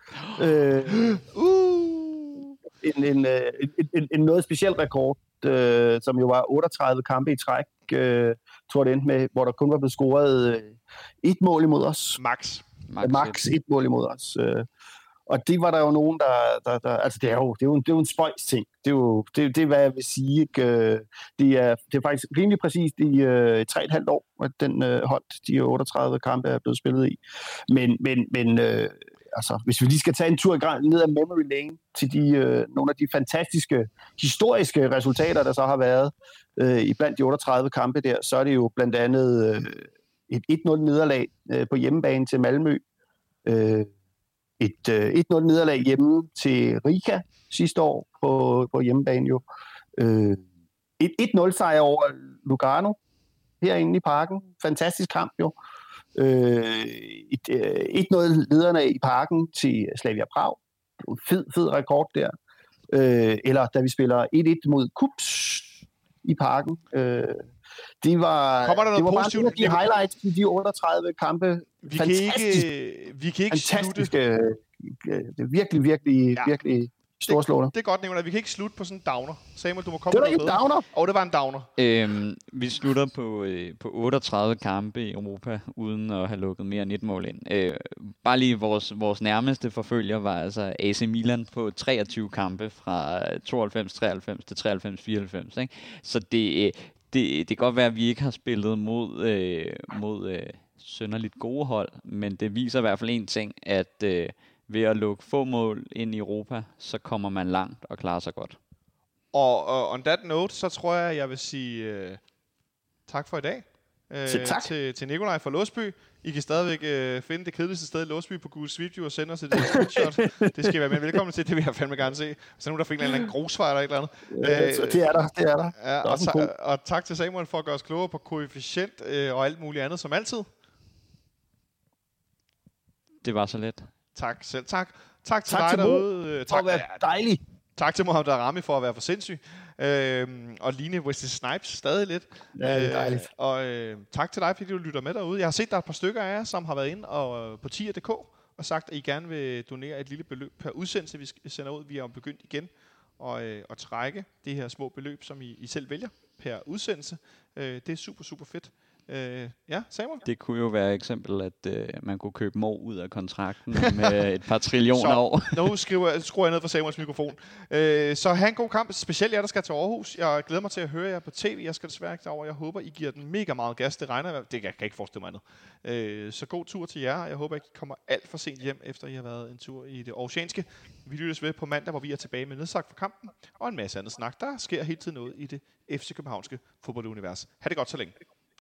[SPEAKER 4] Øh,
[SPEAKER 2] uh.
[SPEAKER 4] en, en, en, en, en noget speciel rekord, øh, som jo var otteogtredive kampe i træk, øh, tror det endte med, hvor der kun var blevet scoret øh, et mål imod os.
[SPEAKER 2] Max.
[SPEAKER 4] Max, Max et mål imod os. Øh. Og det var der jo nogen, der... der, der altså, det er jo, det er jo, det er jo en spøjs ting. Det er jo det, det er, hvad jeg vil sige. Ikke? Det, er, det er faktisk rimelig præcist i øh, tre og et halvt år, at den øh, holdt de otteogtredive kampe er blevet spillet i. Men, men, men øh, altså, hvis vi lige skal tage en tur ned ad memory lane til de, øh, nogle af de fantastiske, historiske resultater, der så har været øh, i blandt de otteogtredive kampe der, så er det jo blandt andet øh, et et nul nederlag øh, på hjemmebane til Malmø. Øh, Et øh, et nul nederlag hjemme til Riga sidste år på, på hjemmebane jo. Øh, et et nul sejr over Lugano herinde i parken. Fantastisk kamp jo. Øh, et, øh, et nul lederne i parken til Slavia Prag. Fed, fed rekord der. Øh, eller da vi spiller et et mod Kups i parken. Øh, det var,
[SPEAKER 2] Kommer der noget
[SPEAKER 4] det var
[SPEAKER 2] positivt?
[SPEAKER 4] bare de highlights i de otteogtredive kampe.
[SPEAKER 2] Vi kan ikke, vi kan ikke
[SPEAKER 4] fantastiske, det er virkelig, virkelig, ja. virkelig storslående.
[SPEAKER 2] Det, det er godt, Nicolai. Vi kan ikke slutte på sådan en downer. Samuel, du må komme
[SPEAKER 4] det var
[SPEAKER 2] med
[SPEAKER 4] ikke en downer.
[SPEAKER 2] Åh, oh, det var en downer.
[SPEAKER 3] Øhm, vi slutter på, øh, på otteogtredive kampe i Europa, uden at have lukket mere end et mål ind. Øh, bare lige vores, vores nærmeste forfølger var altså A C Milan på treogtyve kampe fra tooghalvfems treoghalvfems til treoghalvfems fireoghalvfems. Ikke? Så det, øh, det, det kan godt være, at vi ikke har spillet mod, øh, mod øh, synderligt gode hold, men det viser i hvert fald en ting, at øh, ved at lukke få mål ind i Europa, så kommer man langt og klarer sig godt.
[SPEAKER 2] Og, og on that note, så tror jeg, jeg vil sige øh, tak for i dag. Øh,
[SPEAKER 4] tak.
[SPEAKER 2] Til, til Nikolaj fra Låsby. I kan stadigvæk øh, finde det kedeligste sted i Låsby på Google Street View og sende os et screenshot. Det skal I være med velkommen til, det vil jeg fandme gerne se. Så nu der fik en eller anden grusfejl eller et eller andet.
[SPEAKER 4] Øh, det er der, det er der.
[SPEAKER 2] Ja, og, ta- og tak til Samuel for at gøre os klogere på koefficient øh, og alt muligt andet som altid.
[SPEAKER 3] Det var så let.
[SPEAKER 2] Tak selv. Tak. Tak til
[SPEAKER 4] tak
[SPEAKER 2] dig
[SPEAKER 4] til
[SPEAKER 2] derude.
[SPEAKER 4] Tak, for at være dejlig.
[SPEAKER 2] Tak til Mohamed Rami for at være for sindssyg. Øhm, og Line Wesley Snipes stadig lidt.
[SPEAKER 4] Ja, det er dejligt.
[SPEAKER 2] Øh, og øh, tak til dig, fordi du lytter med derude. Jeg har set, der er et par stykker af jer, som har været inde og, på tier punktum d k og sagt, at I gerne vil donere et lille beløb per udsendelse, vi sender ud. Vi er begyndt igen at, øh, at trække de her små beløb, som I, I selv vælger per udsendelse. Øh, det er super, super fedt. Øh, ja, Samuel?
[SPEAKER 3] Det kunne jo være et eksempel, at øh, man kunne købe mor ud af kontrakten med et par trillioner
[SPEAKER 2] så,
[SPEAKER 3] år.
[SPEAKER 2] Nu skriver, skruer jeg ned for Samuels mikrofon. Øh, så have en god kamp, specielt jer, der skal til Aarhus. Jeg glæder mig til at høre jer på tv. Jeg skal desværre ikke derover. Jeg håber, I giver den mega meget gas. Det regner. Det kan jeg ikke forestille mig andet. Øh, så god tur til jer. Jeg håber, I kommer alt for sent hjem, efter I har været en tur i det aarhusianske. Vi lyttes ved på mandag, hvor vi er tilbage med nedsagt for kampen. Og en masse andet snak. Der sker hele tiden noget i det F C Københavnske fodboldunivers. Ha' det godt så længe.